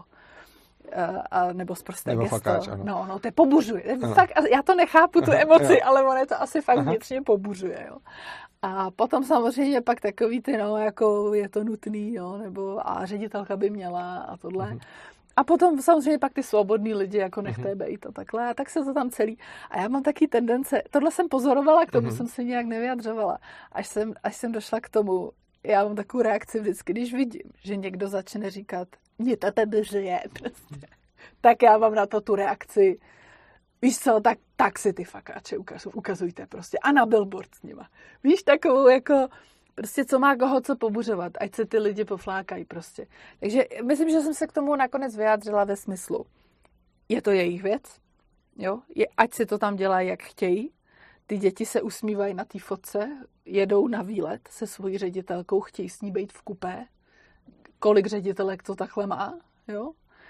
A, nebo sprosté nebo gesto. Fakáč, ano. No, no, to je pobuřuje. Fakt, já to nechápu, tu emoci, ale on je to asi fakt Aha. vnitřně pobuřuje. Jo. A potom samozřejmě pak takový ty, no, jako je to nutný, jo, nebo a ředitelka by měla a tohle. Mm-hmm. A potom samozřejmě pak ty svobodní lidi jako nechte mm-hmm. být a takhle. A tak se to tam celý. A já mám taky tendence, tohle jsem pozorovala, k tomu mm-hmm. jsem se nějak nevyjadřovala. Až jsem, až jsem došla k tomu, já mám takovou reakci vždycky, když vidím, že někdo začne říkat, mě to tebe žije, prostě. Tak já mám na to tu reakci. Víš co, tak, tak si ty fakáče ukaz, ukazujte prostě. A na billboard s nima. Víš, takovou jako, prostě co má koho co pobuřovat, ať se ty lidi poflákají prostě. Takže myslím, že jsem se k tomu nakonec vyjádřila ve smyslu. Je to jejich věc, jo? Je, ať si to tam dělají, jak chtějí. Ty děti se usmívají na té fotce, jedou na výlet se svojí ředitelkou, chtějí s ní být v kupé. Kolik ředitelek to takhle má, jo?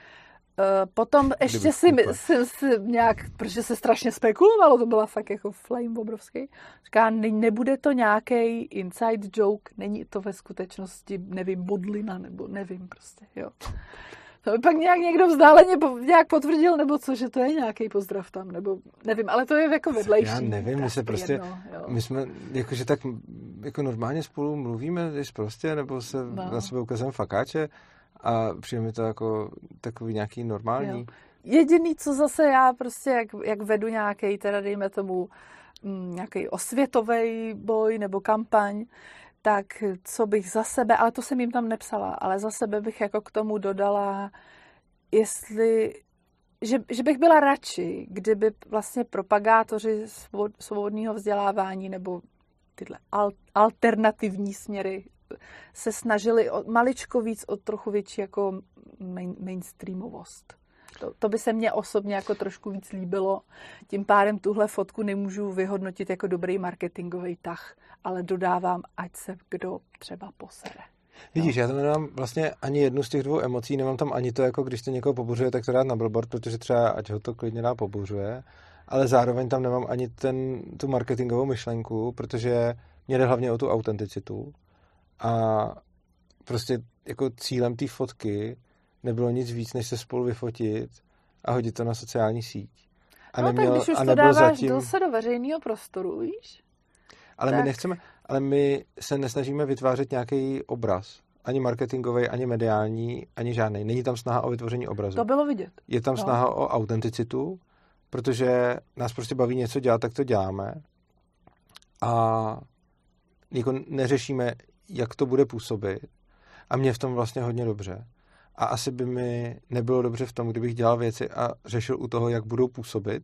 Potom ještě si, si, si nějak, protože se strašně spekulovalo, to byla fakt jako flame obrovský, říká, ne, nebude to nějaký inside joke, není to ve skutečnosti, nevím, bodlina, nebo nevím prostě, jo. To by pak nějak někdo vzdáleně nějak potvrdil, nebo co, že to je nějaký pozdrav tam, nebo nevím, ale to je jako vedlejší. Já nevím, my se prostě, jedno, my jsme, jakože tak jako normálně spolu mluvíme, když prostě, nebo se no. na sebe ukazujeme fakáče, a přijde mi to jako takový nějaký normální. Jo. Jediný, co zase já prostě, jak, jak vedu nějaký, teda dejme tomu, nějaký osvětový boj nebo kampaň, tak co bych za sebe, ale to jsem jim tam nepsala, ale za sebe bych jako k tomu dodala, jestli, že, že bych byla radši, kdyby vlastně propagátoři svobodného vzdělávání nebo tyhle al, alternativní směry se snažili o maličko víc, o trochu větší jako main, mainstreamovost. To, to by se mně osobně jako trošku víc líbilo. Tím pádem tuhle fotku nemůžu vyhodnotit jako dobrý marketingový tah, ale dodávám, ať se kdo třeba posere. Vidíš, no. Já tam nemám vlastně ani jednu z těch dvou emocí, nemám tam ani to, jako když to někoho pobuřuje, tak to dát na billboard, protože třeba ať ho to klidně dá pobuřuje, ale zároveň tam nemám ani ten, tu marketingovou myšlenku, protože mě jde hlavně o tu autenticitu. A prostě jako cílem té fotky nebylo nic víc, než se spolu vyfotit a hodit to na sociální síť. A no neměl, tak když už a to dáváš zatím... do, se do veřejného prostoru, víš? Ale tak... my nechceme, ale my se nesnažíme vytvářet nějaký obraz. Ani marketingový, ani mediální, ani žádný. Není tam snaha o vytvoření obrazu. To bylo vidět. Je tam no. snaha o autenticitu, protože nás prostě baví něco dělat, tak to děláme. A jako neřešíme, jak to bude působit. A mě v tom vlastně hodně dobře. A asi by mi nebylo dobře v tom, kdybych dělal věci a řešil u toho, jak budou působit.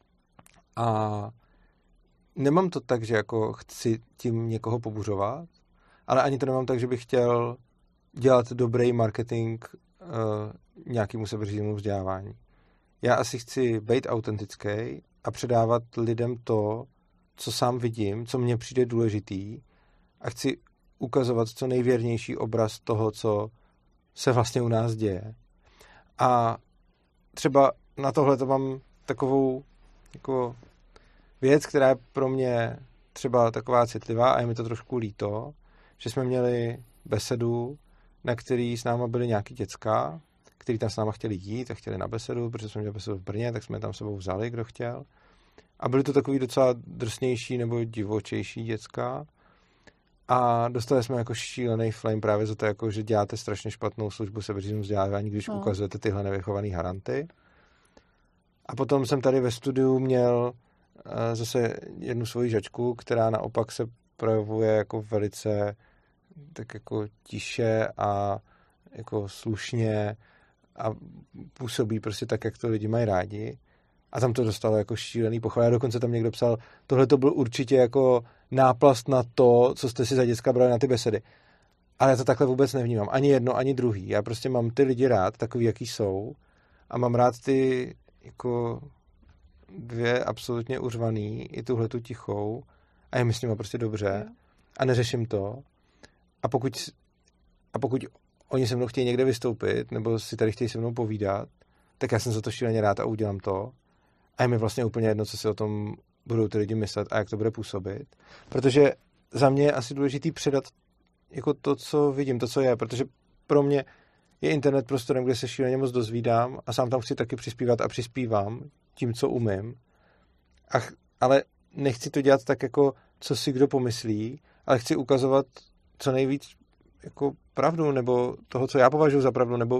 A nemám to tak, že jako chci tím někoho pobuřovat, ale ani to nemám tak, že bych chtěl dělat dobrý marketing uh, nějakému sebeřízenému vzdělávání. Já asi chci být autentický a předávat lidem to, co sám vidím, co mně přijde důležitý, a chci ukazovat co nejvěrnější obraz toho, co se vlastně u nás děje. A třeba na tohle to mám takovou jako věc, která je pro mě třeba taková citlivá a je mi to trošku líto, že jsme měli besedu, na který s náma byli nějaký děcka, který tam s náma chtěli jít a chtěli na besedu, protože jsme měli besedu v Brně, tak jsme tam sebou vzali, kdo chtěl. A byli to takový docela drsnější nebo divočejší děcka. A dostali jsme jako šílený flame právě za to, jako, že děláte strašně špatnou službu sebeřízenému vzdělávání, když no. ukazujete tyhle nevychovaný haranty. A potom jsem tady ve studiu měl uh, zase jednu svoji žačku, která naopak se projevuje jako velice tak jako tiše a jako slušně a působí prostě tak, jak to lidi mají rádi. A tam to dostalo jako šílený pochval. A dokonce tam někdo psal, tohle to byl určitě jako náplast na to, co jste si za děcka brali na ty besedy. Ale já to takhle vůbec nevnímám. Ani jedno, ani druhý. Já prostě mám ty lidi rád, takový, jaký jsou. A mám rád ty jako dvě absolutně uřvaný, i tuhle tu tichou. A je mi s nima prostě dobře. A neřeším to. A pokud, a pokud oni se mnou chtějí někde vystoupit, nebo si tady chtějí se mnou povídat, tak já jsem za to šíleně rád a udělám to. A je mi vlastně úplně jedno, co si o tom budou ty lidi myslet a jak to bude působit. Protože za mě je asi důležitý předat jako to, co vidím, to, co je. Protože pro mě je internet prostorem, kde se šíleně moc dozvídám a sám tam chci taky přispívat a přispívám tím, co umím. A, ale nechci to dělat tak, jako co si kdo pomyslí, ale chci ukazovat co nejvíc jako pravdu, nebo toho, co já považuji za pravdu, nebo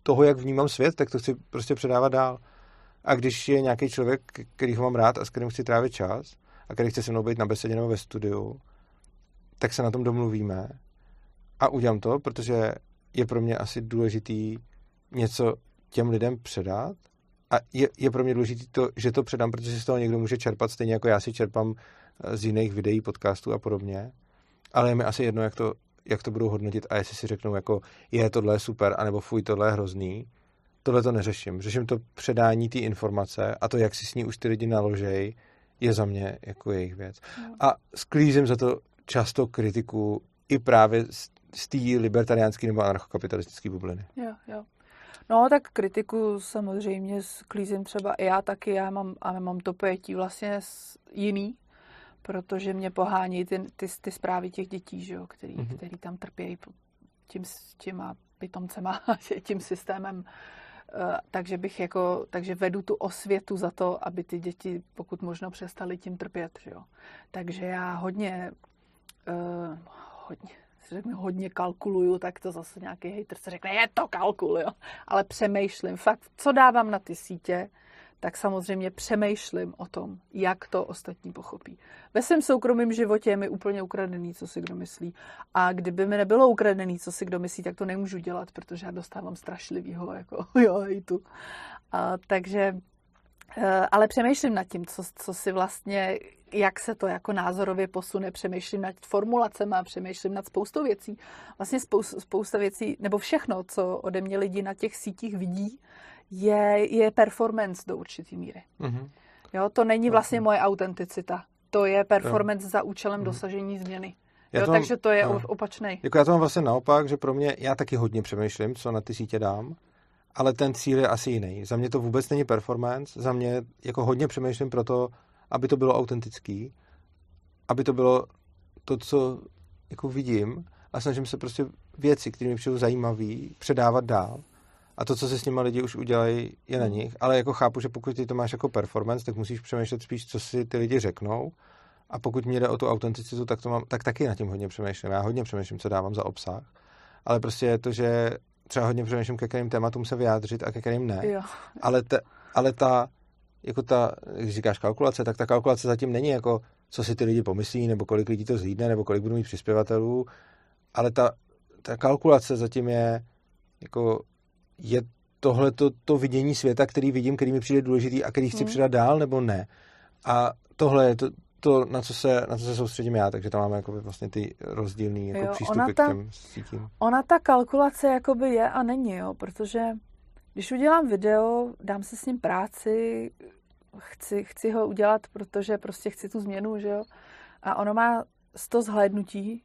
toho, jak vnímám svět, tak to chci prostě předávat dál. A když je nějaký člověk, který ho mám rád a s kterým chci trávit čas a který chce se mnou být na besedě nebo ve studiu, tak se na tom domluvíme a udělám to, protože je pro mě asi důležitý něco těm lidem předat a je, je pro mě důležitý to, že to předám, protože si z toho někdo může čerpat, stejně jako já si čerpám z jiných videí, podcastů a podobně. Ale je mi asi jedno, jak to, jak to budou hodnotit a jestli si řeknou, jako je, tohle je super, anebo fuj, tohle je hrozný. Tohle to neřeším. Řeším to předání té informace a to, jak si s ní už ty lidi naložej, je za mě jako jejich věc. No. A sklízím za to často kritiku i právě z, z té libertariánské nebo anarchokapitalistické bubliny. Jo, jo. No, tak kritiku samozřejmě sklízím třeba i já taky, já mám, ale mám to pojetí vlastně jiný, protože mě pohání ty, ty, ty zprávy těch dětí, že jo, který, mm-hmm. který tam trpějí tím, těma pitomcema, tím systémem. Uh, takže bych jako, takže vedu tu osvětu za to, aby ty děti pokud možno přestaly tím trpět, že jo. Takže já hodně, uh, hodně, si řeknu, hodně kalkuluju, tak to zase nějaký hejter se řekne, je to kalkul, jo. Ale přemýšlím, fakt, co dávám na ty sítě, tak samozřejmě přemýšlím o tom, jak to ostatní pochopí. Ve svém soukromém životě je mi úplně ukradený, co si kdo myslí. A kdyby mi nebylo ukradený, co si kdo myslí, tak to nemůžu dělat, protože já dostávám strašlivýho, jako jo, hejtu. A, takže, ale přemýšlím nad tím, co, co si vlastně, jak se to jako názorově posune, přemýšlím nad formulacema, přemýšlím nad spoustou věcí. Vlastně spousta, spousta věcí, nebo všechno, co ode mě lidi na těch sítích vidí, je, je performance do určitý míry. Mm-hmm. Jo, to není vlastně moje autenticita. To je performance jo. za účelem mm-hmm. dosažení změny. Jo, mám, takže to je no. opačnej. Jako já to mám vlastně naopak, že pro mě, já taky hodně přemýšlím, co na ty sítě dám, ale ten cíl je asi jiný. Za mě to vůbec není performance, za mě jako hodně přemýšlím pro to, aby to bylo autentický, aby to bylo to, co jako vidím a snažím se prostě věci, které mi přijdou zajímavý, předávat dál. A to, co se s nimi lidi už udělají, je na nich. Ale jako chápu, že pokud ty to máš jako performance, tak musíš přemýšlet spíš, co si ty lidi řeknou. A pokud mě jde o tu autenticitu, tak, to mám, tak taky nad tím hodně přemýšlím. Já hodně přemýšlím, co dávám za obsah. Ale prostě je to, že třeba hodně přemýšlím, ke kterým tématům se vyjádřit a ke kterým ne. Jo. Ale, te, ale ta, jako ta, když říkáš kalkulace, tak ta kalkulace zatím není jako, co si ty lidi pomyslí, nebo kolik lidí to zhlídne, nebo kolik budou mít přispěvatelů. Ale ta, ta kalkulace zatím je jako je tohle to, to vidění světa, který vidím, který mi přijde důležitý a který chci hmm. předat dál, nebo ne. A tohle je to, to na, co se, na co se soustředím já, takže tam máme jakoby vlastně ty rozdílný jako jo, přístupy ta, k těm sítím. Ona ta kalkulace jakoby je a není, jo, protože když udělám video, dám si s ním práci, chci, chci ho udělat, protože prostě chci tu změnu, že jo, a ono má sto zhlédnutí,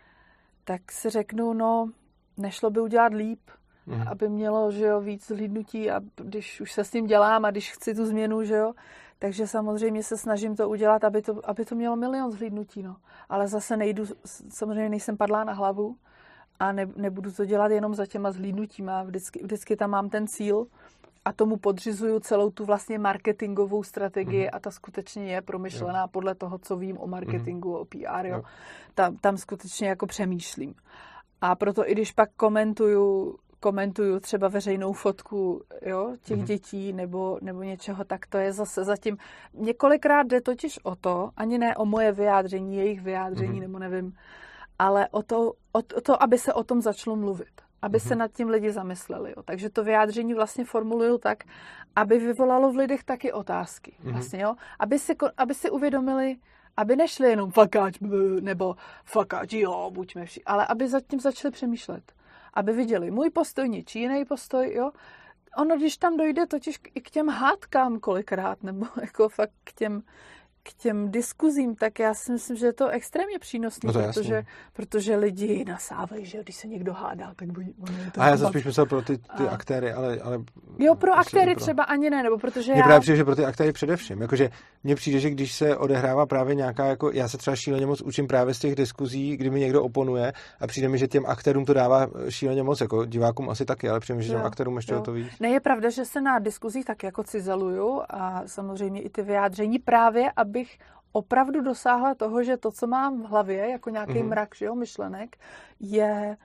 tak si řeknu, no, nešlo by udělat líp, Mm. aby mělo, že jo, víc zhlídnutí a když už se s tím dělám a když chci tu změnu, že jo, takže samozřejmě se snažím to udělat, aby to, aby to mělo milion zhlídnutí, no. Ale zase nejdu, samozřejmě nejsem padlá na hlavu a ne, nebudu to dělat jenom za těma zhlídnutíma. Vždycky, vždycky tam mám ten cíl a tomu podřizuju celou tu vlastně marketingovou strategii mm. a ta skutečně je promyšlená jo. podle toho, co vím o marketingu, mm. o P R, jo. jo. Tam, tam skutečně jako přemýšlím. A proto i když pak komentuju komentuju třeba veřejnou fotku, jo, těch mm-hmm. dětí nebo, nebo něčeho, tak to je zase zatím. Několikrát jde totiž o to, ani ne o moje vyjádření, jejich vyjádření, mm-hmm. nebo nevím, ale o to, o to, aby se o tom začalo mluvit. Aby mm-hmm. se nad tím lidi zamysleli. Jo. Takže to vyjádření vlastně formuluju tak, aby vyvolalo v lidech taky otázky. Mm-hmm. Vlastně, jo. Aby si, aby si uvědomili, aby nešli jenom fakáč, nebo fakáč, jo, buďme všichni, ale aby zatím začali přemýšlet. Aby viděli můj postoj, něčí jiný postoj, jo. Ono, když tam dojde totiž i k těm hádkám kolikrát, nebo jako fakt k těm, k těm diskuzím, tak já si myslím, že je to extrémně přínosné, no protože, protože lidi nasávají, že když se někdo hádá, tak bude to. A já jsem spíš myslel pro ty, ty a... aktéry, ale, ale... Jo, pro aktéry pro... třeba ani ne, nebo protože mně já... právě přijde, že pro ty aktéry především. Jakože mně přijde, že když se odehrává právě nějaká, jako já se třeba šíleně moc učím právě z těch diskuzí, kdy mi někdo oponuje a přijde mi, že těm aktérům to dává šíleně moc, jako divákům asi taky, ale přijde mi, že těm aktérům ještě jo. o to víc. Ne, je pravda, že se na diskuzích tak jako cizeluju a samozřejmě i ty vyjádření právě, abych opravdu dosáhla toho, že to, co mám v hlavě, jako nějaký mm-hmm. mrak, že jo, myšlenek, je,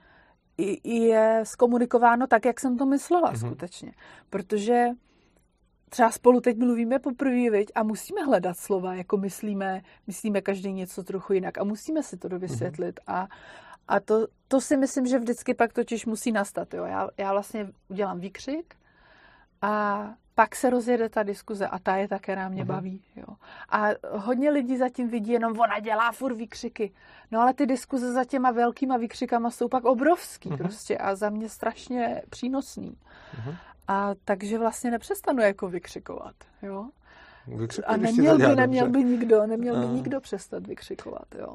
je zkomunikováno tak, jak jsem to myslela mm-hmm. skutečně. Protože třeba spolu teď mluvíme poprvé, viď, a musíme hledat slova, jako myslíme, myslíme každý něco trochu jinak a musíme si to dovysvětlit. Mm-hmm. A, a to, to si myslím, že vždycky pak totiž musí nastat. Jo. Já, já vlastně udělám výkřik a pak se rozjede ta diskuze a ta je ta, která mě uh-huh. baví. Jo. A hodně lidí zatím vidí jenom, ona dělá furt výkřiky. No ale ty diskuze za těma velkýma výkřikama jsou pak obrovský uh-huh. prostě a za mě strašně přínosný. Uh-huh. A takže vlastně nepřestanu jako vykřikovat. Jo. A neměl by, neměl by nikdo, neměl by uh. nikdo přestat vykřikovat. Jo.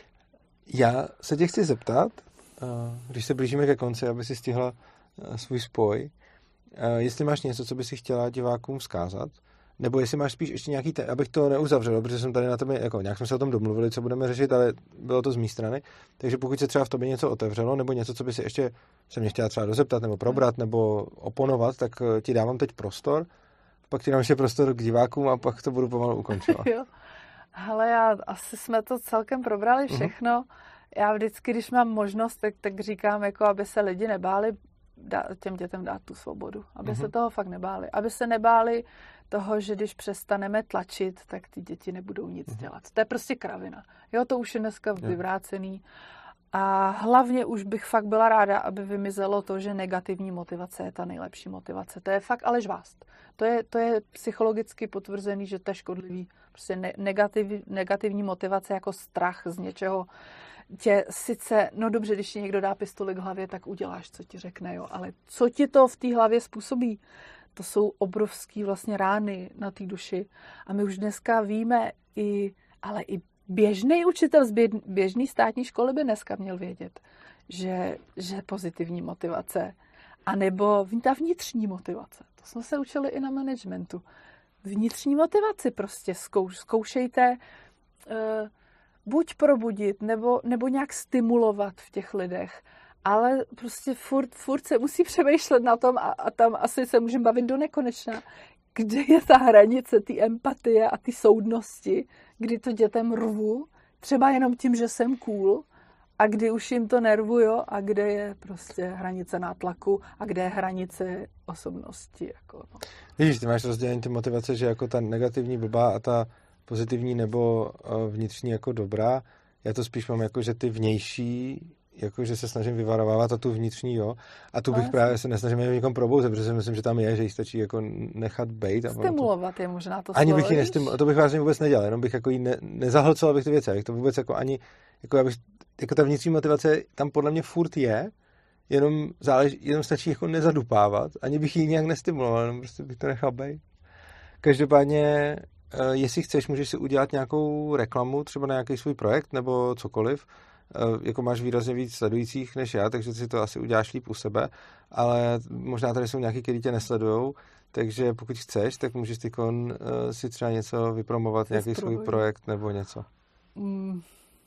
Já se tě chci zeptat, když se blížíme ke konci, aby si stihla svůj spoj, jestli máš něco, co by si chtěla divákům vzkázat, nebo jestli máš spíš ještě nějaký, te- abych to neuzavřel, protože jsem tady na tebe, jako nějak jsme se o tom domluvili, co budeme řešit, ale bylo to z mé strany, takže pokud se třeba v tobě něco otevřelo, nebo něco, co by si ještě se mě chtěla třeba dozeptat, nebo probrat, nebo oponovat, tak ti dávám teď prostor, pak ti dám ještě prostor k divákům a pak to budu pomalu ukončovat. Jo. Hele, já, asi jsme to celkem probrali všechno. Uh-huh. Já vždycky, když mám možnost, tak, tak říkám, jako aby se lidi nebáli dá, těm dětem dát tu svobodu. Aby uh-huh. se toho fakt nebáli. Aby se nebáli toho, že když přestaneme tlačit, tak ty děti nebudou nic uh-huh. dělat. To je prostě kravina. Jo, to už je dneska vyvrácený. A hlavně už bych fakt byla ráda, aby vymizelo to, že negativní motivace je ta nejlepší motivace. To je fakt ale žvást. To je, to je psychologicky potvrzený, že to je škodlivý. Prostě ne, negativ, negativní motivace jako strach z něčeho tě sice, no dobře, když ti někdo dá pistoli k hlavě, tak uděláš, co ti řekne, jo, ale co ti to v té hlavě způsobí? To jsou obrovský vlastně rány na té duši. A my už dneska víme i, ale i běžný učitel z běžné státní školy by dneska měl vědět, že, že pozitivní motivace, anebo ta vnitřní motivace. To jsme se učili i na managementu. Vnitřní motivaci prostě zkouš, zkoušejte uh, buď probudit, nebo, nebo nějak stimulovat v těch lidech, ale prostě furt, furt se musí přemýšlet na tom a, a tam asi se můžeme bavit do nekonečna, kde je ta hranice té empatie a té soudnosti, kdy to dětem rvu, třeba jenom tím, že jsem cool, a kdy už jim to nervuju a kde je prostě hranice nátlaku a kde je hranice osobnosti. Jako, no. Víš, ty máš rozdělení ty motivace, že jako ta negativní blbá a ta pozitivní nebo vnitřní jako dobrá. Já to spíš mám jako, že ty vnější, jako že se snažím vyvarovávat a tu vnitřní, jo. A tu bych no, právě se nesnažím jenom někom probouzet, protože si myslím, že tam je, že jí stačí jako nechat bejt. A stimulovat to, je možná to ani slovo, bych ji nestimuloval, to bych vlastně vůbec nedělal, jenom bych jako jí ne, nezahlcoval bych ty věci, abych to vůbec jako ani, jako, já bych, jako ta vnitřní motivace tam podle mě furt je, jenom záleží, jenom stačí jako nezadupávat, ani bych ji nějak nestimuloval, jenom prostě bych to nechal bejt. Každopádně, jestli chceš, můžeš si udělat nějakou reklamu, třeba na nějaký svůj projekt nebo cokoliv, jako máš výrazně víc sledujících než já, takže si to asi uděláš líp u sebe, ale možná tady jsou nějaký, kteří tě nesledujou, takže pokud chceš, tak můžeš tykon si třeba něco vypromovat, nějaký svůj projekt nebo něco. Mm.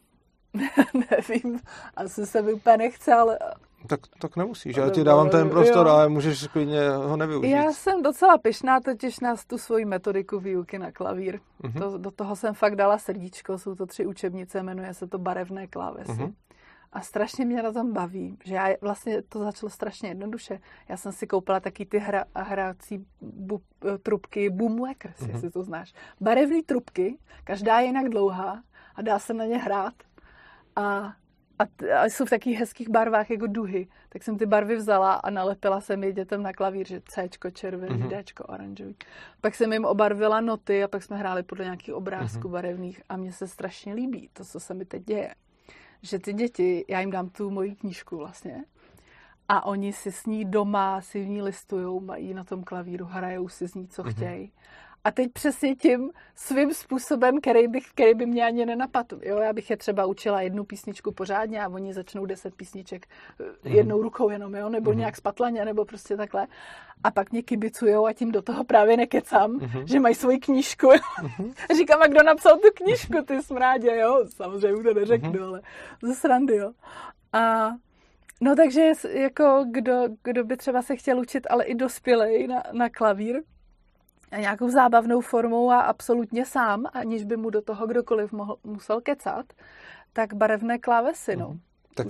Nevím, asi se mi úplně nechce, ale... Tak, tak nemusíš, já ti dávám ten prostor, jo. Ale můžeš klidně ho nevyužít. Já jsem docela pyšná totiž na tu svoji metodiku výuky na klavír. Uh-huh. To, do toho jsem fakt dala srdíčko, jsou to tři učebnice, jmenuje se to Barevné klávesy. Uh-huh. A strašně mě na tom baví, že já vlastně to začalo strašně jednoduše. Já jsem si koupila taky ty hra, hrací bu, trubky Boomwackers, uh-huh. jestli to znáš. Barevné trubky, každá je jinak dlouhá a dá se na ně hrát. A A, t- a jsou v takých hezkých barvách jako duhy. Tak jsem ty barvy vzala a nalepila jsem je dětem na klavír, že Cčko červený, mm-hmm. Dčko oranžový. Pak jsem jim obarvila noty a pak jsme hráli podle nějakých obrázků mm-hmm. barevných a mně se strašně líbí to, co se mi teď děje. Že ty děti, já jim dám tu moji knížku vlastně a oni si s ní doma, si v ní listujou, mají na tom klavíru, hrajou si z ní, co mm-hmm. chtějí. A teď přesně tím svým způsobem, který, bych, který by mě ani nenapadl. Jo, já bych je třeba učila jednu písničku pořádně a oni začnou deset písniček jednou rukou jenom, jo, nebo mm-hmm. nějak spatlaně, nebo prostě takhle. A pak mě kibicujou a tím do toho právě nekecám, mm-hmm. že mají svoji knížku. Mm-hmm. Říkám, a kdo napsal tu knížku, ty smrádě, jo? Samozřejmě to neřeknu, mm-hmm. ale ze srandy, jo. A no takže jako kdo, kdo by třeba se chtěl učit, ale i dospělej na, na klavír, nějakou zábavnou formou a absolutně sám, aniž by mu do toho kdokoliv mohl, musel kecat, tak Barevné klávesy, no. Tak jo.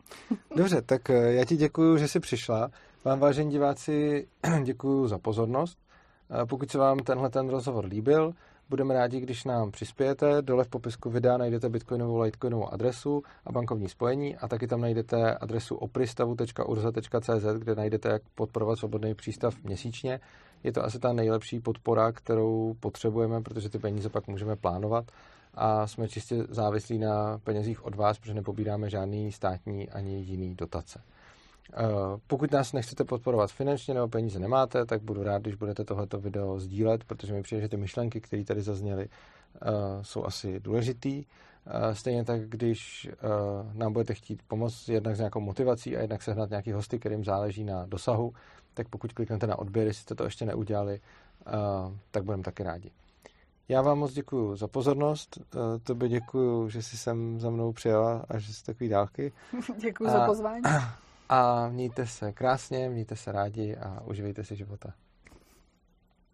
Dobře, tak já ti děkuju, že jsi přišla. Vám, vážení diváci, děkuju za pozornost. Pokud se vám tenhle ten rozhovor líbil, budeme rádi, když nám přispějete. Dole v popisku videa najdete bitcoinovou, litecoinovou adresu a bankovní spojení a taky tam najdete adresu opristavu tečka urza tečka cz, kde najdete, jak podporovat Svobodný přístav měsíčně. Je to asi ta nejlepší podpora, kterou potřebujeme, protože ty peníze pak můžeme plánovat a jsme čistě závislí na penězích od vás, protože nepobíráme žádný státní ani jiný dotace. Pokud nás nechcete podporovat finančně nebo peníze nemáte, tak budu rád, když budete tohleto video sdílet, protože mi přijde, že ty myšlenky, které tady zazněly, jsou asi důležitý. Stejně tak, když nám budete chtít pomoct jednak s nějakou motivací a jednak sehnat nějaký hosty, kterým záleží na dosahu, tak pokud kliknete na odběr, jestli jste to ještě neudělali, tak budeme taky rádi. Já vám moc děkuju za pozornost, tobě děkuju, že jsi sem za mnou přijela a že jsi takový dálky. Děkuju a, za pozvání. A mějte se krásně, mějte se rádi a uživejte si života.